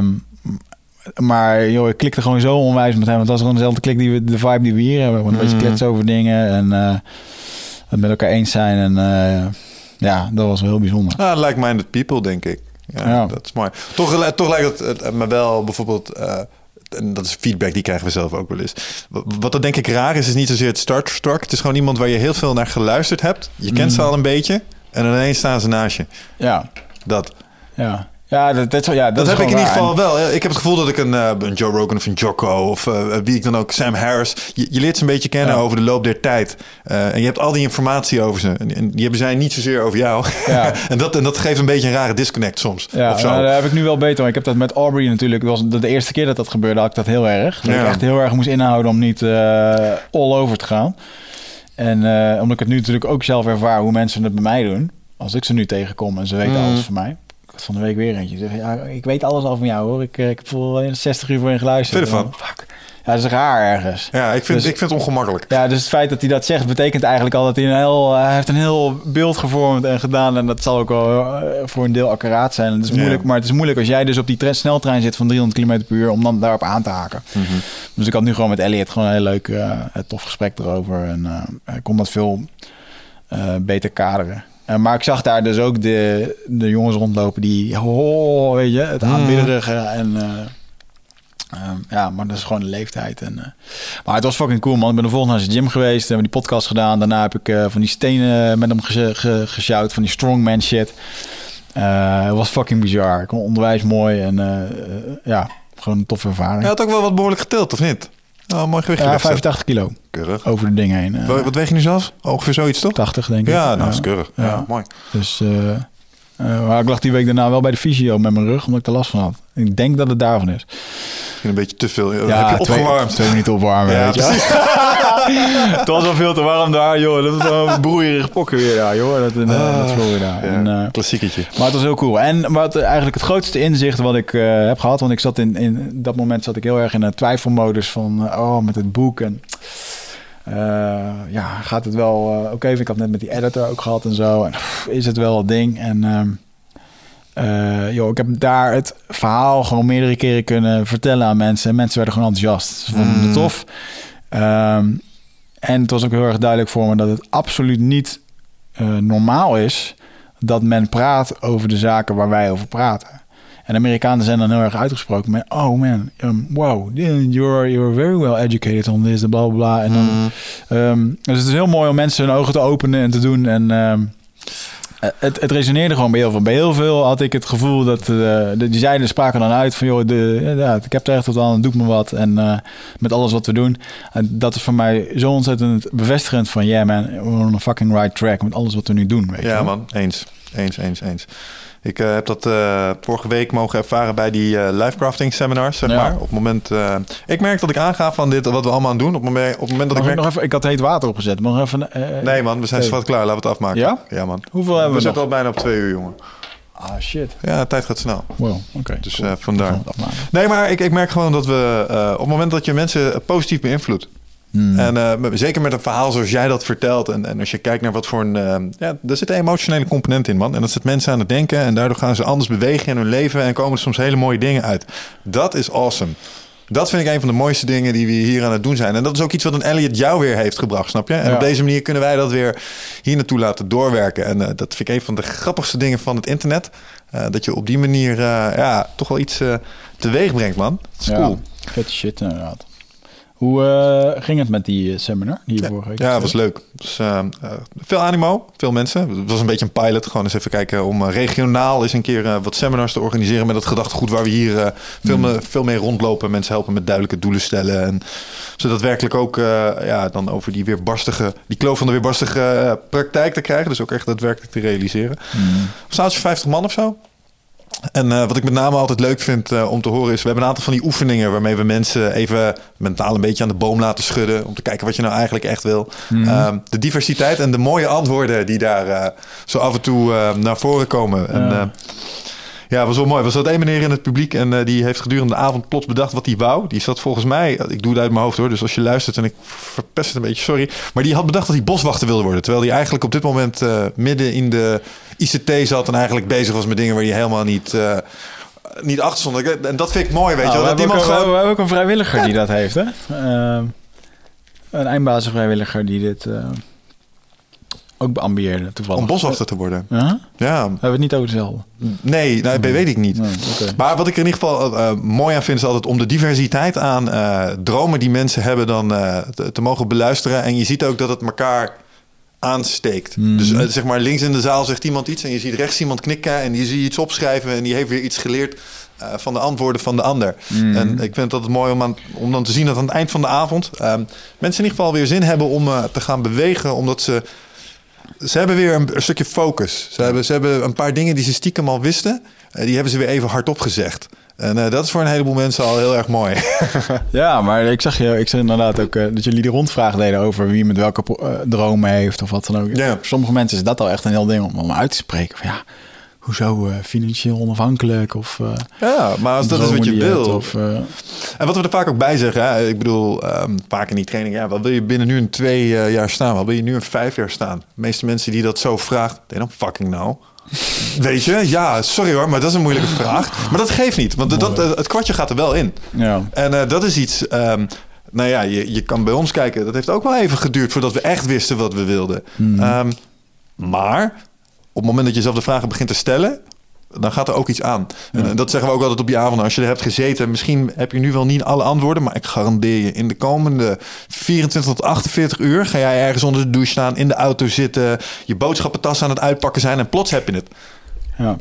Maar joh, ik klikte gewoon zo onwijs met hem. Want dat is gewoon dezelfde klik de vibe die we hier hebben. Gewoon een beetje kletsen over dingen en het met elkaar eens zijn. En ja, dat was wel heel bijzonder. Ja, like-minded people, denk ik. Ja. Dat is mooi. Toch lijkt het me wel bijvoorbeeld... en dat is feedback, die krijgen we zelf ook wel eens. Wat dan denk ik raar is niet zozeer het starstruck. Het is gewoon iemand waar je heel veel naar geluisterd hebt. Je kent ze al een beetje. En ineens staan ze naast je. Ja. Dat. Ja. Ja, dat heb ik in ieder geval wel. Ik heb het gevoel dat ik een Joe Rogan of een Jocko of wie ik dan ook, Sam Harris. Je leert ze een beetje kennen over de loop der tijd. En je hebt al die informatie over ze. En die hebben zij niet zozeer over jou. Ja. en dat geeft een beetje een rare disconnect soms. Ja, of zo. Nou, daar heb ik nu wel beter. Want ik heb dat met Aubrey natuurlijk. Dat was de eerste keer dat gebeurde, had ik dat heel erg. Dat ik echt heel erg moest inhouden om niet all over te gaan. En omdat ik het nu natuurlijk ook zelf ervaar hoe mensen het bij mij doen. Als ik ze nu tegenkom en ze weten alles van mij. Van de week weer eentje. Zeg, ja, ik weet alles al van jou hoor. Ik heb voor 60 uur voor je geluisterd. Vind je ervan? Fuck. Ja, dat is raar ergens. Ja, ik vind het ongemakkelijk. Ja, dus het feit dat hij dat zegt betekent eigenlijk al dat hij heeft een heel beeld gevormd en gedaan. En dat zal ook wel voor een deel accuraat zijn. Het is moeilijk, maar het is moeilijk als jij dus op die sneltrein zit van 300 km per uur om dan daarop aan te haken. Mm-hmm. Dus ik had nu gewoon met Elliot gewoon een heel leuk, tof gesprek erover. En ik kon dat veel beter kaderen. Maar ik zag daar dus ook de jongens rondlopen die, weet je, het aanbidderige en ja, maar dat is gewoon de leeftijd. Maar het was fucking cool, man. Ik ben de volgende naar de gym geweest, hebben die podcast gedaan. Daarna heb ik van die stenen met hem gesjouwd, van die strongman shit. Het was fucking bizar. Ik vond onderwijs mooi en ja, gewoon een toffe ervaring. Je had ook wel wat behoorlijk getild, of niet? Oh, mooi gewicht. Ja, 85 kilo. Keurig. Over de dingen heen. Wat weeg je nu zelf? Ongeveer zoiets, toch? 80, denk ik. Ja, nou, dat is keurig. Ja, mooi. Dus maar ik lag die week daarna wel bij de fysio met mijn rug, omdat ik er last van had. Ik denk dat het daarvan is. Misschien een beetje te veel. Ja, heb je opgewarmd? 2 minuten opwarmen. Ja, weet je. Precies. Het was al veel te warm daar, joh. Dat was wel een broeierig pokken weer daar, joh. Dat is wel weer daar. Ja, klassieketje. Maar het was heel cool. En wat eigenlijk het grootste inzicht wat ik heb gehad, want ik zat in dat moment zat ik heel erg in een twijfelmodus van, met het boek en ja, gaat het wel oké? Ik had net met die editor ook gehad en zo. En is het wel het ding? En ik heb daar het verhaal gewoon meerdere keren kunnen vertellen aan mensen. En mensen werden gewoon enthousiast. Ze vonden het tof. En het was ook heel erg duidelijk voor me dat het absoluut niet normaal is dat men praat over de zaken waar wij over praten. En Amerikanen zijn dan heel erg uitgesproken met... oh man, wow, you're very well educated on this, bla bla bla. En dan, dus het is heel mooi om mensen hun ogen te openen en te doen. En het resoneerde gewoon bij heel veel. Bij heel veel had ik het gevoel dat... die zeiden, spraken dan uit van... joh, ik heb er echt wat aan, doe me wat. En met alles wat we doen. En dat is voor mij zo ontzettend bevestigend van... yeah man, we're on a fucking right track met alles wat we nu doen. Weet je man, eens. Ik heb dat vorige week mogen ervaren bij die livecrafting seminars, zeg maar. Op het moment... ik merk dat ik aanga van dit, wat we allemaal aan doen. Op het moment dat ik merk... Nog even, ik had heet water opgezet. Nog even, nee man, we zijn zo klaar. Laten we het afmaken. Ja? Ja man. Hoeveel hebben we zitten al bijna op 2 uur, jongen. Ah, shit. Ja, de tijd gaat snel. Wow, oké. Dus cool. Vandaar. Nee, maar ik merk gewoon dat we... op het moment dat je mensen positief beïnvloedt... En zeker met een verhaal zoals jij dat vertelt. En als je kijkt naar wat voor een... er zit een emotionele component in, man. En dat zet mensen aan het denken. En daardoor gaan ze anders bewegen in hun leven. En komen er soms hele mooie dingen uit. Dat is awesome. Dat vind ik een van de mooiste dingen die we hier aan het doen zijn. En dat is ook iets wat een Elliot jou weer heeft gebracht, snap je? En op deze manier kunnen wij dat weer hier naartoe laten doorwerken. En dat vind ik een van de grappigste dingen van het internet. Dat je op die manier toch wel iets teweeg brengt, man. Dat is cool. Vette shit, inderdaad. Hoe ging het met die seminar die je vorige week? Ja, het was leuk. Dus, veel animo, veel mensen. Het was een beetje een pilot. Gewoon eens even kijken om regionaal eens een keer wat seminars te organiseren met het gedachtegoed waar we hier veel mee rondlopen. Mensen helpen met duidelijke doelen stellen. En zodat werkelijk ook dan over die kloof van de weerbarstige praktijk te krijgen. Dus ook echt daadwerkelijk te realiseren. We staan 50 man of zo. En wat ik met name altijd leuk vind om te horen is... we hebben een aantal van die oefeningen... waarmee we mensen even mentaal een beetje aan de boom laten schudden... om te kijken wat je nou eigenlijk echt wil. De diversiteit en de mooie antwoorden die daar zo af en toe naar voren komen. En, het was wel mooi. Er zat één meneer in het publiek... en die heeft gedurende de avond plots bedacht wat hij wou. Die zat volgens mij... ik doe het uit mijn hoofd hoor... dus als je luistert en ik verpest het een beetje, sorry... maar die had bedacht dat hij boswachter wilde worden... terwijl hij eigenlijk op dit moment midden in de ICT zat... en eigenlijk bezig was met dingen waar hij helemaal niet achter stond. En dat vind ik mooi, weet je wel. We hebben ook een vrijwilliger die dat heeft, hè? Een eindbazenvrijwilliger die dit... ook beambieerde toevallig. Om boswachter te worden. Ja? Hebben we het niet over dezelfde? Nee, weet ik niet. Nee, okay. Maar wat ik er in ieder geval mooi aan vind... is altijd om de diversiteit aan dromen die mensen hebben... dan te mogen beluisteren. En je ziet ook dat het elkaar aansteekt. Dus zeg maar links in de zaal zegt iemand iets... en je ziet rechts iemand knikken... en die zie je iets opschrijven... en die heeft weer iets geleerd... van de antwoorden van de ander. En ik vind dat het mooi om dan te zien... dat aan het eind van de avond... mensen in ieder geval weer zin hebben om te gaan bewegen... omdat ze hebben weer een stukje focus. Ze hebben een paar dingen die ze stiekem al wisten. Die hebben ze weer even hardop gezegd. En dat is voor een heleboel mensen al heel erg mooi. Ja, maar ik zag inderdaad ook dat jullie die rondvraag deden over wie met welke dromen heeft of wat dan ook. Ja. Voor sommige mensen is dat al echt een heel ding om uit te spreken. Van, hoezo financieel onafhankelijk of... maar als dat is wat je wil. En wat we er vaak ook bij zeggen, hè, ik bedoel, vaak in die training, wat wil je binnen nu een 2 jaar staan? Wat wil je nu een 5 jaar staan? De meeste mensen die dat zo vragen, they don't fucking know. Weet je? Ja, sorry hoor, maar dat is een moeilijke vraag. Maar dat geeft niet, want het kwartje gaat er wel in. Ja. En dat is iets... je kan bij ons kijken, dat heeft ook wel even geduurd voordat we echt wisten wat we wilden. Maar op het moment dat je zelf de vragen begint te stellen, dan gaat er ook iets aan. Ja. En dat zeggen we ook altijd op die avond. Als je er hebt gezeten, misschien heb je nu wel niet alle antwoorden, maar ik garandeer je, in de komende 24 tot 48 uur ga jij ergens onder de douche staan, in de auto zitten, je boodschappentas aan het uitpakken zijn en plots heb je het. Ja.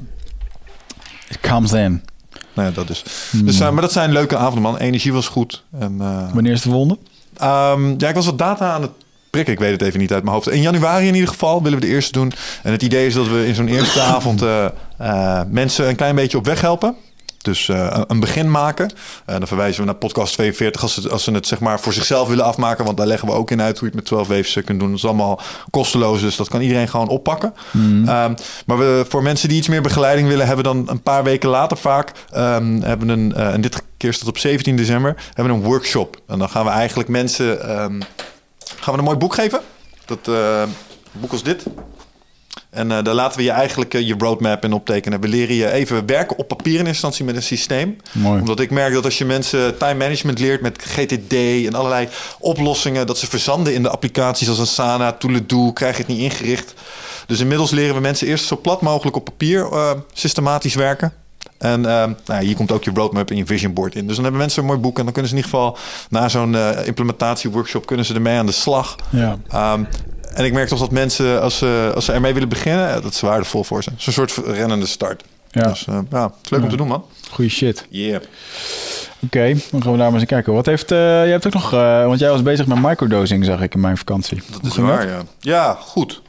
It comes in. Nou ja, dat dus. Maar dat zijn leuke avonden, man. Energie was goed. En, wanneer is de volgende? Ik was wat data aan het prikken. Ik weet het even niet uit mijn hoofd. In januari in ieder geval willen we de eerste doen. En het idee is dat we in zo'n eerste avond mensen een klein beetje op weg helpen. Dus een begin maken. Dan verwijzen we naar podcast 42 als ze het zeg maar voor zichzelf willen afmaken. Want daar leggen we ook in uit hoe je het met 12 waves kunt doen. Dat is allemaal kosteloos, dus dat kan iedereen gewoon oppakken. Maar we voor mensen die iets meer begeleiding willen, hebben dan een paar weken later vaak hebben en dit keer staat op 17 december, hebben we een workshop. En dan gaan we eigenlijk mensen gaan we een mooi boek geven. Dat boek als dit. En daar laten we je eigenlijk je roadmap in optekenen. We leren je even werken op papier in eerste instantie met een systeem. Mooi. Omdat ik merk dat als je mensen time management leert met GTD en allerlei oplossingen, dat ze verzanden in de applicaties als Asana, Tool-do, krijg je het niet ingericht. Dus inmiddels leren we mensen eerst zo plat mogelijk op papier systematisch werken. En hier komt ook je roadmap en je vision board in. Dus dan hebben mensen een mooi boek. En dan kunnen ze in ieder geval na zo'n implementatieworkshop kunnen ze ermee aan de slag. Ja. En ik merk toch dat mensen, als ze ermee willen beginnen, dat is waardevol voor ze. Het is een soort rennende start. Ja. Dus het is leuk om te doen, man. Goeie shit. Yeah. Oké, dan gaan we daar maar eens kijken. Wat heeft, jij hebt ook nog, want jij was bezig met microdosing, zag ik in mijn vakantie. Dat is waar, ja. Ja, goed.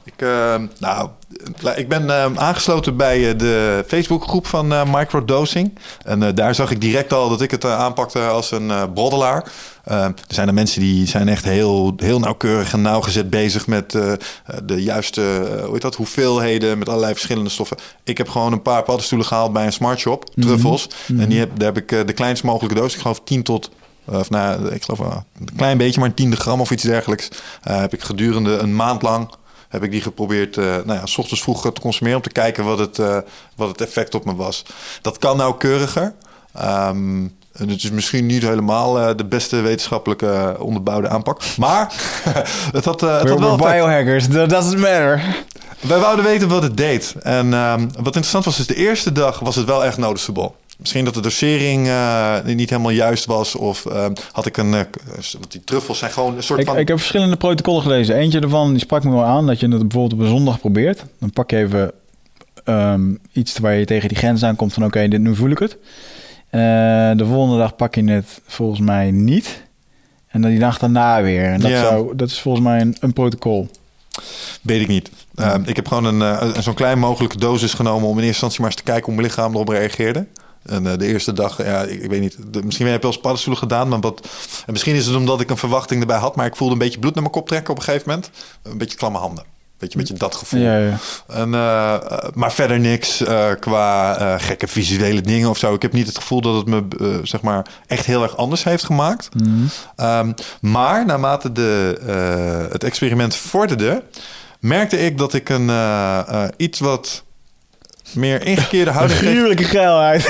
Ik ben aangesloten bij de Facebookgroep van microdosing. En daar zag ik direct al dat ik het aanpakte als een broddelaar. Er zijn er mensen die zijn echt heel, heel nauwkeurig en nauwgezet bezig met de juiste hoeveelheden met allerlei verschillende stoffen. Ik heb gewoon een paar paddenstoelen gehaald bij een smartshop, truffels. En daar heb ik de kleinst mogelijke doos. Ik geloof 10 tot... ik geloof een klein beetje, maar een 10e gram of iets dergelijks. Heb ik gedurende een maand lang heb ik die geprobeerd 's ochtends vroeg te consumeren om te kijken wat het effect op me was. Dat kan nauwkeuriger. En het is misschien niet helemaal de beste wetenschappelijke onderbouwde aanpak. Maar het had wel effect. Biohackers, doesn't matter. Wij wouden weten wat het deed. En wat interessant was, is de eerste dag was het wel echt noticeable. Misschien dat de dosering niet helemaal juist was. Of had ik want die truffels zijn gewoon een soort van... Ik heb verschillende protocollen gelezen. Eentje daarvan die sprak me wel aan dat je het bijvoorbeeld op een zondag probeert. Dan pak je even iets waar je tegen die grens aankomt van oké, nu voel ik het. De volgende dag pak je het volgens mij niet. En dan die dag daarna weer. En dat is volgens mij een protocol. Weet ik niet. Ik heb gewoon zo'n klein mogelijke dosis genomen om in eerste instantie maar eens te kijken hoe mijn lichaam erop reageerde. En de eerste dag, ik weet niet. Misschien heb je wel eens paddenstoelen gedaan, maar en misschien is het omdat ik een verwachting erbij had, maar ik voelde een beetje bloed naar mijn kop trekken op een gegeven moment. Een beetje klamme handen. Een beetje dat gevoel. Ja. En, maar verder niks qua gekke visuele dingen of zo. Ik heb niet het gevoel dat het me echt heel erg anders heeft gemaakt. Maar naarmate het experiment vorderde, merkte ik dat ik een iets wat meer ingekeerde houding... Een gruwelijke geilheid.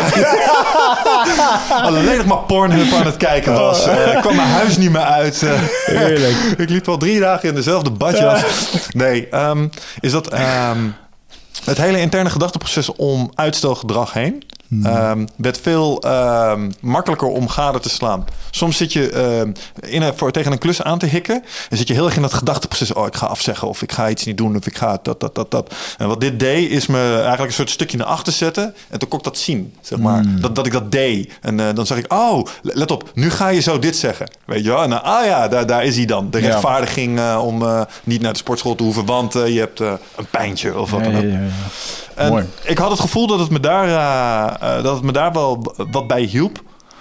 Alleen nog maar Pornhub aan het kijken was. Ik kwam mijn huis niet meer uit. Heerlijk. Ik liep al 3 dagen in dezelfde badjas. Nee, is dat het hele interne gedachteproces om uitstelgedrag heen werd veel makkelijker om gade te slaan. Soms zit je tegen een klus aan te hikken en zit je heel erg in dat gedachteproces. Oh, ik ga afzeggen of ik ga iets niet doen of ik ga dat. En wat dit deed is me eigenlijk een soort stukje naar achter zetten en toen kon ik dat zien, zeg maar. Dat ik dat deed. En dan zag ik, oh, let op, nu ga je zo dit zeggen. Weet je wel? En daar is hij dan. De rechtvaardiging om niet naar de sportschool te hoeven, want je hebt een pijntje of wat dan ook. En mooi. Ik had het gevoel dat het me daar wel wat bij hielp.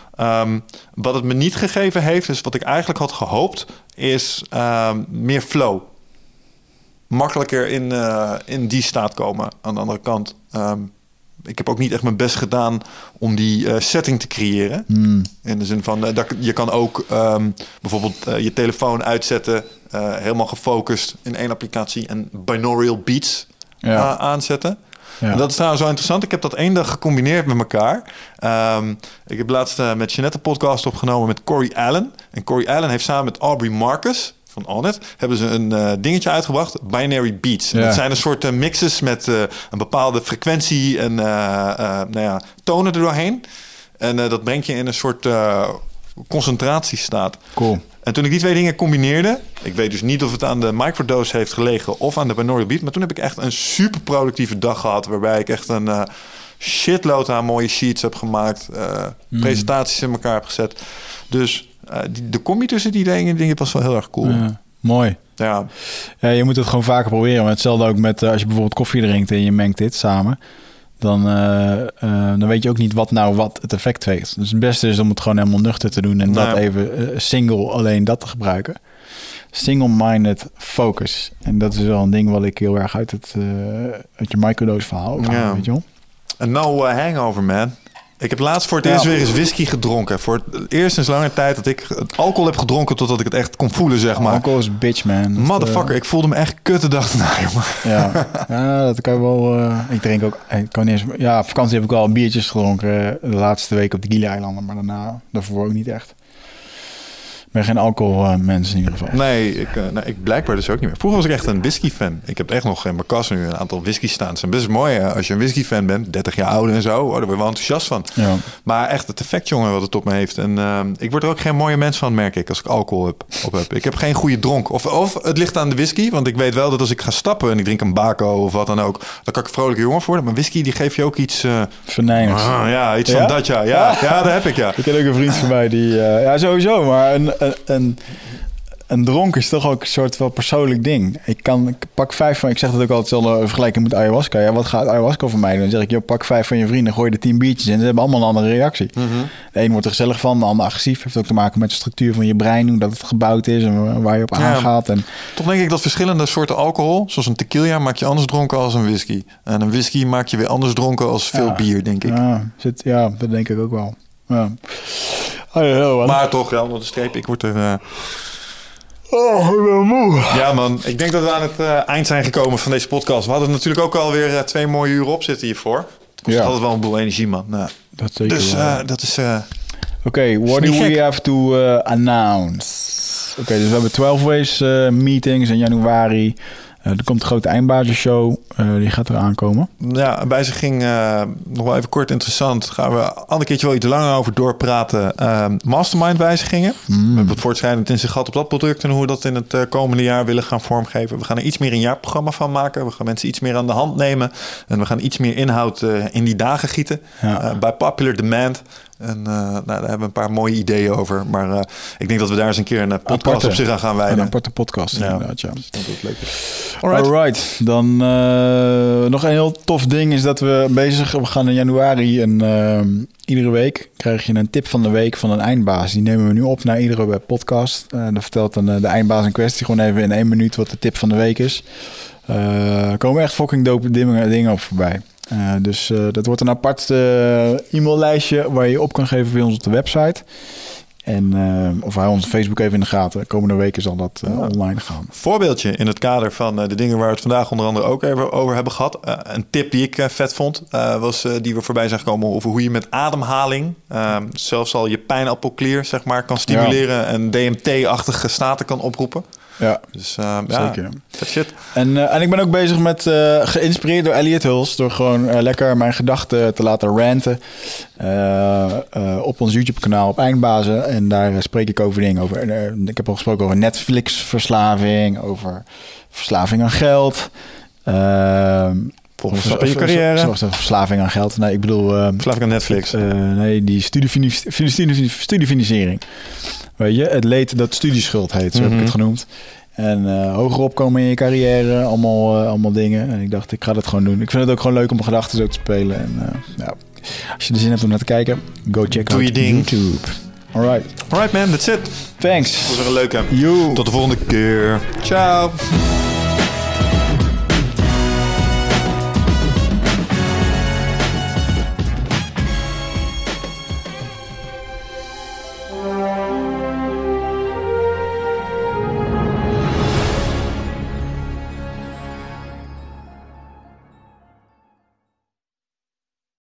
Wat het me niet gegeven heeft, dus wat ik eigenlijk had gehoopt, is meer flow. Makkelijker in die staat komen. Aan de andere kant, ik heb ook niet echt mijn best gedaan om die setting te creëren. In de zin van, je kan ook bijvoorbeeld je telefoon uitzetten, helemaal gefocust in 1 applicatie en binaural beats aanzetten. Ja. En dat is trouwens zo interessant. Ik heb dat 1 dag gecombineerd met elkaar. Ik heb laatst met Jeanette een podcast opgenomen met Corey Allen. En Corey Allen heeft samen met Aubrey Marcus van Onnit hebben ze een dingetje uitgebracht. Binary Beats. En dat zijn een soort mixes met een bepaalde frequentie en tonen er doorheen. En dat brengt je in een soort concentratiestaat. Cool. En toen ik die 2 dingen combineerde, ik weet dus niet of het aan de microdose heeft gelegen of aan de binaural beat, maar toen heb ik echt een super productieve dag gehad, waarbij ik echt een shitload aan mooie sheets heb gemaakt, presentaties in elkaar heb gezet. Dus de combi tussen die dingen was wel heel erg cool. Ja, mooi. Ja. Je moet het gewoon vaker proberen. Maar hetzelfde ook met als je bijvoorbeeld koffie drinkt en je mengt dit samen. Dan weet je ook niet wat het effect heeft. Dus het beste is om het gewoon helemaal nuchter te doen en dat even single alleen dat te gebruiken. Single-minded focus. En dat is wel een ding wat ik heel erg uit je microdose verhaal haal, weet je wel. En no hangover, man. Ik heb laatst voor het eerst weer eens whisky gedronken. Voor het eerst sinds lange tijd dat ik het alcohol heb gedronken totdat ik het echt kon voelen, zeg maar. Alcohol is bitch, man. Motherfucker, ik voelde me echt kut de dag daarna, jongen. Ja, dat kan je wel... ik drink ook... op vakantie heb ik wel biertjes gedronken de laatste week op de Gili-eilanden, maar daarvoor ook niet echt. ben geen alcoholmens in ieder geval. Nee, ik blijkbaar dus ook niet meer. Vroeger was ik echt een whisky-fan. Ik heb echt nog in mijn kast nu een aantal whisky staan. Het is best mooi als je een whisky-fan bent. 30 jaar ouder en zo. Daar word je wel enthousiast van. Ja. Maar echt het effect, jongen, wat het op me heeft. En ik word er ook geen mooie mens van, merk ik, als ik alcohol op heb. Ik heb geen goede dronk. Of het ligt aan de whisky. Want ik weet wel dat als ik ga stappen en ik drink een bako of wat dan ook, dan kan ik vrolijke jongen worden. Maar whisky, die geeft je ook iets... Verneiners. Ja, iets van dat, ja. Ja, daar heb ik, ja. Ik ken ook een vriend van mij die... ja, sowieso, maar een dronk is toch ook een soort wel persoonlijk ding. Ik pak 5 van... Ik zeg dat ook altijd zelden vergelijken met ayahuasca. Ja, wat gaat ayahuasca voor mij doen? Dan zeg ik, joh, pak 5 van je vrienden, gooi er 10 biertjes in. Ze hebben allemaal een andere reactie. Mm-hmm. De een wordt er gezellig van, de ander agressief. Heeft ook te maken met de structuur van je brein, hoe dat het gebouwd is en waar je op aangaat. En... Toch denk ik dat verschillende soorten alcohol, zoals een tequila, maak je anders dronken als een whisky. En een whisky maak je weer anders dronken als veel bier, denk ik. Ja, dat denk ik ook wel. Ja. Maar toch, ja, onder de streep, ik word er... Oh, ik ben moe. Ja, man. Ik denk dat we aan het eind zijn gekomen van deze podcast. We hadden natuurlijk ook alweer 2 mooie uren op zitten hiervoor. Het kost altijd wel een boel energie, man. Nou, dat zeker. Dus dat is... Oké, what do we have to announce? Oké, dus we hebben 12 Ways meetings in januari. Er komt de grote Eindbazenshow. Die gaat eraan komen. Ja, een wijziging, nog wel even kort interessant. Gaan we een keertje wel iets langer over doorpraten. Mastermind wijzigingen. We hebben wat voortschrijdend in zich gehad op dat product en hoe we dat in het komende jaar willen gaan vormgeven. We gaan er iets meer een jaarprogramma van maken. We gaan mensen iets meer aan de hand nemen. En we gaan iets meer inhoud in die dagen gieten. Ja. Bij popular demand. En daar hebben we een paar mooie ideeën over. Maar ik denk dat we daar eens een keer een podcast op zich aan gaan wijden. Een aparte podcast, inderdaad, ja. Dat is leuk. Alright. Dan nog een heel tof ding is dat we gaan in januari en iedere week krijg je een tip van de week van een eindbaas. Die nemen we nu op naar iedere podcast. Dan vertelt dan de eindbaas in kwestie gewoon even in 1 minuut wat de tip van de week is. Er komen echt fucking dope dingen op voorbij. Dus dat wordt een apart e-maillijstje waar je op kan geven bij ons op de website. En of hou onze Facebook even in de gaten. De komende weken zal dat online gaan. Voorbeeldje in het kader van de dingen waar we het vandaag onder andere ook even over hebben gehad. Een tip die ik vet vond, was die we voorbij zijn gekomen over hoe je met ademhaling zelfs al je pijnappelklier zeg maar kan stimuleren en DMT-achtige staten kan oproepen. Ja, dus zeker. Vet shit. En ik ben ook bezig met, geïnspireerd door Elliot Hulse, door gewoon lekker mijn gedachten te laten ranten op ons YouTube-kanaal op Eindbazen. En daar spreek ik over dingen. Ik heb al gesproken over Netflix-verslaving, over verslaving aan geld. Je carrière. Verslaving aan geld. Nee, ik bedoel... verslaving aan Netflix. Nee, die studiefinanciering. Weet je, het leed dat studieschuld heet, zo heb ik het genoemd. En hoger opkomen in je carrière, allemaal dingen. En ik dacht, ik ga dat gewoon doen. Ik vind het ook gewoon leuk om mijn gedachten zo te spelen. En als je er zin hebt om naar te kijken, go check out YouTube. Alright man, that's it. Thanks. Dat was weer een leuke. You. Tot de volgende keer. Ciao.